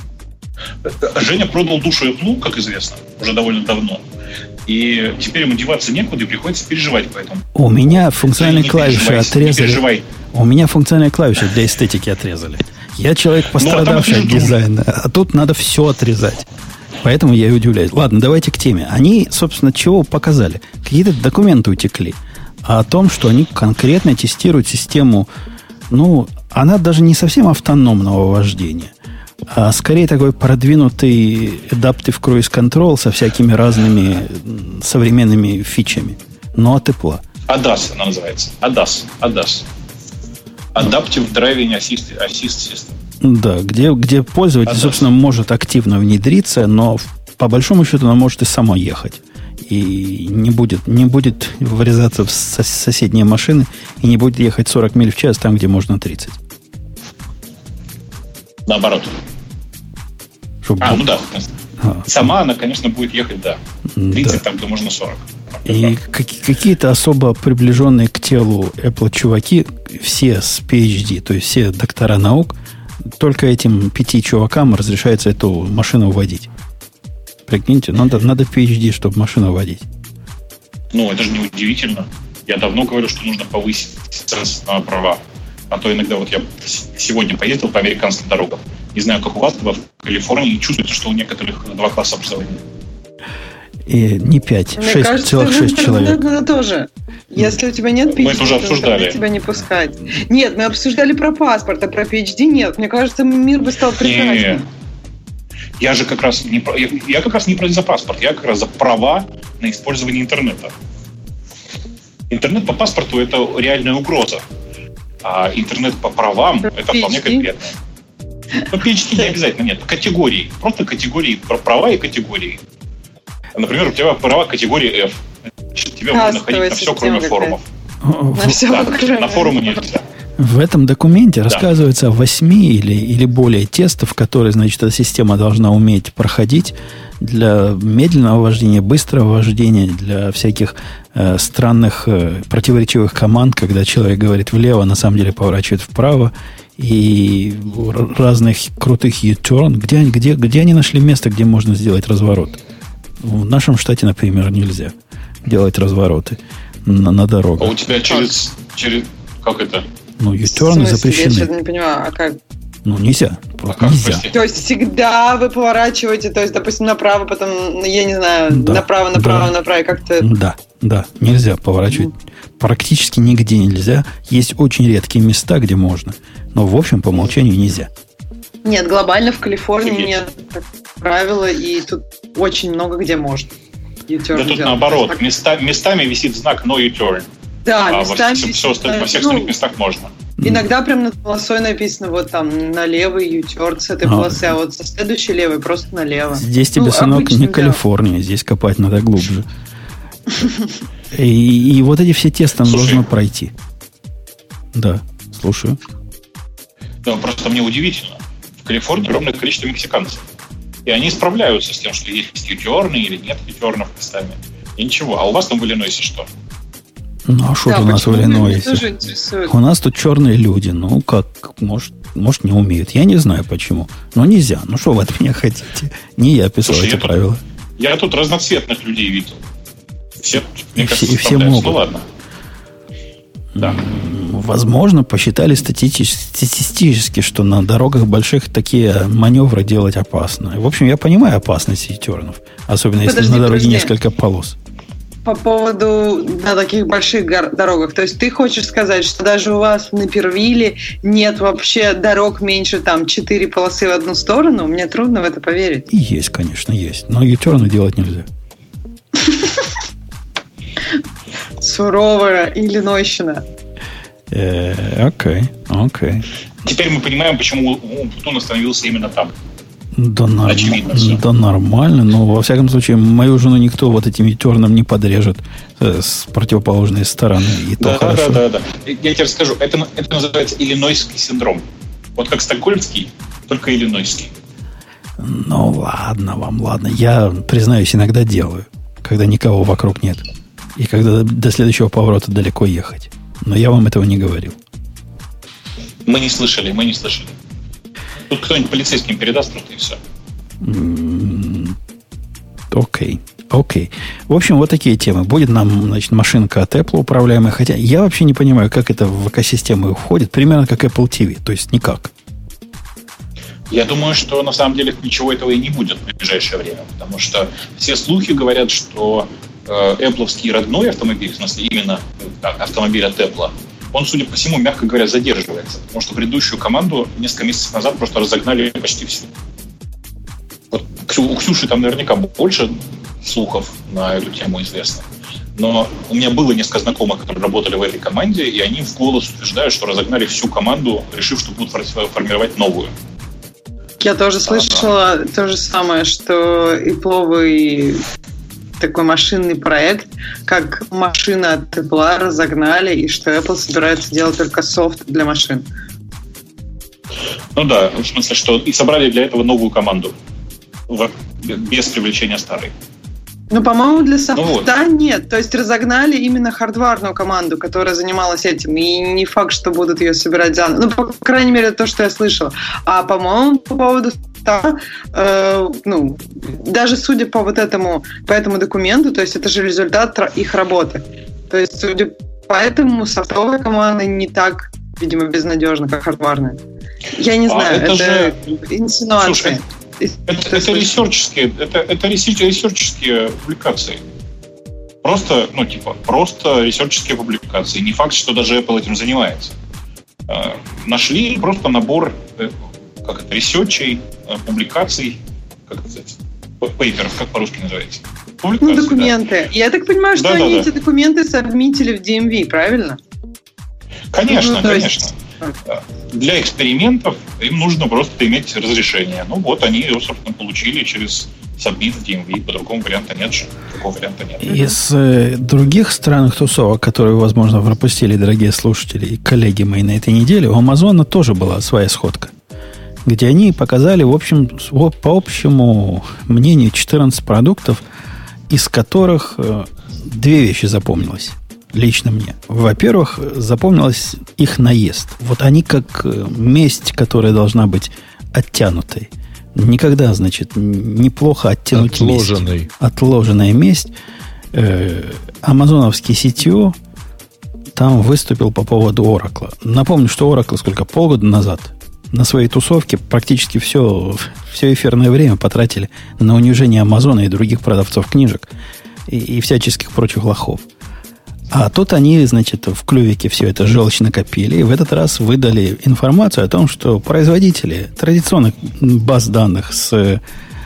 Женя продал душу Apple, как известно, уже довольно давно. И теперь ему деваться некуда, и приходится переживать по этому. У меня функциональные Не клавиши переживай, не отрезали. переживай. У меня функциональные клавиши для эстетики отрезали. Я человек, Ну, а там пострадавший это от же трудно. дизайна, а тут надо все отрезать. Поэтому я и удивляюсь. Ладно, давайте к теме. Они, собственно, чего показали? Какие-то документы утекли о том, что они конкретно тестируют систему, ну, она даже не совсем автономного вождения, а скорее такой продвинутый Adaptive Cruise Control со всякими разными м, современными фичами, но от Apple. эй ди эй эс она называется. эй ди эй эс. эй ди эй эс. Adaptive Driving Assist, Assist System. Да, где, где пользователь, А, да. собственно, может активно внедриться, но в- по большому счету она может и само ехать. И не будет, не будет врезаться в сос- соседние машины и не будет ехать сорок миль в час там, где можно тридцать. Наоборот. Чтоб- А, ну да. А, Сама она, конечно, будет ехать, да. тридцать да. там, где можно сорок. И какие-то особо приближенные к телу Apple чуваки, все с пи эйч ди, то есть все доктора наук, только этим пяти чувакам разрешается эту машину водить. Прикиньте, надо, надо пи эйч ди, чтобы машину водить. Ну, это же не удивительно. Я давно говорю, что нужно повысить на права. А то иногда вот я сегодня поездил по американским дорогам. Не знаю, как у вас, в Калифорнии чувствуется, что у некоторых два класса образования. И не пять, шесть целых шесть человек. Надо тоже. Если у тебя нет пи эйч ди, мы это уже обсуждали. Тебя не пускать. Нет, мы обсуждали про паспорт, а про пи эйч ди нет. Мне кажется, мир бы стал прекрасным. Я же как раз не я, я как раз не за паспорт, я как раз за права на использование интернета. Интернет по паспорту — это реальная угроза. А интернет по правам — это вполне конкретно. По пи эйч ди не обязательно, нет. Категории. Просто категории, права и категории. Например, у тебя права категории F. Значит, тебе можно ходить на все, кроме форумов. На все, да, кроме на форумы нельзя. В этом документе да. рассказывается о восьми или, или более тестов, которые, значит, эта система должна уметь проходить для медленного вождения, быстрого вождения, для всяких э, странных э, противоречивых команд, когда человек говорит влево, на самом деле поворачивает вправо, и разных крутых U-turn. Где, где, где они нашли место, где можно сделать разворот? В нашем штате, например, нельзя делать развороты на, на дорогах. А у тебя через, через... Как это? Ну, U-turn запрещены. Я что-то не понимаю, а как? Ну, нельзя. Просто а нельзя. Прости? То есть всегда вы поворачиваете, то есть, допустим, направо, потом, я не знаю, да, направо, направо, да. направо, как-то... Да, да, нельзя поворачивать. Mm. Практически нигде нельзя. Есть очень редкие места, где можно. Но, в общем, по умолчанию нельзя. Нет, глобально в Калифорнии Офигеть. нет правила, и тут очень много где можно. Да тут делать. Наоборот. Места, местами висит знак no U-turn. Да, а местами во, висит, все, все, во всех ну, остальных местах можно. Иногда прям над полосой написано вот там на левый U-turn с этой а, полосы, а вот со следующей левой просто налево. Здесь тебе, ну, сынок, не Калифорния, здесь копать надо глубже. И, и вот эти все тесты нам должно пройти. Да, слушаю. Да, просто мне удивительно. В Калифорнии огромное количество мексиканцев. И они справляются с тем, что есть ю-терны или нет ю-тернов местами. И ничего. А у вас там в Иллинойсе что? Ну, а что да, у нас в Иллинойсе? У нас тут черные люди. Ну, как, может, может, не умеют. Я не знаю, почему. Но нельзя. Ну, что вы от меня хотите? Не я писал Слушай, эти я правила. Тут, я тут разноцветных людей видел. Все, мне и кажется, все, и все могут. Ну, ладно. Да. Возможно, посчитали статистически, что на дорогах больших такие маневры делать опасно. В общем, я понимаю опасность ю-тернов. Особенно подожди, если на дороге подожди. несколько полос. По поводу на таких больших дорогах. То есть ты хочешь сказать, что даже у вас на Первиле нет вообще дорог меньше там четыре полосы в одну сторону? Мне трудно в это поверить. И есть, конечно, есть. Но ю-терны делать нельзя. Суровая Иллинойщина. Окей, окей. Теперь мы понимаем, почему Умпутун остановился именно там. Да, норм... да нормально, но во всяком случае мою жену никто вот этим ю-терном не подрежет с противоположной стороны. И то да, хорошо. Да, да, да. Я тебе расскажу, это, это называется иллинойский синдром. Вот как стокгольмский, только иллинойский. Ну ладно вам, ладно. Я, признаюсь, иногда делаю, когда никого вокруг нет. И когда до следующего поворота далеко ехать. Но я вам этого не говорил. Мы не слышали, мы не слышали. Тут кто-нибудь полицейским передаст просто и все. Окей, окей. В общем, вот такие темы. Будет нам, значит, машинка от Apple управляемая. Хотя я вообще не понимаю, как это в экосистему входит. Примерно как Apple ти ви. То есть никак. Я думаю, что на самом деле ничего этого и не будет в ближайшее время. Потому что все слухи говорят, что Apple-овский родной автомобиль, в смысле именно автомобиль от Apple, он, судя по всему, мягко говоря, задерживается. Потому что предыдущую команду несколько месяцев назад просто разогнали почти всю. Вот у Ксюши там наверняка больше слухов на эту тему известно. Но у меня было несколько знакомых, которые работали в этой команде, и они в голос утверждают, что разогнали всю команду, решив, что будут формировать новую. Я тоже слышала а, то же самое, что Apple-овый такой машинный проект, как машина от Apple разогнали, и что Apple собирается делать только софт для машин. Ну да, в смысле, что и собрали для этого новую команду без привлечения старой. Ну, по-моему, для софта ну, вот. нет. То есть разогнали именно хардварную команду, которая занималась этим. И не факт, что будут ее собирать заново. Ну, по крайней мере, то, что я слышала. А, по-моему, по поводу софта, э, ну, даже судя по вот этому, по этому документу, то есть это же результат их работы. То есть, судя по этому, софтовая команда не так, видимо, безнадежна, как хардварная. Я не знаю, а это, это же инсинуация. Слушай, Это, это, ресерческие, это, это ресерческие публикации. Просто, ну, типа, просто ресерческие публикации. Не факт, что даже Apple этим занимается. Э, нашли просто набор э, как это, ресерчей, э, публикаций, как это называется, пейперов, как по-русски называется. Ну, документы. Да. Я так понимаю, что да, они да, эти да. документы сабмитили в ди эм ви, правильно? Конечно, ну, конечно. Есть... Для экспериментов им нужно просто иметь разрешение. Ну вот, они его, собственно, получили через Submit в ди эм ви. По-другому варианта нет же. Такого варианта нет. Из э, других странных тусовок, которые, возможно, пропустили, дорогие слушатели и коллеги мои на этой неделе, у Амазона тоже была своя сходка, где они показали, в общем, по общему мнению, четырнадцать продуктов, из которых э, две вещи запомнилось. Лично мне. Во-первых, запомнилось их наезд. Вот они как месть, которая должна быть оттянутой. Никогда, значит, неплохо оттянуть Отложенный. месть. Отложенная месть. Э, амазоновский си ти о там выступил по поводу Oracle. Напомню, что Oracle сколько? Полгода назад на своей тусовке практически все, все эфирное время потратили на унижение Амазона и других продавцов книжек и, и всяческих прочих лохов. А тут они, значит, в клювике все это желчь накопили и в этот раз выдали информацию о том, что производители традиционных баз данных с... Э,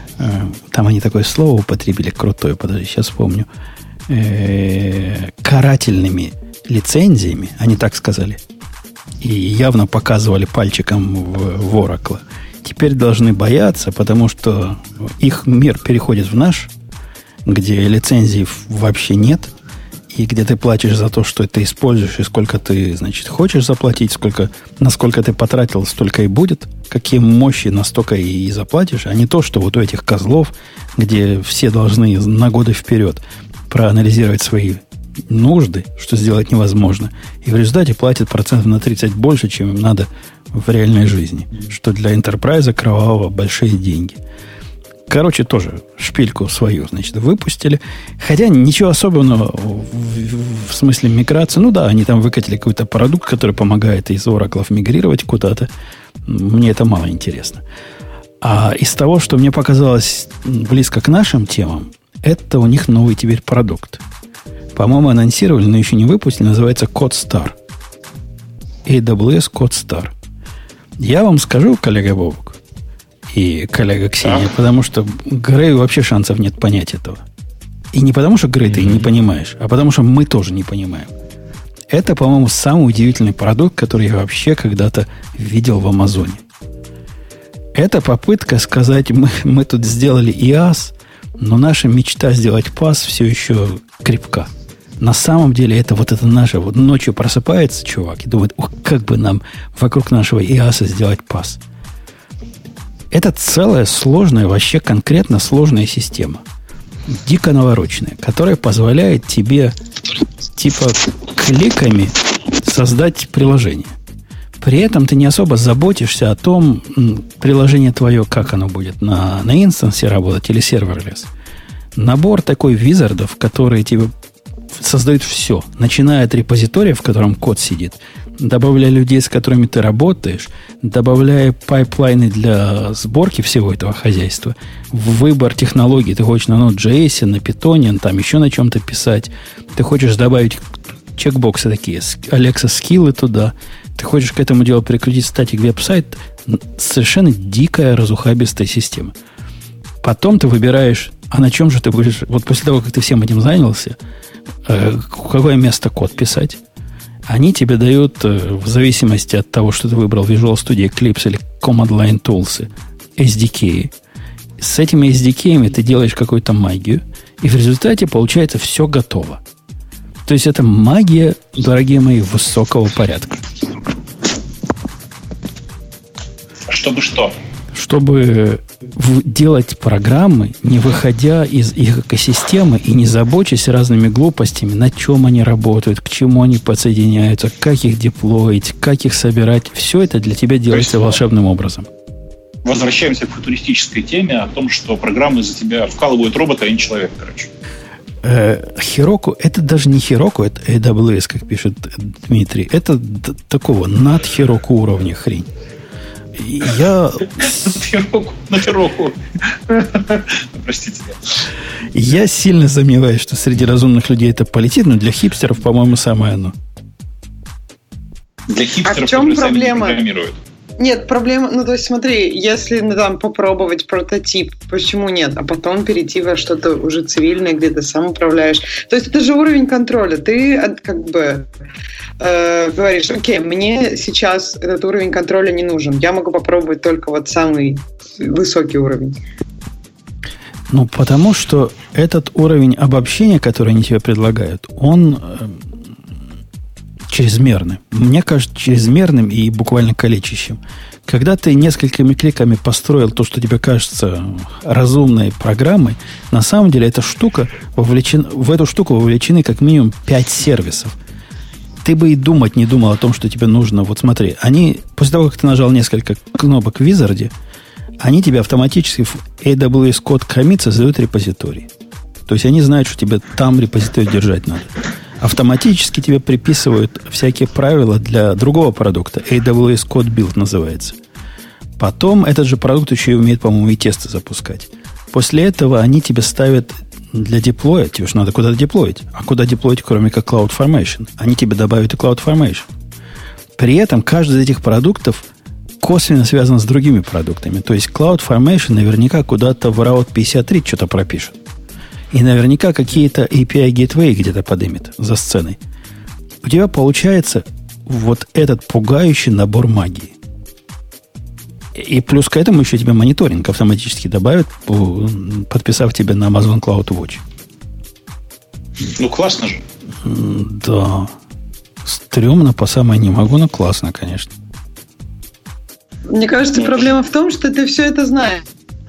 там они такое слово употребили крутое, подожди, сейчас вспомню. Э, карательными лицензиями, они так сказали, и явно показывали пальчиком в, в Oracle. Теперь должны бояться, потому что их мир переходит в наш, где лицензий вообще нет, и где ты платишь за то, что ты используешь, и сколько ты, значит, хочешь заплатить, сколько, насколько ты потратил, столько и будет, какие мощи, настолько и заплатишь, а не то, что вот у этих козлов, где все должны на годы вперед проанализировать свои нужды, что сделать невозможно, и в результате платят процентов на тридцать больше, чем им надо в реальной жизни, что для энтерпрайза кровавого большие деньги. Короче, тоже шпильку свою, значит, выпустили. Хотя ничего особенного в, в, в смысле миграции. Ну да, они там выкатили какой-то продукт, который помогает из Oracle мигрировать куда-то. Мне это мало интересно. А из того, что мне показалось близко к нашим темам, это у них новый теперь продукт. По-моему, анонсировали, но еще не выпустили. Называется CodeStar. эй дабл ю эс CodeStar. Я вам скажу, коллега Бобок и коллега Ксения, а? Потому что Грею вообще шансов нет понять этого. И не потому, что, Грей, mm-hmm. ты не понимаешь, а потому, что мы тоже не понимаем. Это, по-моему, самый удивительный продукт, который я вообще когда-то видел в Амазоне. Это попытка сказать, мы, мы тут сделали ай эй эс, но наша мечта сделать пас все еще крепка. На самом деле это вот это наше. Вот ночью просыпается чувак и думает, ох, как бы нам вокруг нашего ай эй эс сделать пас. Это целая сложная, вообще конкретно сложная система. Дико навороченная, которая позволяет тебе типа кликами создать приложение. При этом ты не особо заботишься о том, приложение твое, как оно будет, на, на инстансе работать или серверлесс. Набор такой визардов, которые тебе создают все, начиная от репозитория, в котором код сидит, добавляя людей, с которыми ты работаешь, добавляя пайплайны для сборки всего этого хозяйства, выбор технологий. Ты хочешь на Node.js, на Python, там еще на чем-то писать. Ты хочешь добавить чекбоксы такие, Alexa скиллы туда. Ты хочешь к этому делу прикрутить статик веб-сайт. Совершенно дикая, разухабистая система. Потом ты выбираешь, а на чем же ты будешь... Вот после того, как ты всем этим занялся, э, какое место код писать, они тебе дают, э, в зависимости от того, что ты выбрал, Visual Studio Eclipse или Command Line Tools, эс ди кей. С этими эс ди кей ты делаешь какую-то магию, и в результате получается все готово. То есть это магия, дорогие мои, высокого порядка. Чтобы что? чтобы делать программы, не выходя из их экосистемы и не забочась разными глупостями, на чем они работают, к чему они подсоединяются, как их деплоить, как их собирать. Все это для тебя делается волшебным образом. Возвращаемся к футуристической теме о том, что программы за тебя вкалывают робота, а не человек, короче. Heroku, это даже не Heroku, это эй дабл ю эс, как пишет Дмитрий. Это д- такого над Heroku уровня хрень. Я... На Heroku. Простите. Я сильно сомневаюсь, что среди разумных людей это полетит, но для хипстеров, по-моему, самое оно. Для хипстеров, а в чем которые проблема? сами программируют. Нет, проблема, ну то есть смотри, если ну, там попробовать прототип, почему нет, а потом перейти во что-то уже цивильное, где ты сам управляешь. То есть это же уровень контроля. Ты как бы э, говоришь, окей, мне сейчас этот уровень контроля не нужен, я могу попробовать только вот самый высокий уровень. Ну, потому что этот уровень обобщения, который они тебе предлагают, он э, чрезмерный. Мне кажется, чрезмерным и буквально калечащим. Когда ты несколькими кликами построил то, что тебе кажется разумной программой, на самом деле эта штука вовлечена, в эту штуку вовлечены как минимум пять сервисов. Ты бы и думать не думал о том, что тебе нужно. Вот смотри, они, после того, как ты нажал несколько кнопок в Wizard, они тебе автоматически в эй дабл ю эс код коммит создают репозиторий. То есть они знают, что тебе там репозиторий держать надо. Автоматически тебе приписывают всякие правила для другого продукта. эй дабл ю эс Code Build называется. Потом этот же продукт еще и умеет, по-моему, и тесты запускать. После этого они тебе ставят для деплоя. Тебе же надо куда-то деплоить. А куда деплоить, кроме как CloudFormation? Они тебе добавят и CloudFormation. При этом каждый из этих продуктов косвенно связан с другими продуктами. То есть CloudFormation наверняка куда-то в раут пятьдесят три что-то пропишет. И наверняка какие-то эй пи ай-гейтвей где-то подымет за сценой. У тебя получается вот этот пугающий набор магии. И плюс к этому еще тебе мониторинг автоматически добавят, подписав тебя на Amazon Cloud Watch. Ну, классно же. Да. Стремно по самой не могу, но классно, конечно. Мне кажется, ну, проблема в том, что ты все это знаешь.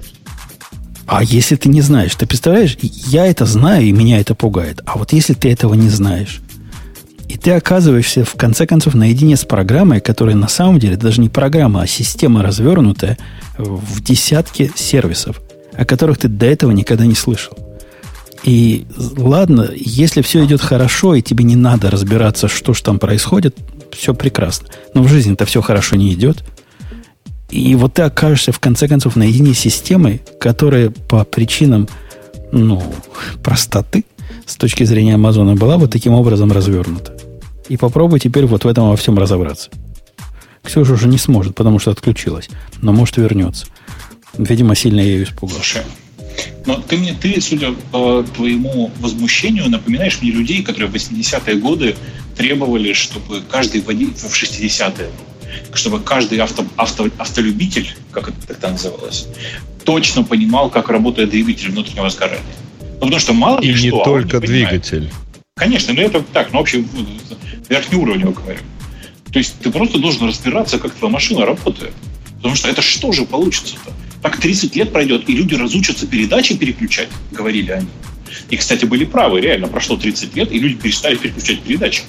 А если ты не знаешь, ты представляешь, я это знаю, и меня это пугает. А вот если ты этого не знаешь, и ты оказываешься, в конце концов, наедине с программой, которая на самом деле даже не программа, а система развернутая в десятки сервисов, о которых ты до этого никогда не слышал. И ладно, если все идет хорошо, и тебе не надо разбираться, что же там происходит, все прекрасно. Но в жизни-то все хорошо не идет. И вот ты окажешься, в конце концов, наедине с системой, которая по причинам, ну, простоты, с точки зрения Амазона, была вот таким образом развернута. И попробуй теперь вот в этом во всем разобраться. Ксюша уже не сможет, потому что отключилась. Но, может, вернется. Видимо, сильно я ее испугал. Слушай, но ты мне, ты, судя по твоему возмущению, напоминаешь мне людей, которые в восьмидесятые годы требовали, чтобы каждый водитель, в шестидесятые, чтобы каждый авто, авто, автолюбитель, как это тогда называлось, точно понимал, как работает двигатель внутреннего сгорания. Ну, потому что мало ли И что, не а только не двигатель. Конечно, но это так, но вообще верхнеуровнево говорю. То есть ты просто должен разбираться, как твоя машина работает. Потому что это что же получится-то? Так тридцать лет пройдет, и люди разучатся передачи переключать, говорили они. И, кстати, были правы, реально, прошло тридцать лет, и люди перестали переключать передачи.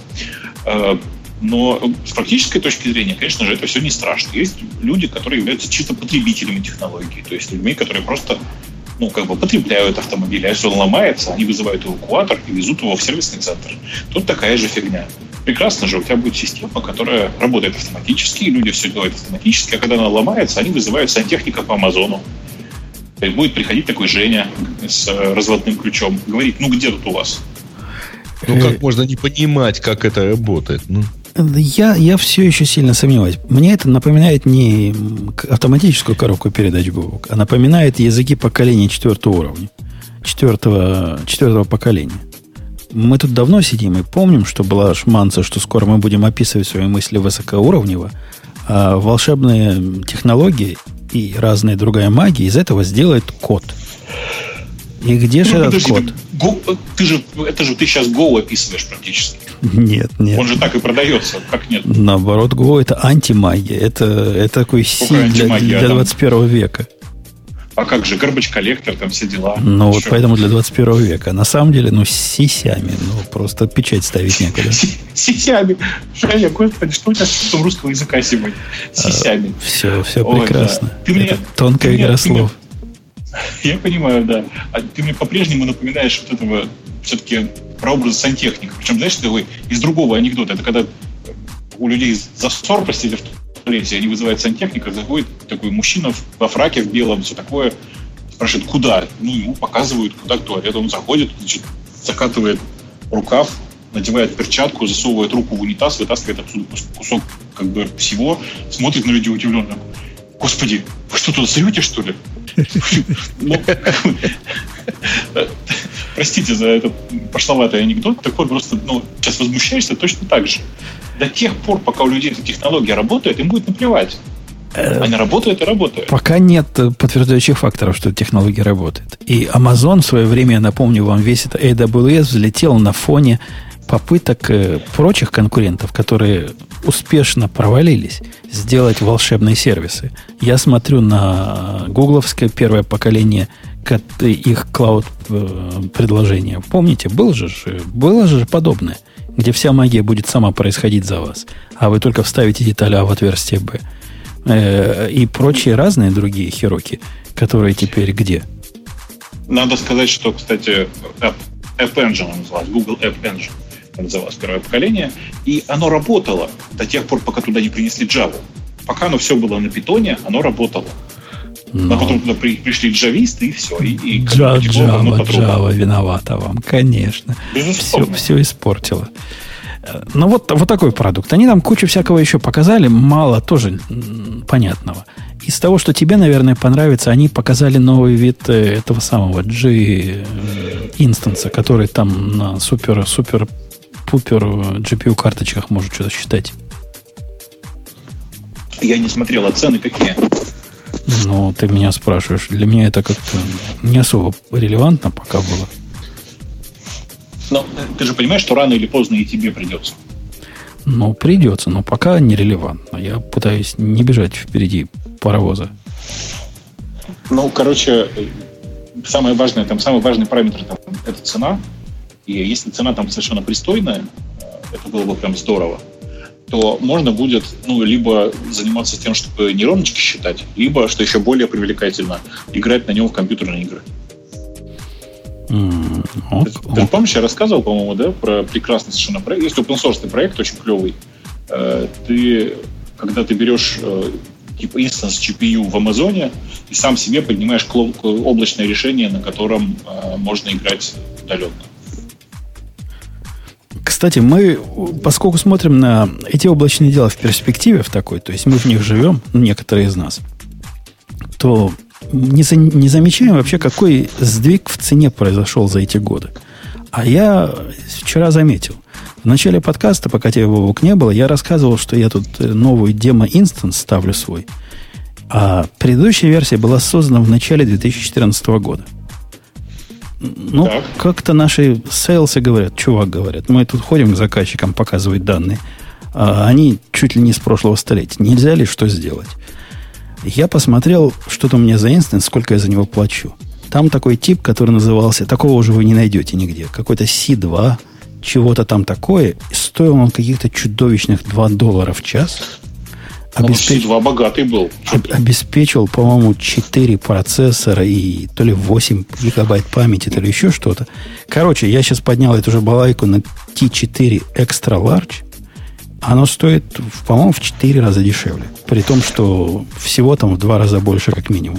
Но с практической точки зрения, конечно же, это все не страшно. Есть люди, которые являются чисто потребителями технологий, то есть людьми, которые просто, ну, как бы потребляют автомобиль, а если он ломается, они вызывают эвакуатор и везут его в сервисный центр. Тут такая же фигня. Прекрасно же, у тебя будет система, которая работает автоматически, и люди все делают автоматически, а когда она ломается, они вызывают сантехника по Амазону. То есть будет приходить такой Женя с разводным ключом, говорить, ну где тут у вас? Ну как можно не понимать, как это работает? Ну. Я, я все еще сильно сомневаюсь. Мне это напоминает не автоматическую коробку передач Google, а напоминает языки поколения четвертого уровня, четвертого, четвертого поколения. Мы тут давно сидим и помним, что была шманца, что скоро мы будем описывать свои мысли высокоуровнево, а волшебные технологии и разная другая магия из этого сделает код. И где же ну, этот подожди, код? Ты, Go, ты же, это же ты сейчас Go описываешь практически. Нет, нет. Он же так и продается, как нет? Наоборот, Go это антимагия. Это, это такой си для, для двадцать первого века. А как же, garbage collector, там все дела. Ну, вот поэтому для двадцать первого века. На самом деле, ну, с сисями, ну, просто печать ставить некуда. С сисями. Женя, господи, что у тебя с чувством русского языка сегодня? С сисями. Все, все прекрасно. Это тонкая игра слов. Я понимаю, да. А ты мне по-прежнему напоминаешь вот этого все-таки прообраза сантехника. Причем, знаешь, такой из другого анекдота. Это когда у людей засор, простите, в туалете, они вызывают сантехника, заходит такой мужчина во фраке, в белом, все такое, спрашивает, куда? Ну, ему показывают, куда к туалету. Он заходит, значит, закатывает рукав, надевает перчатку, засовывает руку в унитаз, вытаскивает отсюда кусок как бы всего, смотрит на людей удивленно. Господи, вы что, туда срете, что ли? Простите за этот пошловатый анекдот. Так вот, просто сейчас возмущаешься точно так же. До тех пор, пока у людей эта технология работает, им будет наплевать. Она работает и работает. Пока нет подтверждающих факторов, что технология работает. И Amazon в свое время, я напомню вам, весь это эй дабл ю эс взлетел на фоне попыток прочих конкурентов, которые успешно провалились, сделать волшебные сервисы. Я смотрю на гугловское первое поколение их клауд-предложения. Помните, был же, было же подобное, где вся магия будет сама происходить за вас, а вы только вставите детали А в отверстие Б. И прочие разные другие хироки, которые теперь где? Надо сказать, что, кстати, App, App Engine называлась, Google App Engine называлось первое поколение, и оно работало до тех пор, пока туда не принесли Java. Пока оно все было на питоне, оно работало. Но... А потом туда при, пришли джависты, и все. И, и Java, Java, Java виновата вам, конечно. Все, все испортило. Ну, вот, вот такой продукт. Они нам кучу всякого еще показали, мало тоже понятного. Из того, что тебе, наверное, понравится, они показали новый вид этого самого G-инстанса, который там на супер-супер пупер джи пи ю-карточках может что-то считать. Я не смотрел, а цены какие? Ну, ты меня спрашиваешь. Для меня это как-то не особо релевантно пока было. Но ты же понимаешь, что рано или поздно и тебе придется. Ну, придется, но пока нерелевантно. Я пытаюсь не бежать впереди паровоза. Ну, короче, самое важное, там самый важный параметр там, это цена. И если цена там совершенно пристойная, это было бы прям здорово, то можно будет, ну, либо заниматься тем, чтобы нейроночки считать, либо, что еще более привлекательно, играть на нем в компьютерные игры. Mm, ок, ты, ты ок. помнишь, я рассказывал, по-моему, да, про прекрасный совершенно проект. Есть open-source проект, очень клевый. Ты, когда ты берешь типа инстанс джи пи ю в Амазоне и сам себе поднимаешь облачное решение, на котором можно играть удаленно. Кстати, мы, поскольку смотрим на эти облачные дела в перспективе в такой, то есть мы в них живем, некоторые из нас, то не, за, не замечаем вообще, какой сдвиг в цене произошел за эти годы. А я вчера заметил. В начале подкаста, пока тебя, Вовок, не было, я рассказывал, что я тут новый демо-инстанс ставлю свой. А предыдущая версия была создана в начале две тысячи четырнадцатого года. Ну, так. Как-то наши сейлсы говорят, чувак, говорят, мы тут ходим к заказчикам показывать данные, а они чуть ли не с прошлого столетия. Нельзя ли что сделать? Я посмотрел, что-то у меня за инстанс, сколько я за него плачу. Там такой тип, который назывался, такого уже вы не найдете нигде, какой-то си два, чего-то там такое. Стоил он каких-то чудовищных два доллара в час. Обеспеч... си два богатый был. Об, обеспечивал, по-моему, четыре процессора и то ли восемь гигабайт памяти, то ли еще что-то. Короче, я сейчас поднял эту же балайку на ти четыре Extra Large. Оно стоит, по-моему, в четыре раза дешевле. При том, что всего там в два раза больше, как минимум.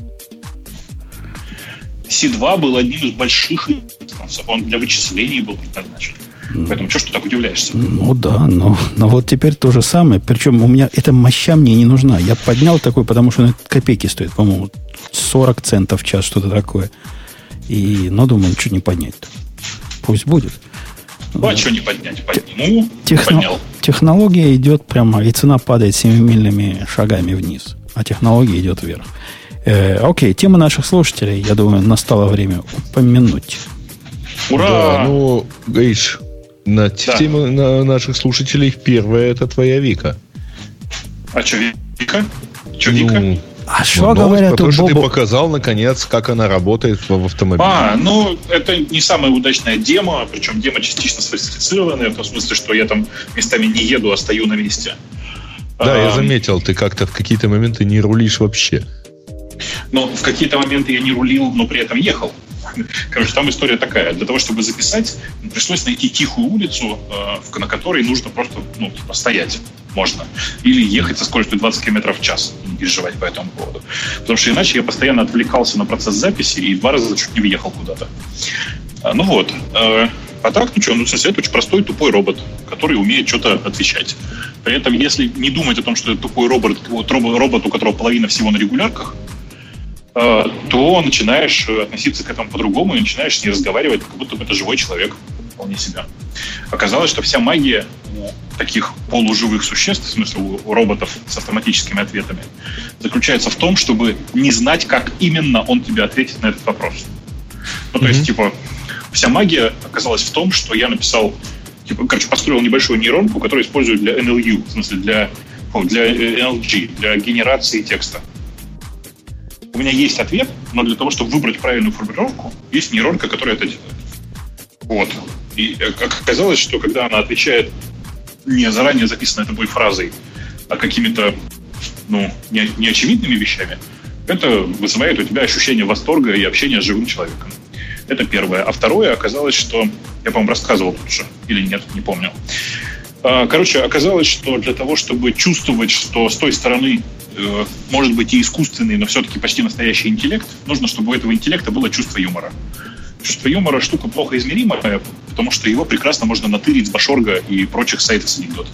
си два был одним из больших инстансов. Он для вычислений был предназначен. Поэтому что ж ты так удивляешься? Ну да, но, но вот теперь то же самое. Причем у меня эта моща мне не нужна. Я поднял такой, потому что он копейки стоит, по-моему, сорок центов в час, что-то такое. И, ну, думаю, что не поднять-то. Пусть будет. Ну, а что не поднять? Подниму, Техно... поднял. Технология идет прямо, и цена падает семимильными шагами вниз. А технология идет вверх. Э, окей, тема наших слушателей, я думаю, настало время упомянуть. Ура! Да, ну, Гриш, на да. тему на наших слушателей первая это твоя Вика. А что, Вика? Что, ну, Вика? А что ну, говорят? Потому что Бобу... ты показал, наконец, как она работает в, в автомобиле. А, ну, это не самая удачная демо, причем демо частично сфальсифицированная, в том смысле, что я там местами не еду, а стою на месте. Да, а, я заметил, ты как-то в какие-то моменты не рулишь вообще. Ну, в какие-то моменты я не рулил, но при этом ехал. Короче, там история такая. Для того, чтобы записать, пришлось найти тихую улицу, на которой нужно просто, ну, типа, стоять можно. Или ехать со скоростью двадцать километров в час. Не переживать по этому поводу. Потому что иначе я постоянно отвлекался на процесс записи и два раза чуть не въехал куда-то. Ну вот. А так, ну что, ну, в смысле, это очень простой тупой робот, который умеет что-то отвечать. При этом, если не думать о том, что это тупой робот, вот робот, у которого половина всего на регулярках, то начинаешь относиться к этому по-другому и начинаешь с ней разговаривать, как будто бы это живой человек, вполне себе. Оказалось, что вся магия у таких полуживых существ, в смысле у роботов с автоматическими ответами, заключается в том, чтобы не знать, как именно он тебе ответит на этот вопрос. Ну, то mm-hmm. есть, типа, вся магия оказалась в том, что я написал, типа, короче, построил небольшую нейронку, которую использую для эн эл ю, в смысле для, для эн эл джи, для генерации текста. У меня есть ответ, но для того, чтобы выбрать правильную формулировку, есть нейронка, которая это делает. Вот. И как оказалось, что когда она отвечает не заранее записанной тобой фразой, а какими-то, ну, не, неочевидными вещами, это вызывает у тебя ощущение восторга и общения с живым человеком. Это первое. А второе, оказалось, что... Я, по-моему, рассказывал тут же. Или нет, не помню. Короче, оказалось, что для того, чтобы чувствовать, что с той стороны э, может быть и искусственный, но все-таки почти настоящий интеллект, нужно, чтобы у этого интеллекта было чувство юмора. Чувство юмора штука плохо измеримая, потому что его прекрасно можно натырить с Башорга и прочих сайтов с анекдотами.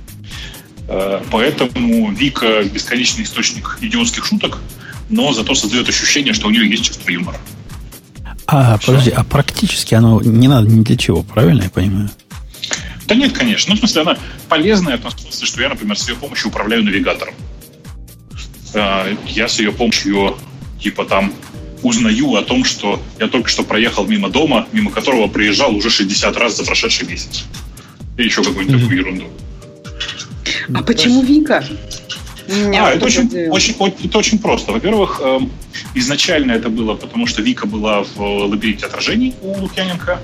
Э, поэтому Вика — бесконечный источник идиотских шуток, но зато создает ощущение, что у нее есть чувство юмора. А, Все. подожди, а практически оно не надо ни для чего, правильно я понимаю? Да нет, конечно. Ну, в смысле, она полезная, в том смысле, что я, например, с ее помощью управляю навигатором. Я с ее помощью, типа, там, узнаю о том, что я только что проехал мимо дома, мимо которого проезжал уже шестьдесят раз за прошедший месяц. И еще какую-нибудь mm-hmm. такую ерунду. А почему Вика? А, это очень, очень, это очень просто. Во-первых, изначально это было, потому что Вика была в «Лабиринте отражений» у Лукьяненко.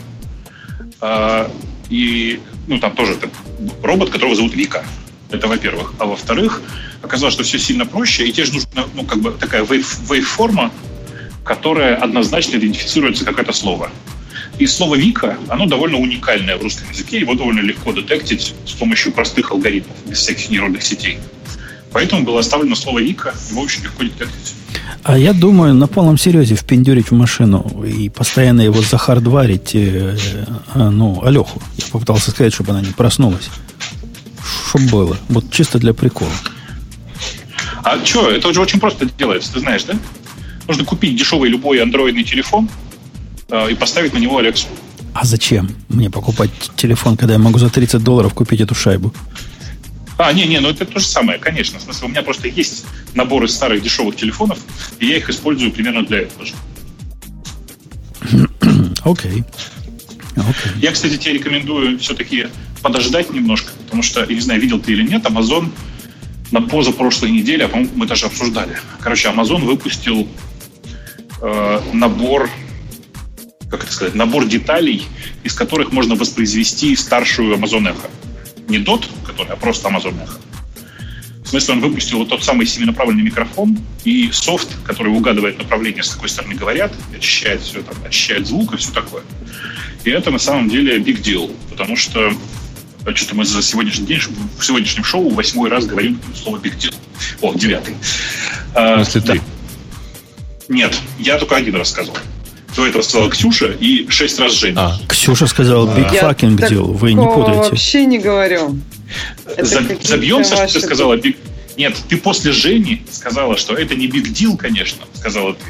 И, ну, там тоже это робот, которого зовут Вика. Это во-первых. А во-вторых, оказалось, что все сильно проще, и тебе же нужна, ну, как бы такая вейв-форма, которая однозначно идентифицируется как это слово. И слово «Вика», оно довольно уникальное в русском языке, его довольно легко детектить с помощью простых алгоритмов, без всяких нейронных сетей. Поэтому было оставлено слово «Вика», его очень легко детектить. А я думаю, на полном серьезе впендюрить в машину и постоянно его захардварить, э, э, ну, Алеху. Я попытался сказать, чтобы она не проснулась. Чтобы было. Вот чисто для прикола. А что, это уже очень просто делается, ты знаешь, да? Нужно купить дешевый любой андроидный телефон э, и поставить на него Алексу. А зачем мне покупать телефон, когда я могу за тридцать долларов купить эту шайбу? А, не-не, ну это то же самое, конечно. В смысле, у меня просто есть набор из старых дешевых телефонов, и я их использую примерно для этого же. Окей. Okay. Okay. Я, кстати, тебе рекомендую все-таки подождать немножко, потому что, я не знаю, видел ты или нет, Amazon на позапрошлой неделе, а, по-моему, мы даже обсуждали. Короче, Amazon выпустил э, набор, как это сказать, набор деталей, из которых можно воспроизвести старшую Amazon Echo. Не дот, который, а просто Amazon Echo. В смысле, он выпустил вот тот самый семинаправленный микрофон и софт, который угадывает направление, с какой стороны говорят, очищает все, там, очищает звук и все такое. И это на самом деле big deal, потому что что-то мы за сегодняшний день, в сегодняшнем шоу восьмой раз говорим слово big deal. О, девятый. Если а, ты. Да. Нет, я только один раз сказал. До этого сказала Ксюша и шесть раз Женя. А, Ксюша сказала big а. fucking deal. Вы не путаете. Я вообще не говорю. За, забьемся, что ты сказала big... Нет, ты после Жени сказала, что это не big deal, конечно, сказала ты.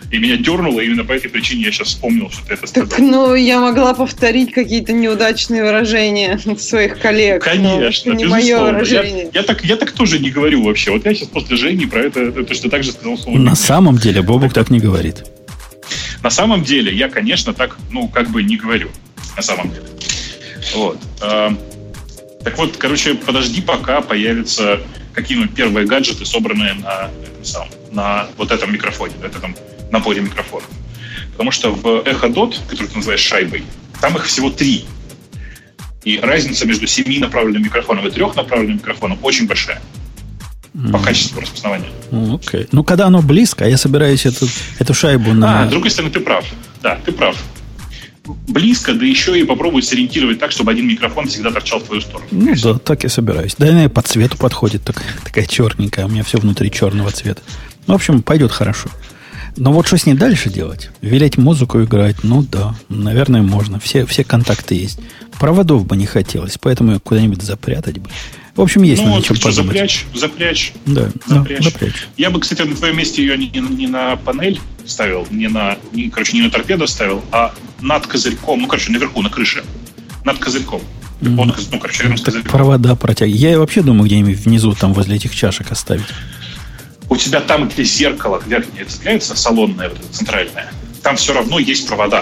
И меня дернуло, и именно по этой причине я сейчас вспомнил, что ты это сказал. Так, ну, я могла повторить какие-то неудачные выражения своих коллег. Конечно, не безусловно. мое выражение. Я, я, так, я так тоже не говорю вообще. Вот я сейчас после Жени про это точно так же сказал слово. На самом деле Бобук так не говорит. На самом деле я, конечно, так, ну, как бы не говорю. На самом деле. Вот. Так вот, короче, подожди, пока появятся какие-нибудь первые гаджеты, собранные на, этом самом, на вот этом микрофоне, на этом наборе микрофонов. Потому что в Echo Dot, который ты называешь шайбой, там их всего три. И разница между семинаправленным микрофоном и трехнаправленным микрофоном очень большая. Mm. По качеству распознавания. Окей. Okay. Ну, когда оно близко, я собираюсь эту, эту шайбу на... А, с другой стороны, ты прав. Да, ты прав. Близко, да еще и попробуй сориентировать так, чтобы один микрофон всегда торчал в твою сторону. Ну да, так и собираюсь. Да, она и по цвету подходит, так, такая черненькая, у меня все внутри черного цвета. В общем, пойдет хорошо. Но вот что с ней дальше делать? Велеть музыку играть? Ну да, наверное, можно. Все, все контакты есть. Проводов бы не хотелось, поэтому ее куда-нибудь запрятать бы. В общем, есть ну, над чем что, подумать. Запрячь, запрячь. Да, запрячь. Да, запрячь. Я бы, кстати, на твоем месте ее не, не на панель ставил, не на, не, короче, не на торпедо ставил, а над козырьком, ну, короче, наверху, на крыше. Над козырьком. Mm-hmm. Он, ну, короче, рядом с козырьком. Провода протягивать. Я вообще думаю, где-нибудь внизу, там, возле этих чашек оставить. У тебя там, где зеркало верхнее цепляется, салонное, вот это, центральное, там все равно есть провода.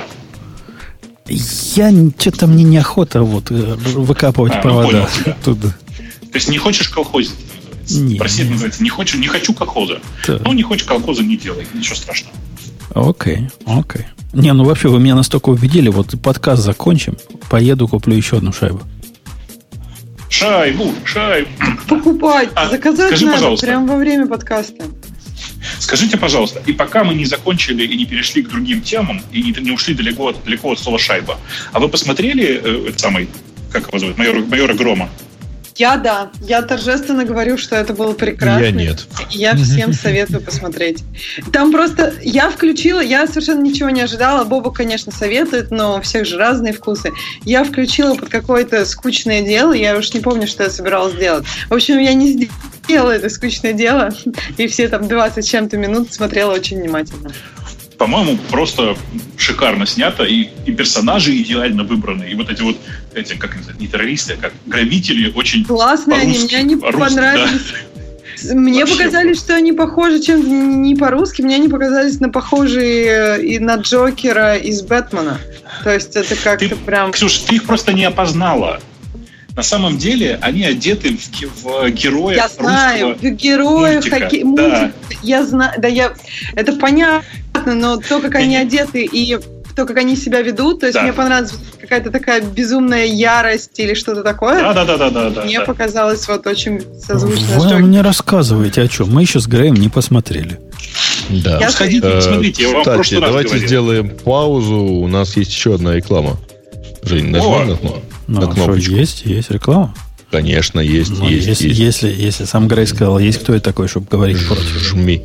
Я что-то мне неохота вот выкапывать а, провода ну, оттуда. То есть не хочешь колхозить, называется. Прости, это называется. Не хочу, не хочу колхоза. Да. Ну, не хочешь колхоза, не делай. Ничего страшного. Окей, окей. Не, ну вообще вы меня настолько убедили, вот подкаст закончим, поеду, куплю еще одну шайбу. Шайбу, шайбу. Покупать, а, заказать скажи, надо пожалуйста. Прямо во время подкаста. Скажите, пожалуйста, и пока мы не закончили и не перешли к другим темам, и не, не ушли далеко, далеко от слова «шайба», а вы посмотрели э, этот самый, как его зовут, майора, майора Грома? Я да. Я торжественно говорю, что это было прекрасно. Я нет. Я всем советую посмотреть. Там просто я включила, я совершенно ничего не ожидала. Боба, конечно, советует, но у всех же разные вкусы. Я включила под какое-то скучное дело. Я уж не помню, что я собиралась делать. В общем, я не сделала это скучное дело. И все там двадцать с чем-то минут смотрела очень внимательно. По-моему, просто шикарно снято, и, и персонажи идеально выбраны, и вот эти вот, эти, как называют, не террористы, а как грабители, очень классные они, мне они понравились. Да. Мне вообще показались, что они похожи чем-то не по-русски, мне они показались на похожие и на Джокера из Бэтмена. То есть это как-то ты, прям... Ксюш, ты их просто не опознала. На самом деле они одеты в, в героев я знаю, русского в героев мультика. Хаки... Да. Мультик. Я знаю, да я... Это понятно, но то, как они одеты и то, как они себя ведут, то есть да. Мне понравилась какая-то такая безумная ярость или что-то такое. Да, да, да, да, да. Мне да. показалось вот очень созвучно. Вы что... мне рассказываете о чем? Мы еще с Греем не посмотрели. Да. Я сходите, э, посмотрите. Я вам кстати, давайте говорил. сделаем паузу. У нас есть еще одна реклама. Жень, нажимай на, ну, на кнопочку. Что, есть, есть реклама? Конечно, есть, ну, есть, если, есть. Если, если сам Грей сказал, есть кто я такой, чтобы говорить Ж- против. Жми.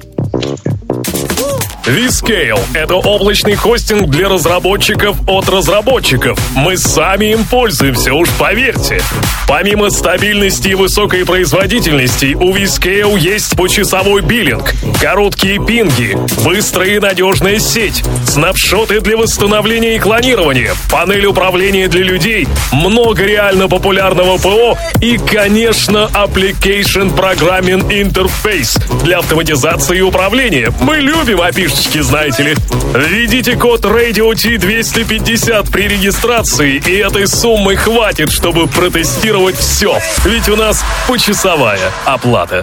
vScale – это облачный хостинг для разработчиков от разработчиков. Мы сами им пользуемся, уж поверьте. Помимо стабильности и высокой производительности, у vScale есть почасовой биллинг, короткие пинги, быстрая и надежная сеть, снапшоты для восстановления и клонирования, панель управления для людей, много реально популярного ПО и, конечно, Application Programming Interface для автоматизации и управления. Мы любим опишечки, знаете ли. Введите код радио ти двести пятьдесят при регистрации, и этой суммы хватит, чтобы протестировать все. Ведь у нас почасовая оплата.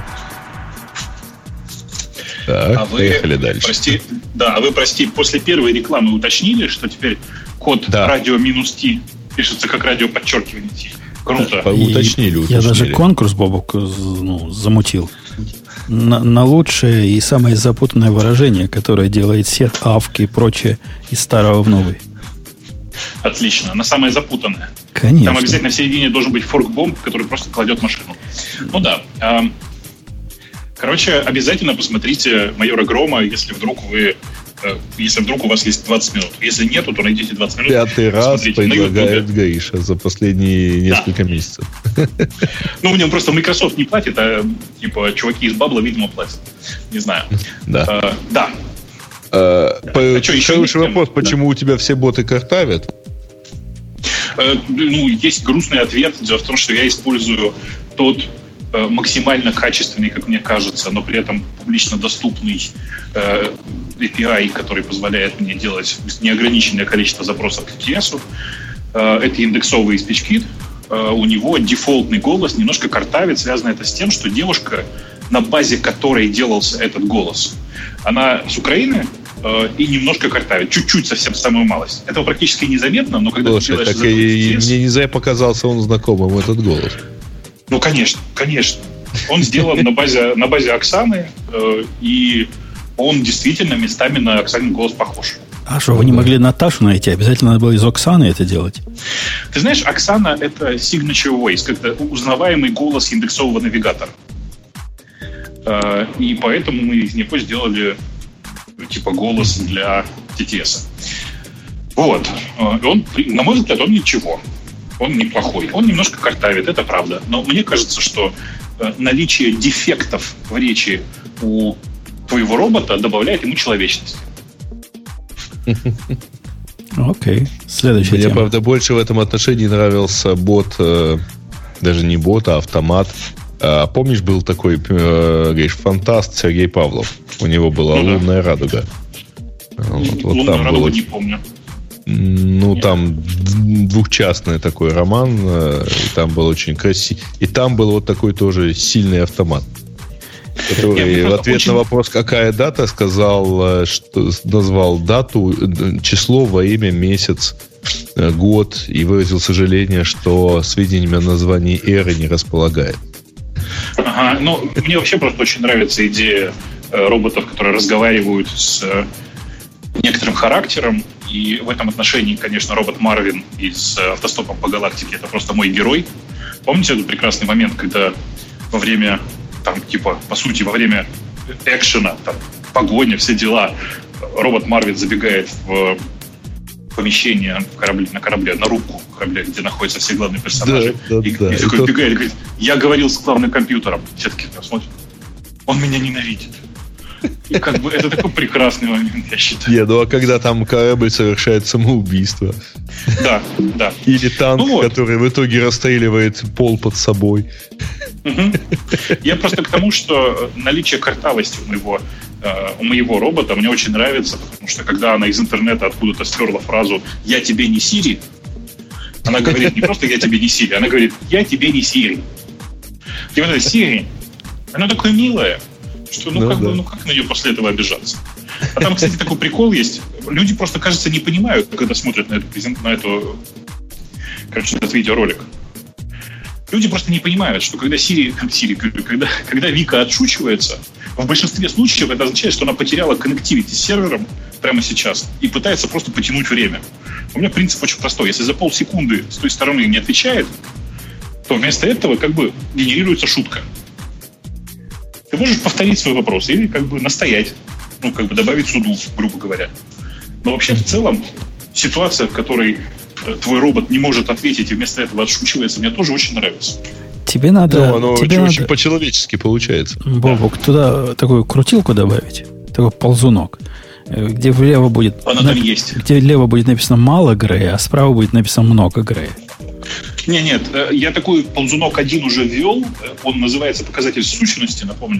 Так, а вы, поехали дальше. Прости, да, а вы, прости, после первой рекламы уточнили, что теперь код да. радио минус T пишется как радио подчеркивание T. Круто. Да, уточнили, уточнили. Я даже конкурс, Бобок, ну, замутил. На, на лучшее и самое запутанное выражение, которое делает сет, авки и прочее из старого в новый. Отлично. На самое запутанное. Конечно. Там обязательно в середине должен быть форк-бомб, который просто кладет машину. Ну да. Короче, обязательно посмотрите «Майора Грома», если вдруг вы... Если вдруг у вас есть двадцать минут. Если нету, то найдите двадцать минут. Пятый раз предлагает Гриша за последние несколько да. месяцев. Ну, мне просто Microsoft не платит, а типа чуваки из Бабла, видимо, платят. Не знаю. Да. А, да. А, по, а что, хороший вопрос, почему да. у тебя все боты картавят? Э, ну, есть грустный ответ. Дело в том, что я использую тот э, максимально качественный, как мне кажется, но при этом публично доступный э, эй пи ай, который позволяет мне делать неограниченное количество запросов к ти ти эс. Э, это индексовый SpeechKit. Э, у него дефолтный голос немножко картавит. Связано это с тем, что девушка, на базе которой делался этот голос, она с Украины э, и немножко картавит. Чуть-чуть, совсем самую малость. Этого практически незаметно, но когда Слушай, ты делаешь... Так и, и мне не зря показался он знакомым, этот голос. Ну, конечно, конечно. Он сделан на базе, на базе Оксаны, э, и он действительно местами на Оксанин голос похож. А что, вы не могли Наташу найти? Обязательно надо было из Оксаны это делать? Ты знаешь, Оксана — это signature voice, как-то узнаваемый голос индексового навигатора. И поэтому мы из него сделали типа голос для ти ти эс. Вот. Он, на мой взгляд, он ничего. Он неплохой. Он немножко картавит, это правда. Но мне кажется, что наличие дефектов в речи у твоего робота добавляет ему человечности. Окей. Okay. Следующая Мне, тема. правда, больше в этом отношении нравился бот, даже не бот, а автомат. А, помнишь, был такой, э, говоришь, фантаст Сергей Павлов? У него была ну, «Лунная да. радуга». Вот, вот «Лунную радугу» было, не помню. Ну, Нет. там двухчастный такой роман, и там был очень красивый. И там был вот такой тоже сильный автомат, который Нет, в ответ очень... на вопрос, какая дата, сказал, что назвал дату, число, во имя, месяц, год, и выразил сожаление, что сведениями о названии эры не располагает. Ага, ну, мне вообще просто очень нравится идея э, роботов, которые разговаривают с э, некоторым характером, и в этом отношении, конечно, робот Марвин из э, «Автостопом по галактике» — это просто мой герой. Помните этот прекрасный момент, когда во время, там, типа, по сути, во время экшена, там, погоня, все дела, робот Марвин забегает в помещение в корабле, на корабле, на рубку корабля, где находятся все главные персонажи. Да, да, и, да. и такой это... бегает и говорит: я говорил с главным компьютером. Все таки смотрят. Он меня ненавидит. И как бы это такой прекрасный момент, я считаю. Не, ну а когда там корабль совершает самоубийство. Да, да. Или танк, ну, вот. который в итоге расстреливает пол под собой. Угу. Я просто к тому, что наличие картавости у моего, э, у моего робота мне очень нравится, потому что когда она из интернета откуда-то стерла фразу «я тебе не Сири», она говорит не просто «я тебе не Сири», она говорит «я тебе не Сири». И вот эта Сири, она такая милая, что ну, ну, как, да. бы, ну как на нее после этого обижаться? А там, кстати, такой прикол есть. Люди просто, кажется, не понимают, когда смотрят на эту, на эту короче, этот видеоролик. Люди просто не понимают, что когда Сири, Сири когда, когда Вика отшучивается, в большинстве случаев это означает, что она потеряла коннективити с сервером прямо сейчас и пытается просто потянуть время. У меня принцип очень простой. Если за полсекунды с той стороны не отвечает, то вместо этого как бы генерируется шутка. Ты можешь повторить свой вопрос или как бы настоять, ну, как бы добавить суду, грубо говоря. Но вообще в целом ситуация, в которой твой робот не может ответить и вместо этого отшучивается, мне тоже очень нравится. Тебе надо... Ну, оно тебе очень, надо, очень по-человечески получается. Бобок, да. Туда такую крутилку добавить, такой ползунок, где влево будет... Она на, там есть. Где влево будет написано «мало Грея», а справа будет написано «много Грея». Не, нет, я такой ползунок один уже ввел, он называется показатель сущности, напомню.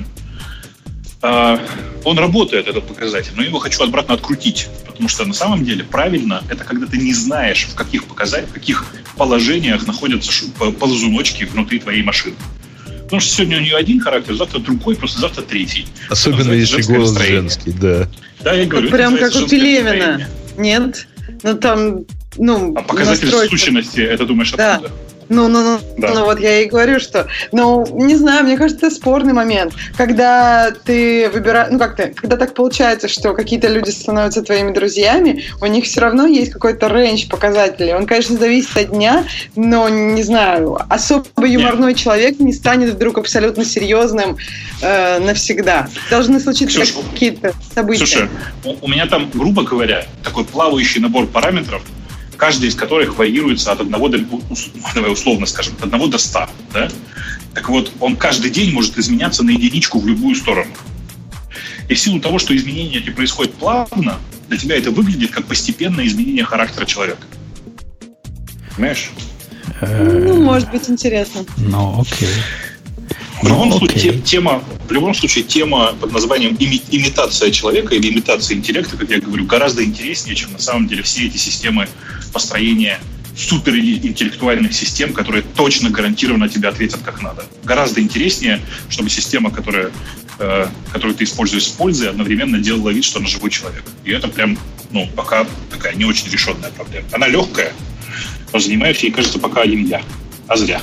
Он работает, этот показатель, но я его хочу обратно открутить, потому что на самом деле правильно это когда ты не знаешь, в каких показателях, в каких положениях находятся ползуночки внутри твоей машины. Потому что сегодня у нее один характер, завтра другой, послезавтра третий. Особенно если голос настроение. Женский, да. Да, я говорю, прям как у Пелевина. Нет? Ну там, ну, а показатель настройка. Сущности, это думаешь откуда? Да. Ну, ну, ну, да. ну, вот я и говорю, что, ну, не знаю, мне кажется, это спорный момент, когда ты выбираешь, ну, как-то, когда так получается, что какие-то люди становятся твоими друзьями, у них все равно есть какой-то рейндж показателей. Он, конечно, зависит от дня, но, не знаю, особо юморной Нет. человек не станет вдруг абсолютно серьезным э, навсегда. Должны случиться Ксюш, какие-то события. Слушай, у меня там, грубо говоря, такой плавающий набор параметров, каждый из которых варьируется от одного до, давай условно скажем, от одного до ста, да? Так вот, он каждый день может изменяться на единичку в любую сторону. И в силу того, что изменения эти происходят плавно, для тебя это выглядит как постепенное изменение характера человека. Понимаешь? Ну, может быть, интересно. Ну, окей. В любом, случае, тема, в любом случае, тема под названием ими, имитация человека или имитация интеллекта, как я говорю, гораздо интереснее, чем на самом деле все эти системы построения суперинтеллектуальных систем, которые точно гарантированно тебе ответят как надо. Гораздо интереснее, чтобы система, которая, э, которую ты используешь с пользой, одновременно делала вид, что она живой человек. И это прям, ну, пока такая не очень решенная проблема. Она легкая, но занимаюсь ей, кажется, пока один я. А зря.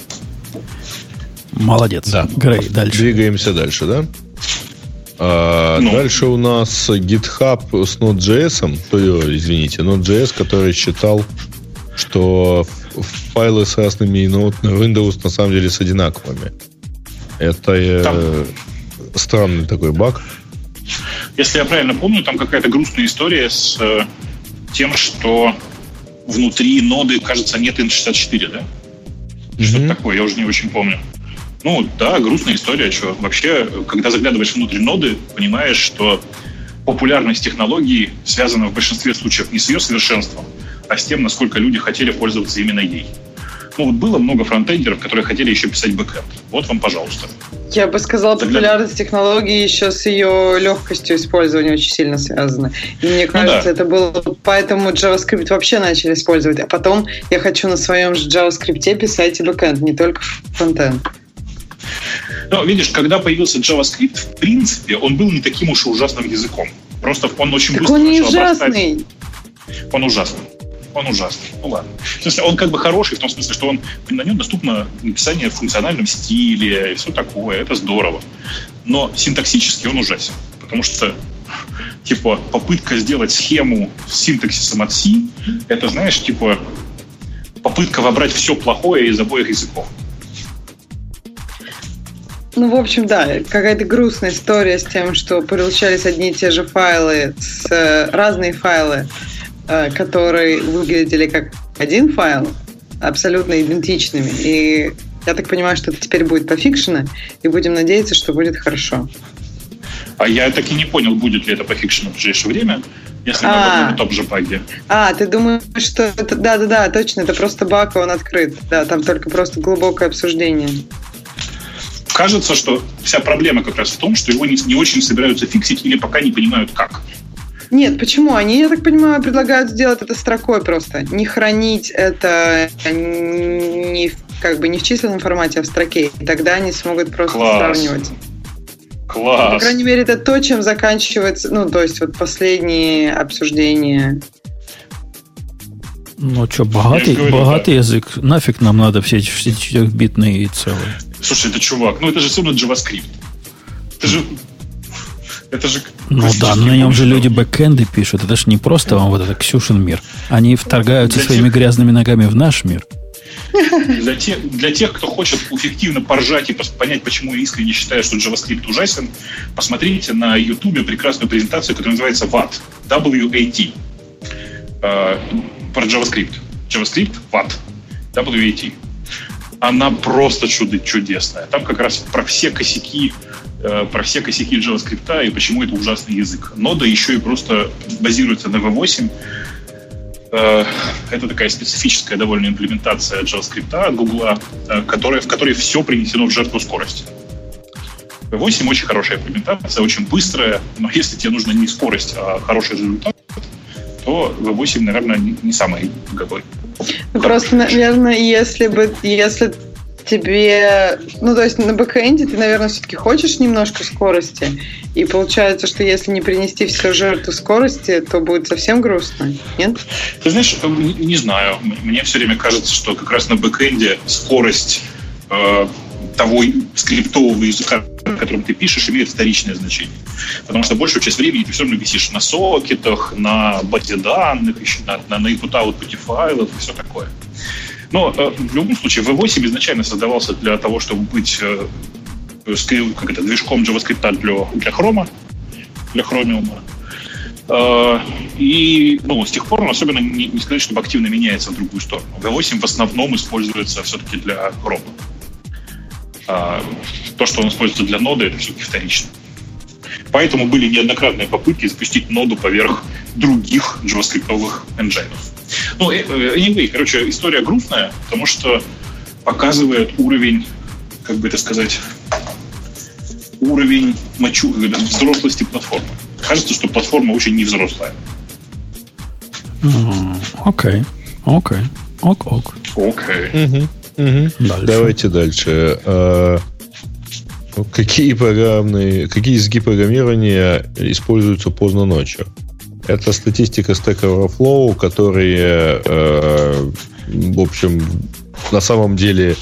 Молодец. Да. Грей, дальше. Двигаемся дальше, да? А, ну. Дальше у нас GitHub с Node.js, то, извините, Node.js, который считал, что файлы с разными Node на Windows на самом деле с одинаковыми. Это э, странный такой баг. Если я правильно помню, там какая-то грустная история с э, тем, что внутри ноды, кажется, нет эн шестьдесят четыре, да? Mm-hmm. Что-то такое, я уже не очень помню. Ну, да, грустная история, что вообще, когда заглядываешь внутрь ноды, понимаешь, что популярность технологии связана в большинстве случаев не с ее совершенством, а с тем, насколько люди хотели пользоваться именно ей. Ну, вот было много фронтендеров, которые хотели еще писать бэкэнд. Вот вам, пожалуйста. Я бы сказала, Загляд... популярность технологии еще с ее легкостью использования очень сильно связана. И мне кажется, ну, да. это было... Поэтому JavaScript вообще начали использовать. А потом я хочу на своем же JavaScript писать и бэкэнд, не только фронтенд. Ну, видишь, когда появился JavaScript, в принципе, он был не таким уж и ужасным языком. Просто он очень так быстро он не начал ужасный. обрастать... Он ужасный. Он ужасный. Ну ладно. В смысле, он как бы хороший, в том смысле, что он, на нем доступно написание в функциональном стиле и все такое. Это здорово. Но синтаксически он ужасен. Потому что, типа, попытка сделать схему с синтаксисом от C, это, знаешь, типа, попытка вобрать все плохое из обоих языков. Ну, в общем, да, какая-то грустная история с тем, что получались одни и те же файлы, с, разные файлы, которые выглядели как один файл, абсолютно идентичными. И я так понимаю, что это теперь будет пофикшено, и будем надеяться, что будет хорошо. А я так и не понял, будет ли это пофикшено в ближайшее время, если мы а, на том же баге. А, ты думаешь, что... это, да-да-да, точно, это просто баг, и он открыт. Да, там только просто глубокое обсуждение. Кажется, что вся проблема как раз в том, что его не, не очень собираются фиксить или пока не понимают, как. Нет, почему? Они, я так понимаю, предлагают сделать это строкой просто. Не хранить это не в, как бы не в численном формате, а в строке. И тогда они смогут просто Класс. сравнивать. Класс. По крайней мере, это то, чем заканчивается, ну, то есть вот последние обсуждения. Ну что, богатый, говорю, богатый да. язык. Нафиг нам надо все четырехбитные и целые. Слушай, это чувак, ну это же все равно JavaScript. Это же... Это же... Ну да, но на нем же люди бэкэнды пишут. Это же не просто вам вот это Ксюшин мир. Они вторгаются для своими тех... грязными ногами в наш мир. Для тех, для тех, кто хочет эффективно поржать и понять, почему я искренне считаю, что JavaScript ужасен, посмотрите на YouTube прекрасную презентацию, которая называется ват. дабл ю эй ти. Э, про JavaScript. JavaScript, ват. дабл ю эй ти. Она просто чудо чудесная. Там как раз про все косяки, э, про все косяки JavaScript и почему это ужасный язык. Нода еще и просто базируется на ви восемь. Э, это такая специфическая довольно имплементация JavaScript от Google, э, которая, в которой все принесено в жертву скорости. ви восемь очень хорошая имплементация, очень быстрая, но если тебе нужна не скорость, а хороший результат, то ви восемь, наверное, не, не самый какой. Просто, наверное, если бы, если тебе, ну, то есть на бэкэнде ты, наверное, все-таки хочешь немножко скорости, и получается, что если не принести все жертву скорости, то будет совсем грустно, нет? Ты знаешь, не, не знаю, мне все время кажется, что как раз на бэкэнде скорость э, того скриптового языка, на котором ты пишешь, имеет вторичное значение. Потому что большую часть времени ты все равно висишь на сокетах, на базе данных, на, на, на input-output файлов и все такое. Но э, в любом случае ви восемь изначально создавался для того, чтобы быть э, как это, движком JavaScript для, для Chrome, для Chromium. Э, и ну, с тех пор он особенно не, не сказать, чтобы активно меняется в другую сторону. ви восемь в основном используется все-таки для Chrome. А то, что он используется для ноды, это все-таки вторично. Поэтому были неоднократные попытки запустить ноду поверх других джаваскриптовых энджайнов. Ну, anyway, короче, история грустная, потому что показывает уровень, как бы это сказать, уровень мочу, взрослости платформы. Кажется, что платформа очень невзрослая. Окей, окей, ок-ок. Окей. Давайте дальше. А, какие программные, какие языки программирования используются поздно ночью? Это статистика Stack Overflow, которые, э, в общем, на самом деле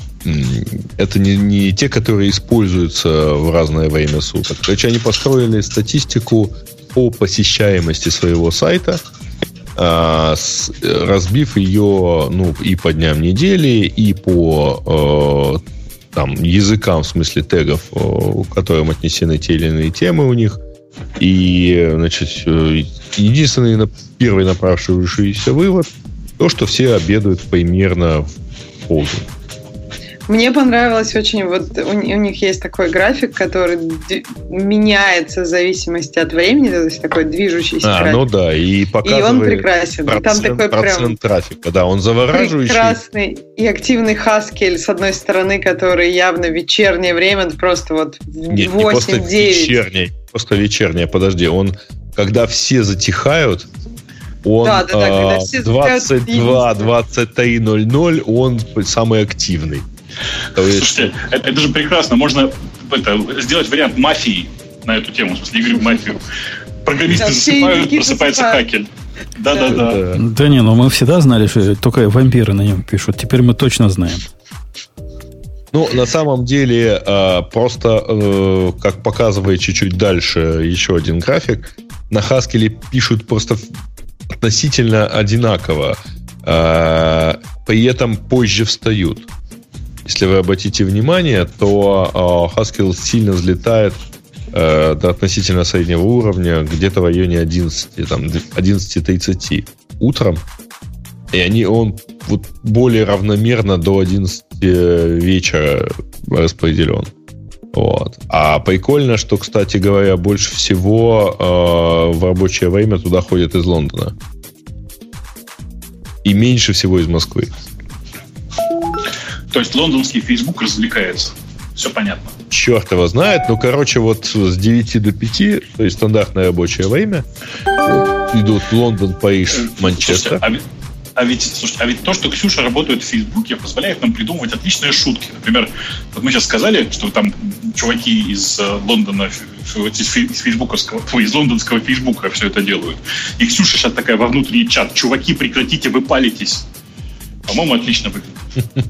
это не, не те, которые используются в разное время суток. Короче, они построили статистику по посещаемости своего сайта, э, с, разбив ее ну, и по дням недели, и по э, там, языкам, в смысле тегов, э, к которым отнесены те или иные темы у них. И, значит, единственный первый напрашивающийся вывод то, что все обедают примерно в полдень. Мне понравилось очень, вот у, у них есть такой график, который д- меняется в зависимости от времени, то есть такой движущийся а, график. Ну да, и показывает и он прекрасен. Процент, там такой процент прям трафика, да, он завораживающий. Прекрасный и активный Haskell, с одной стороны, который явно в вечернее время, просто вот Нет, восемь-девять. Не вечернее, просто вечернее, подожди, он, когда все затихают, он да, да, да, когда все двадцать два двадцать три ноль ноль он самый активный. Слушайте, это, это же прекрасно. Можно это, сделать вариант мафии на эту тему, в смысле игры в мафию. Программисты да, засыпают, просыпается Haskell. Да, да, да, да. Да не, ну мы всегда знали, что только вампиры на нем пишут. Теперь мы точно знаем. Ну, на самом деле, просто, как показывает чуть-чуть дальше еще один график, на Haskell пишут просто относительно одинаково. При этом позже встают. Если вы обратите внимание, то Haskell сильно взлетает до относительно среднего уровня, где-то в районе одиннадцати, там, одиннадцать тридцать утром. И они, он вот более равномерно до одиннадцати вечера распределен. Вот. А прикольно, что, кстати говоря, больше всего э, в рабочее время туда ходят из Лондона. И меньше всего из Москвы. То есть лондонский Facebook развлекается. Все понятно. Черт его знает. Ну, короче, вот с девяти до пяти, то есть стандартное рабочее время, вот, идут Лондон, Париж, Манчестер. Слушайте, а, а, ведь, слушайте, а ведь то, что Ксюша работает в Фейсбуке, позволяет нам придумывать отличные шутки. Например, вот мы сейчас сказали, что там чуваки из Лондона, из фейсбуковского, из лондонского Фейсбука все это делают. И Ксюша сейчас такая во внутренний чат. Чуваки, прекратите, вы палитесь. По-моему, отлично выглядит.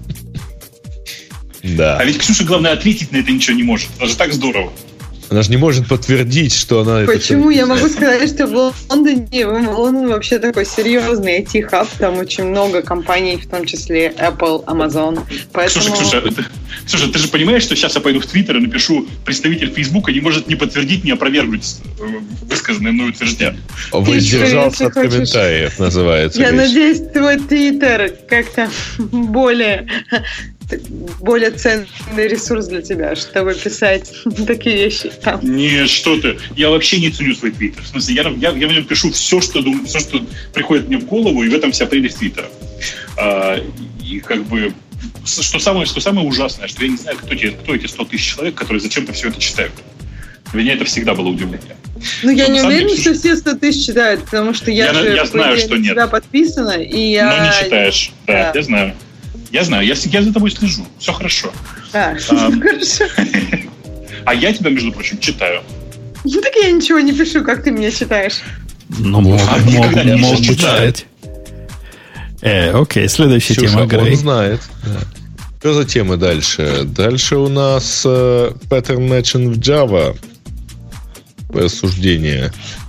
Да. А ведь Ксюша, главное, ответить на это ничего не может. Это же так здорово. Она же не может подтвердить, что она... Почему? Это... Я могу сказать, что в Лондоне он вообще такой серьезный ай ти-хаб. Там очень много компаний, в том числе Apple, Amazon. Поэтому... Ксюша, Ксюша, ты, Ксюша, ты же понимаешь, что сейчас я пойду в Твиттер и напишу: представитель Фейсбука не может ни подтвердить, ни опровергнуть высказанное мной утверждение. Воздержался от комментариев, называется. Я надеюсь, твой Твиттер как-то более... более ценный ресурс для тебя, чтобы писать такие вещи. Там. Нет, что ты. Я вообще не ценю свой твиттер. В смысле, я, я, я в нем пишу все, что думаю, все, что приходит мне в голову, и в этом вся прелесть твиттера. А, и как бы что самое, что самое ужасное, что я не знаю, кто, те, кто эти сто тысяч человек, которые зачем-то все это читают. Для меня это всегда было удивление. Ну, я не уверена, что все сто тысяч читают, потому что я, я же я знаю, что на тебя подписана, и я... Но не читаешь. Да, да, я знаю. Я знаю, я, я за тобой слежу. Все хорошо. А, а, хорошо. А я тебя, между прочим, читаю. Ну так я ничего не пишу, как ты меня читаешь. Ну, мог, а мог, мог, мог бы читать. Э, окей, следующая Ксюша, тема. Грей. Он знает. Да. Что за темы дальше? Дальше у нас э, pattern matching в Java. Рассуждение.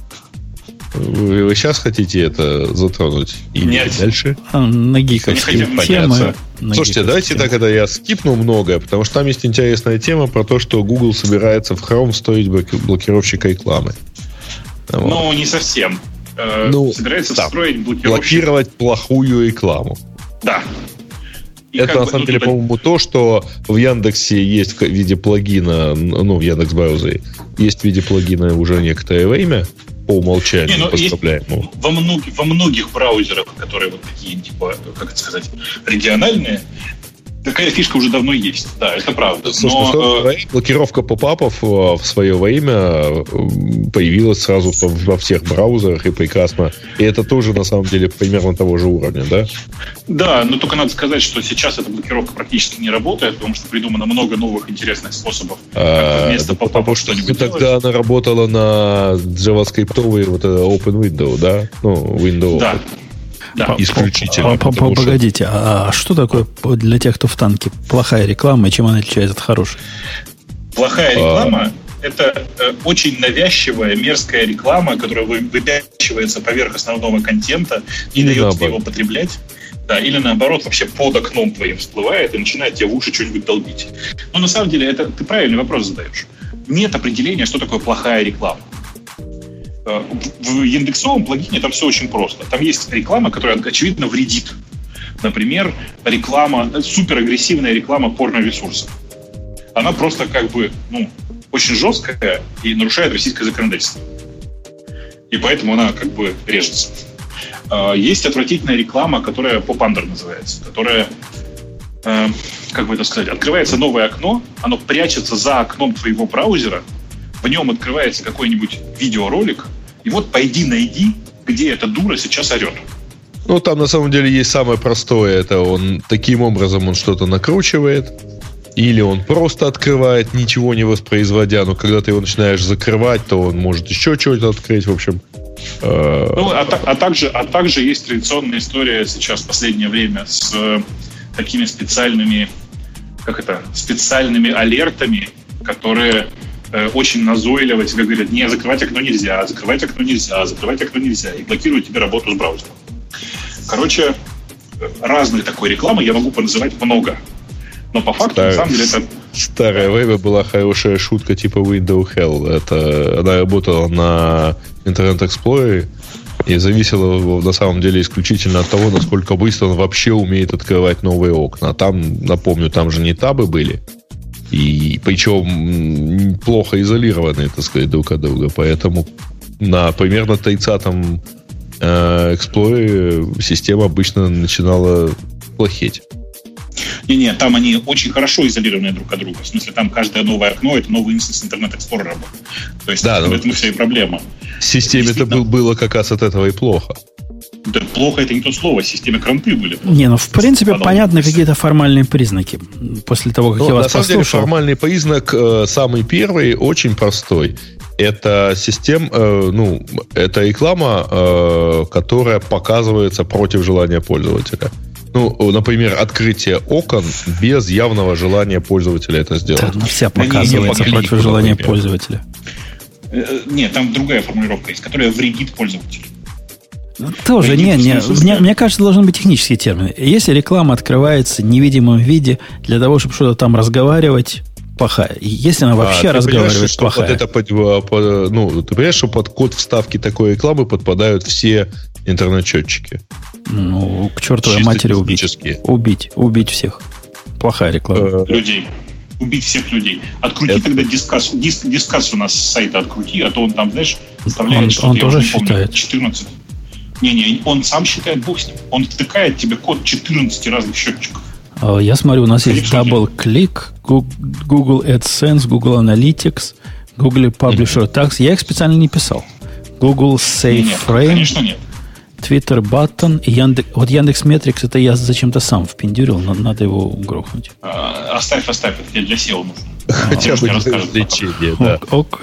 Вы, вы сейчас хотите это затронуть? Или нет. Дальше? А, на гиковские темы. На Слушайте, давайте так, это я скипну многое, потому что там есть интересная тема про то, что Google собирается в Chrome встроить блокировщик рекламы. Ну, вот. Не совсем. Э, ну, собирается да. встроить блокировщик... Блокировать плохую рекламу. Да. И это, на самом бы, деле, ну, по-моему, то, что в Яндексе есть в виде плагина, ну, в Яндекс.Браузере, есть в виде плагина уже некоторое время, по умолчанию Не, поставляемому. Во, многих, во многих браузерах, которые вот такие, типа, как это сказать, региональные, такая фишка уже давно есть. Да, это правда. Слушай, но, что, э... блокировка попапов в свое время появилась сразу во всех браузерах и прекрасно. И это тоже, на самом деле, примерно того же уровня, да? Да, но только надо сказать, что сейчас эта блокировка практически не работает, потому что придумано много новых интересных способов а, вместо попапов потому что что-нибудь тогда делать. Она работала на JavaScript-овый вот Open Window, да? Ну, Windows. Да. Да. Исключительно. Погодите, а что такое для тех, кто в танке, плохая реклама, и чем она отличается от хорошей? Плохая реклама – это очень навязчивая, мерзкая реклама, которая выпячивается поверх основного контента и дает тебе его потреблять. Да, или наоборот, вообще под окном твоим всплывает и начинает тебе в уши что-нибудь долбить. Но на самом деле это ты правильный вопрос задаешь. Нет определения, что такое плохая реклама. В индексовом плагине там все очень просто. Там есть реклама, которая, очевидно, вредит. Например, реклама, суперагрессивная реклама порно-ресурсов. Она просто как бы, ну, очень жесткая и нарушает российское законодательство. И поэтому она как бы режется. Есть отвратительная реклама, которая поп-андер называется, которая, как бы это сказать, открывается новое окно, оно прячется за окном твоего браузера, в нем открывается какой-нибудь видеоролик, и вот пойди найди, где эта дура сейчас орет. Ну, там на самом деле есть самое простое. Это он таким образом он что-то накручивает, или он просто открывает, ничего не воспроизводя. Но когда ты его начинаешь закрывать, то он может еще что-то открыть. В общем... Э- ну, а, а, также, а также есть традиционная история сейчас в последнее время с э, такими специальными, как это, специальными алертами, которые... очень назойливо тебе говорят, не, закрывать окно нельзя, закрывать окно нельзя, закрывать окно нельзя, и блокируют тебе работу с браузером. Короче, разной такой рекламы я могу поназывать много. Но по факту, Стар... на самом деле, это... Старое время была хорошая шутка типа Windows Hell. Это... Она работала на Internet Explorer и зависела, на самом деле, исключительно от того, насколько быстро он вообще умеет открывать новые окна. Там, напомню, там же не табы были. И причем плохо изолированные, так сказать, друг от друга. Поэтому на примерно тридцатом э, Explorer система обычно начинала плохеть. Не-не, там они очень хорошо изолированы друг от друга. В смысле, там каждое новое окно — это новый инстанс Internet Explorer работает. То есть да, в этом вся и проблема. В системе-то был, было как раз от этого и плохо. Да, плохо — это не то слово, в системе кранты были. Не, ну в принципе Подобно понятны какие-то формальные признаки. После того, как ну, я вас послушал. На самом деле формальный признак э, самый первый, очень простой. Это система, э, ну, это реклама, э, которая показывается против желания пользователя. Ну, например, открытие окон без явного желания пользователя это сделать. Да, она вся показывается против клику, желания например. Пользователя. Нет, там другая формулировка есть, которая вредит пользователю. Ну, тоже, не, не, мне, мне кажется, должен быть технический термин. Если реклама открывается в невидимом виде для того, чтобы что-то там разговаривать, плохая. Если она вообще а, разговаривает, что плохая. Под это, под, под, ну, ты понимаешь, что под код вставки такой рекламы подпадают все интернет-счетчики? Ну, к чертовой матери убить. Убить, убить всех. Плохая реклама. Людей. Убить всех людей. Открути это... тогда дискас. Диск, дискас у нас с сайта открути, а то он там, знаешь, вставляет он, что-то. Он тоже считает. Помню, четырнадцать. Не-не, он сам считает, бог с ним. Он втыкает тебе код четырнадцати разных счетчиков. Я смотрю, у нас есть DoubleClick, Google AdSense, Google Analytics, Google Publisher Tags. Я их специально не писал. Google Save нет, Frame. Конечно, нет. Twitter Button и Яндекс. Вот Яндекс.Метрикс это я зачем-то сам впендюрил, надо, надо его грохнуть. А, оставь, оставь, это тебе для сео нужно. Хотя бы лечение, да.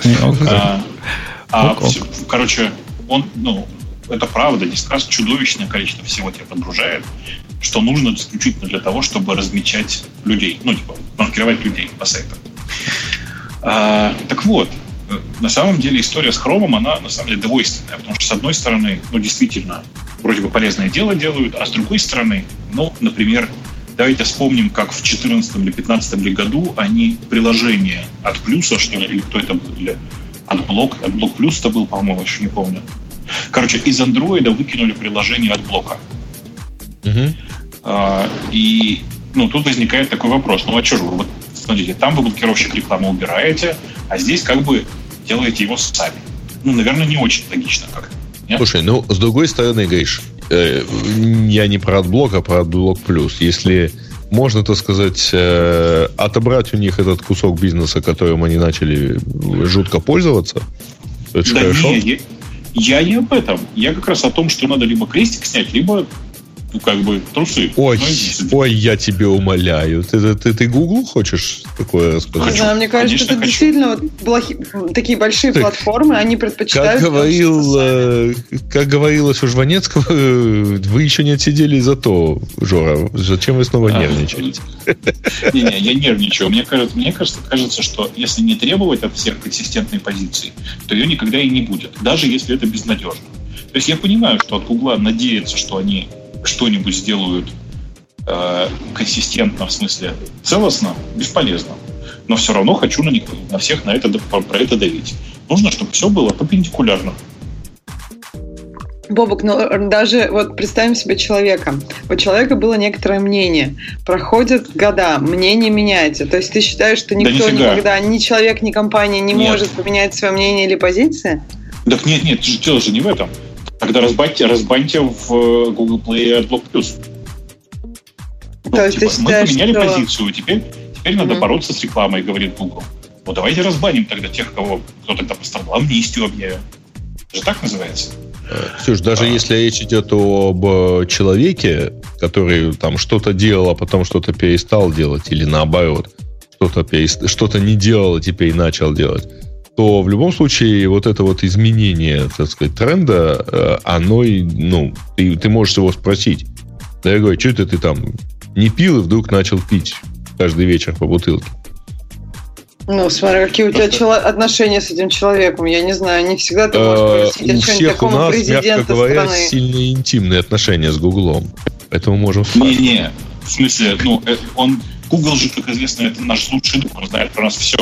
Короче, он, ну, это правда, дискас чудовищное количество всего тебе подгружает, что нужно исключительно для того, чтобы размечать людей, ну, типа, маркировать людей по сайтам. А, так вот, на самом деле история с Хромом, она на самом деле двойственная, потому что с одной стороны, ну, действительно, вроде бы полезное дело делают, а с другой стороны, ну, например, давайте вспомним, как в четырнадцатом или пятнадцатом году они приложение от Плюса, что ли, или кто это был, или от Блок, от Блок Плюс это был, по-моему, еще не помню. Короче, из Андроида выкинули приложение от Блока. Uh-huh. А, и ну, тут возникает такой вопрос. Ну, а что же вы, вот, смотрите, там вы блокировщик рекламы убираете, а здесь как бы делаете его сами. Ну, наверное, не очень логично как-то. Нет? Слушай, ну, с другой стороны, Гриш, э, я не про отблок, а про отблок плюс. Если можно, так сказать, э, отобрать у них этот кусок бизнеса, которым они начали жутко пользоваться, это же да хорошо. Не, я, я не об этом. Я как раз о том, что надо либо крестик снять, либо ну, как бы трусы. Ой, ну, ой, я тебе умоляю. Ты, ты, ты Google хочешь такое рассказать? Не знаю, мне кажется, Конечно, это хочу. действительно вот плохи... такие большие Так, платформы, они предпочитают... Как говорил, делать э, как говорилось у Жванецкого, э, вы еще не отсидели за то, Жора. Зачем вы снова А, нервничаете? Не-не, я нервничаю. Мне кажется, мне кажется, кажется, что если не требовать от всех консистентной позиции, то ее никогда и не будет, даже если это безнадежно. То есть я понимаю, что от Гугла надеяться, что они что-нибудь сделают э, консистентно, в смысле целостно, бесполезно. Но все равно хочу на них, на всех на это, про это давить. Нужно, чтобы все было перпендикулярно. Бобок, ну даже вот представим себе человека. У человека было некоторое мнение. Проходят года, мнение меняется. То есть ты считаешь, что никто да никогда, ни человек, ни компания не нет. может поменять свое мнение или позиции? Так нет, нет, дело же не в этом. Тогда разбаньте, разбаньте в Google Play AdBlock Plus. Ну, То есть типа, ты мы считаешь, поменяли что... позицию, теперь, теперь mm-hmm. надо бороться с рекламой, говорит Google. Ну давайте разбаним тогда тех, кого кто тогда пострадал, амнистию объявим. Это же так называется. Ксюш, даже а. если речь идет об человеке, который там что-то делал, а потом что-то перестал делать, или наоборот, что-то, перест... что-то не делал, а теперь начал делать, то в любом случае вот это вот изменение, так сказать, тренда, оно, ну, ты, ты можешь его спросить. Дорогой, что это ты там не пил и вдруг начал пить каждый вечер по бутылке? Ну, смотри, какие у тебя чело- отношения с этим человеком. Я не знаю, не всегда ты можешь спросить о чем-нибудь такому у нас, президента мягко говоря, страны. сильные интимные отношения с Гуглом. Поэтому можем спрашивать. Не-не, в смысле, ну, он, Google же, как известно, это наш лучший друг, он знает про нас все.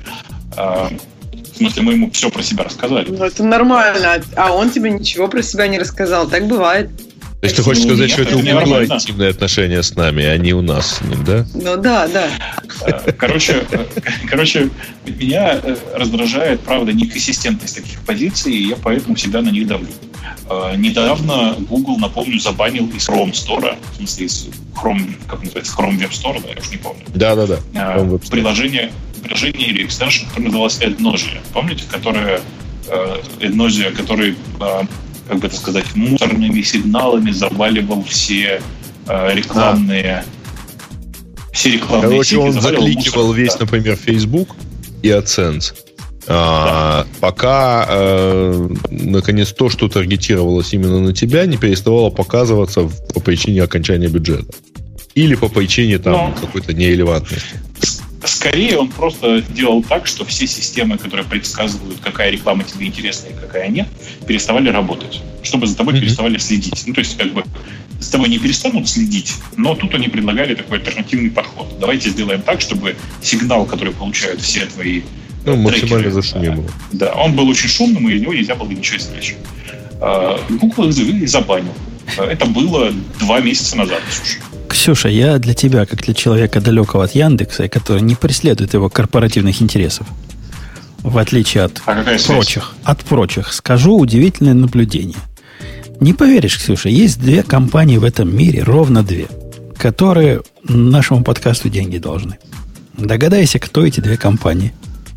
В смысле, мы ему все про себя рассказали. Ну, это нормально, а он тебе ничего про себя не рассказал. Так бывает. То есть ты хочешь сказать, нет, что это у не Гугла интимные отношения с нами, а не у нас с ним, да? Ну да, да. Короче, короче, меня раздражает, правда, неконсистентность таких позиций, и я поэтому всегда на них давлю. Недавно Google, напомню, забанил из Chrome Store, в смысле из Chrome, как называется, Chrome Web Store, да, я уже не помню. Да-да-да. Приложение, приложение или экстеншн, которое называлось Ednosia. Помните, которое Ednosia, который, как бы это сказать, мусорными сигналами заваливал все рекламные... Все рекламные Короче, сети, он закликивал мусор, весь, да. например, Facebook и AdSense. А, да. Пока, э, наконец, то, что таргетировалось именно на тебя, не переставало показываться по причине окончания бюджета. Или по причине там, Но... какой-то нерелевантности. Скорее, он просто делал так, что все системы, которые предсказывают, какая реклама тебе интересна и какая нет, переставали работать, чтобы за тобой mm-hmm. переставали следить. Ну, то есть, как бы, за тобой не перестанут следить, но тут они предлагали такой альтернативный подход. Давайте сделаем так, чтобы сигнал, который получают все твои ну, максимально трекеры, зашумим. Да, он был очень шумным, и из него нельзя было ничего извлечь. Google их забанил. Это было два месяца назад, слушай. Ксюша, я для тебя, как для человека далекого от Яндекса, который не преследует его корпоративных интересов, в отличие от а прочих, от прочих, скажу удивительное наблюдение. Не поверишь, Ксюша, есть две компании в этом мире, ровно две, которые нашему подкасту деньги должны. Догадайся, кто эти две компании?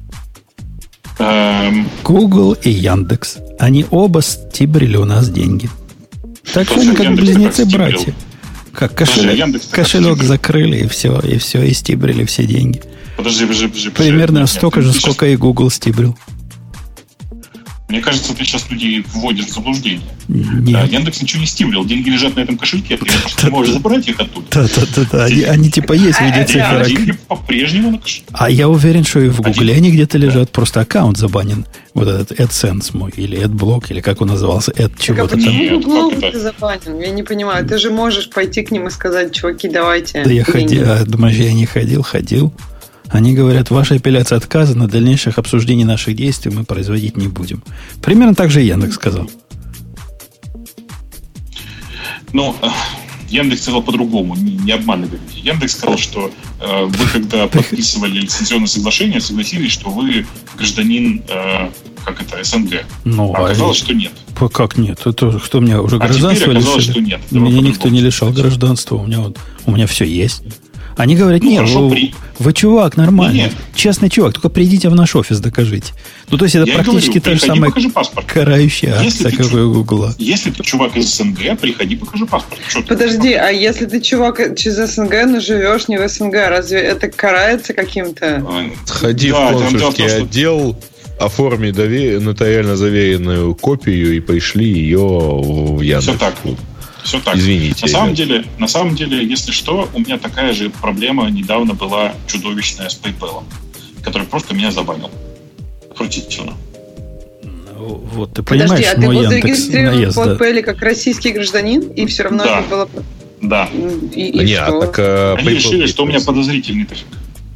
Эм... Google и Яндекс. Они оба стибрили у нас деньги. Так что они как Яндекс близнецы-братья. Как кошелек, Яндекс, кошелек как закрыли, и все, и все, и стибрили все деньги. Подожди, подожди, подожди. Примерно нет, столько нет, же, сколько сейчас... и Google стибрил. Мне кажется, ты сейчас людей вводишь в заблуждение. Нет. Яндекс ничего не стибрил, деньги лежат на этом кошельке, ты просто не можешь забрать их оттуда. Да-да-да, они, они типа есть в виде циферок. Деньги по-прежнему на кошельке. А я уверен, что и в Гугле они где-то лежат, просто аккаунт забанен. Вот этот AdSense мой, или AdBlock, или как он назывался, Ad чего-то там. Нет, Google ты забанен? Я не понимаю, ты же можешь пойти к ним и сказать, чуваки, давайте. Да я ходил, а, думаешь, я не ходил, ходил. Они говорят, ваша апелляция отказана, дальнейших обсуждений наших действий мы производить не будем. Примерно так же и Яндекс сказал. Ну, Яндекс сказал по-другому, не, не обманывайте. Яндекс сказал, что э, вы, когда подписывали лицензионное соглашение, согласились, что вы гражданин, э, как это, СНГ. Ну, а оказалось, что нет. Как нет? Это что, меня уже гражданство а лишили? Что нет. Меня никто не лишал гражданства. У меня, вот, у меня все есть. Они говорят, ну, нет, хорошо, вы, при... вы чувак нормальный, нет, нет. честный чувак, только придите в наш офис, докажите. Ну, то есть это я практически та же самая карающая акция, как у Гугла. Если ты чувак из СНГ, приходи, покажи паспорт. Что Подожди, ты? а если ты чувак из СНГ, но живешь не в СНГ, разве это карается каким-то? Сходи да, в консульский то, отдел, оформи довер... нотариально заверенную копию и пришли ее в Яндекс. Все так. Все так. Извините. На самом, деле, на самом деле, если что, у меня такая же проблема недавно была чудовищная с PayPal, который просто меня забанил. Отвратительно. Ну, вот ты понимаешь, Подожди, а ты был зарегистрирован наезд, в PayPal как российский гражданин, и все равно да. это было... Да. И, и не, что? Так, а, Они решили, что у меня подозрительный трафик.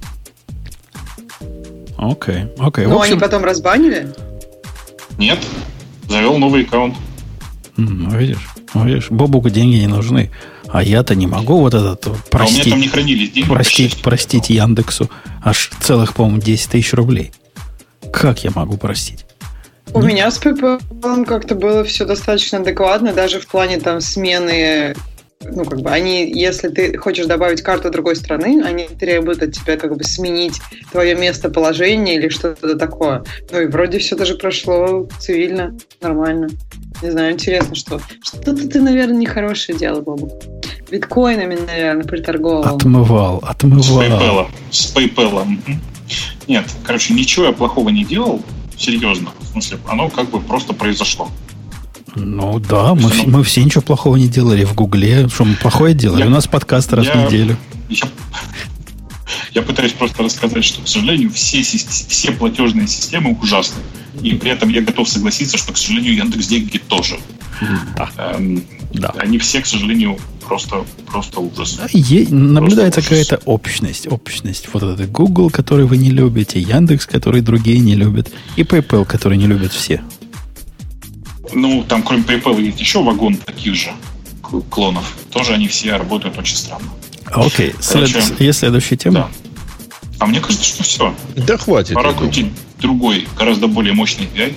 Окей, окей. Но общем... они потом разбанили? Нет. Завел новый аккаунт. Ну, видишь? Ну, видишь, Бобуку деньги не нужны. А я-то не могу вот этот простить. А у меня там не хранились деньги. Простить, простить Яндексу аж целых, по-моему, десять тысяч рублей. Как я могу простить? У Нет. меня с PayPal как-то было все достаточно адекватно, даже в плане там смены. Ну, как бы они, если ты хочешь добавить карту другой страны, они требуют от тебя как бы сменить твое местоположение или что-то такое. Ну и вроде все даже прошло цивильно, нормально. Не знаю, интересно, что. Что-то ты, наверное, нехорошее делал, Бобу. Биткоинами, наверное, приторговал. Отмывал, отмывал. С PayPal. С PayPal. Нет, короче, ничего я плохого не делал, серьезно. В смысле, оно как бы просто произошло. Ну да, мы, оно... мы все ничего плохого не делали в Гугле. Что мы плохое делали? Я... У нас подкаст раз я... в неделю. Я... я пытаюсь просто рассказать, что, к сожалению, все, все платежные системы ужасны. И при этом я готов согласиться, что, к сожалению, Яндекс.Деньги тоже. Да. Эм, да. Они все, к сожалению, просто, просто ужас. Е- наблюдается просто какая-то общность. Общность. Вот этот Google, который вы не любите, Яндекс, который другие не любят, и PayPal, который не любят все. Ну, там, кроме PayPal, есть еще вагон таких же клонов. Тоже они все работают очень странно. Окей. Короче, След... Есть следующая тема? Да. А мне кажется, что все. Да хватит. Пора крутить другой, гораздо более мощный ви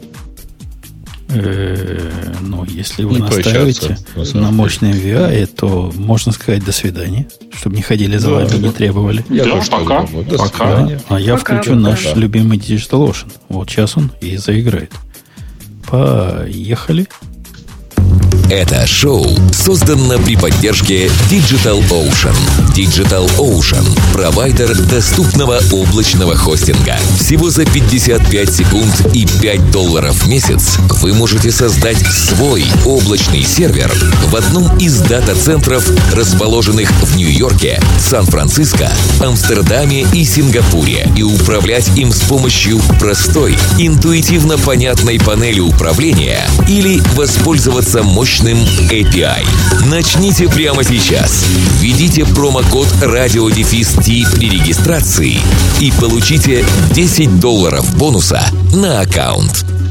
ай. Ну, если вы настаиваете на мощном ви ай, то можно сказать до свидания, чтобы не ходили за вами, не требовали. Да, пока. Пока. А я включу наш любимый DigitalOcean. Вот сейчас он и заиграет. Поехали. Это шоу создано при поддержке DigitalOcean. DigitalOcean – провайдер доступного облачного хостинга. Всего за пятьдесят пять секунд и пять долларов в месяц вы можете создать свой облачный сервер в одном из дата-центров, расположенных в Нью-Йорке, Сан-Франциско, Амстердаме и Сингапуре, и управлять им с помощью простой, интуитивно понятной панели управления или воспользоваться мощным эй пи ай. Начните прямо сейчас. Введите промокод радиодефис-ти при регистрации и получите десять долларов бонуса на аккаунт.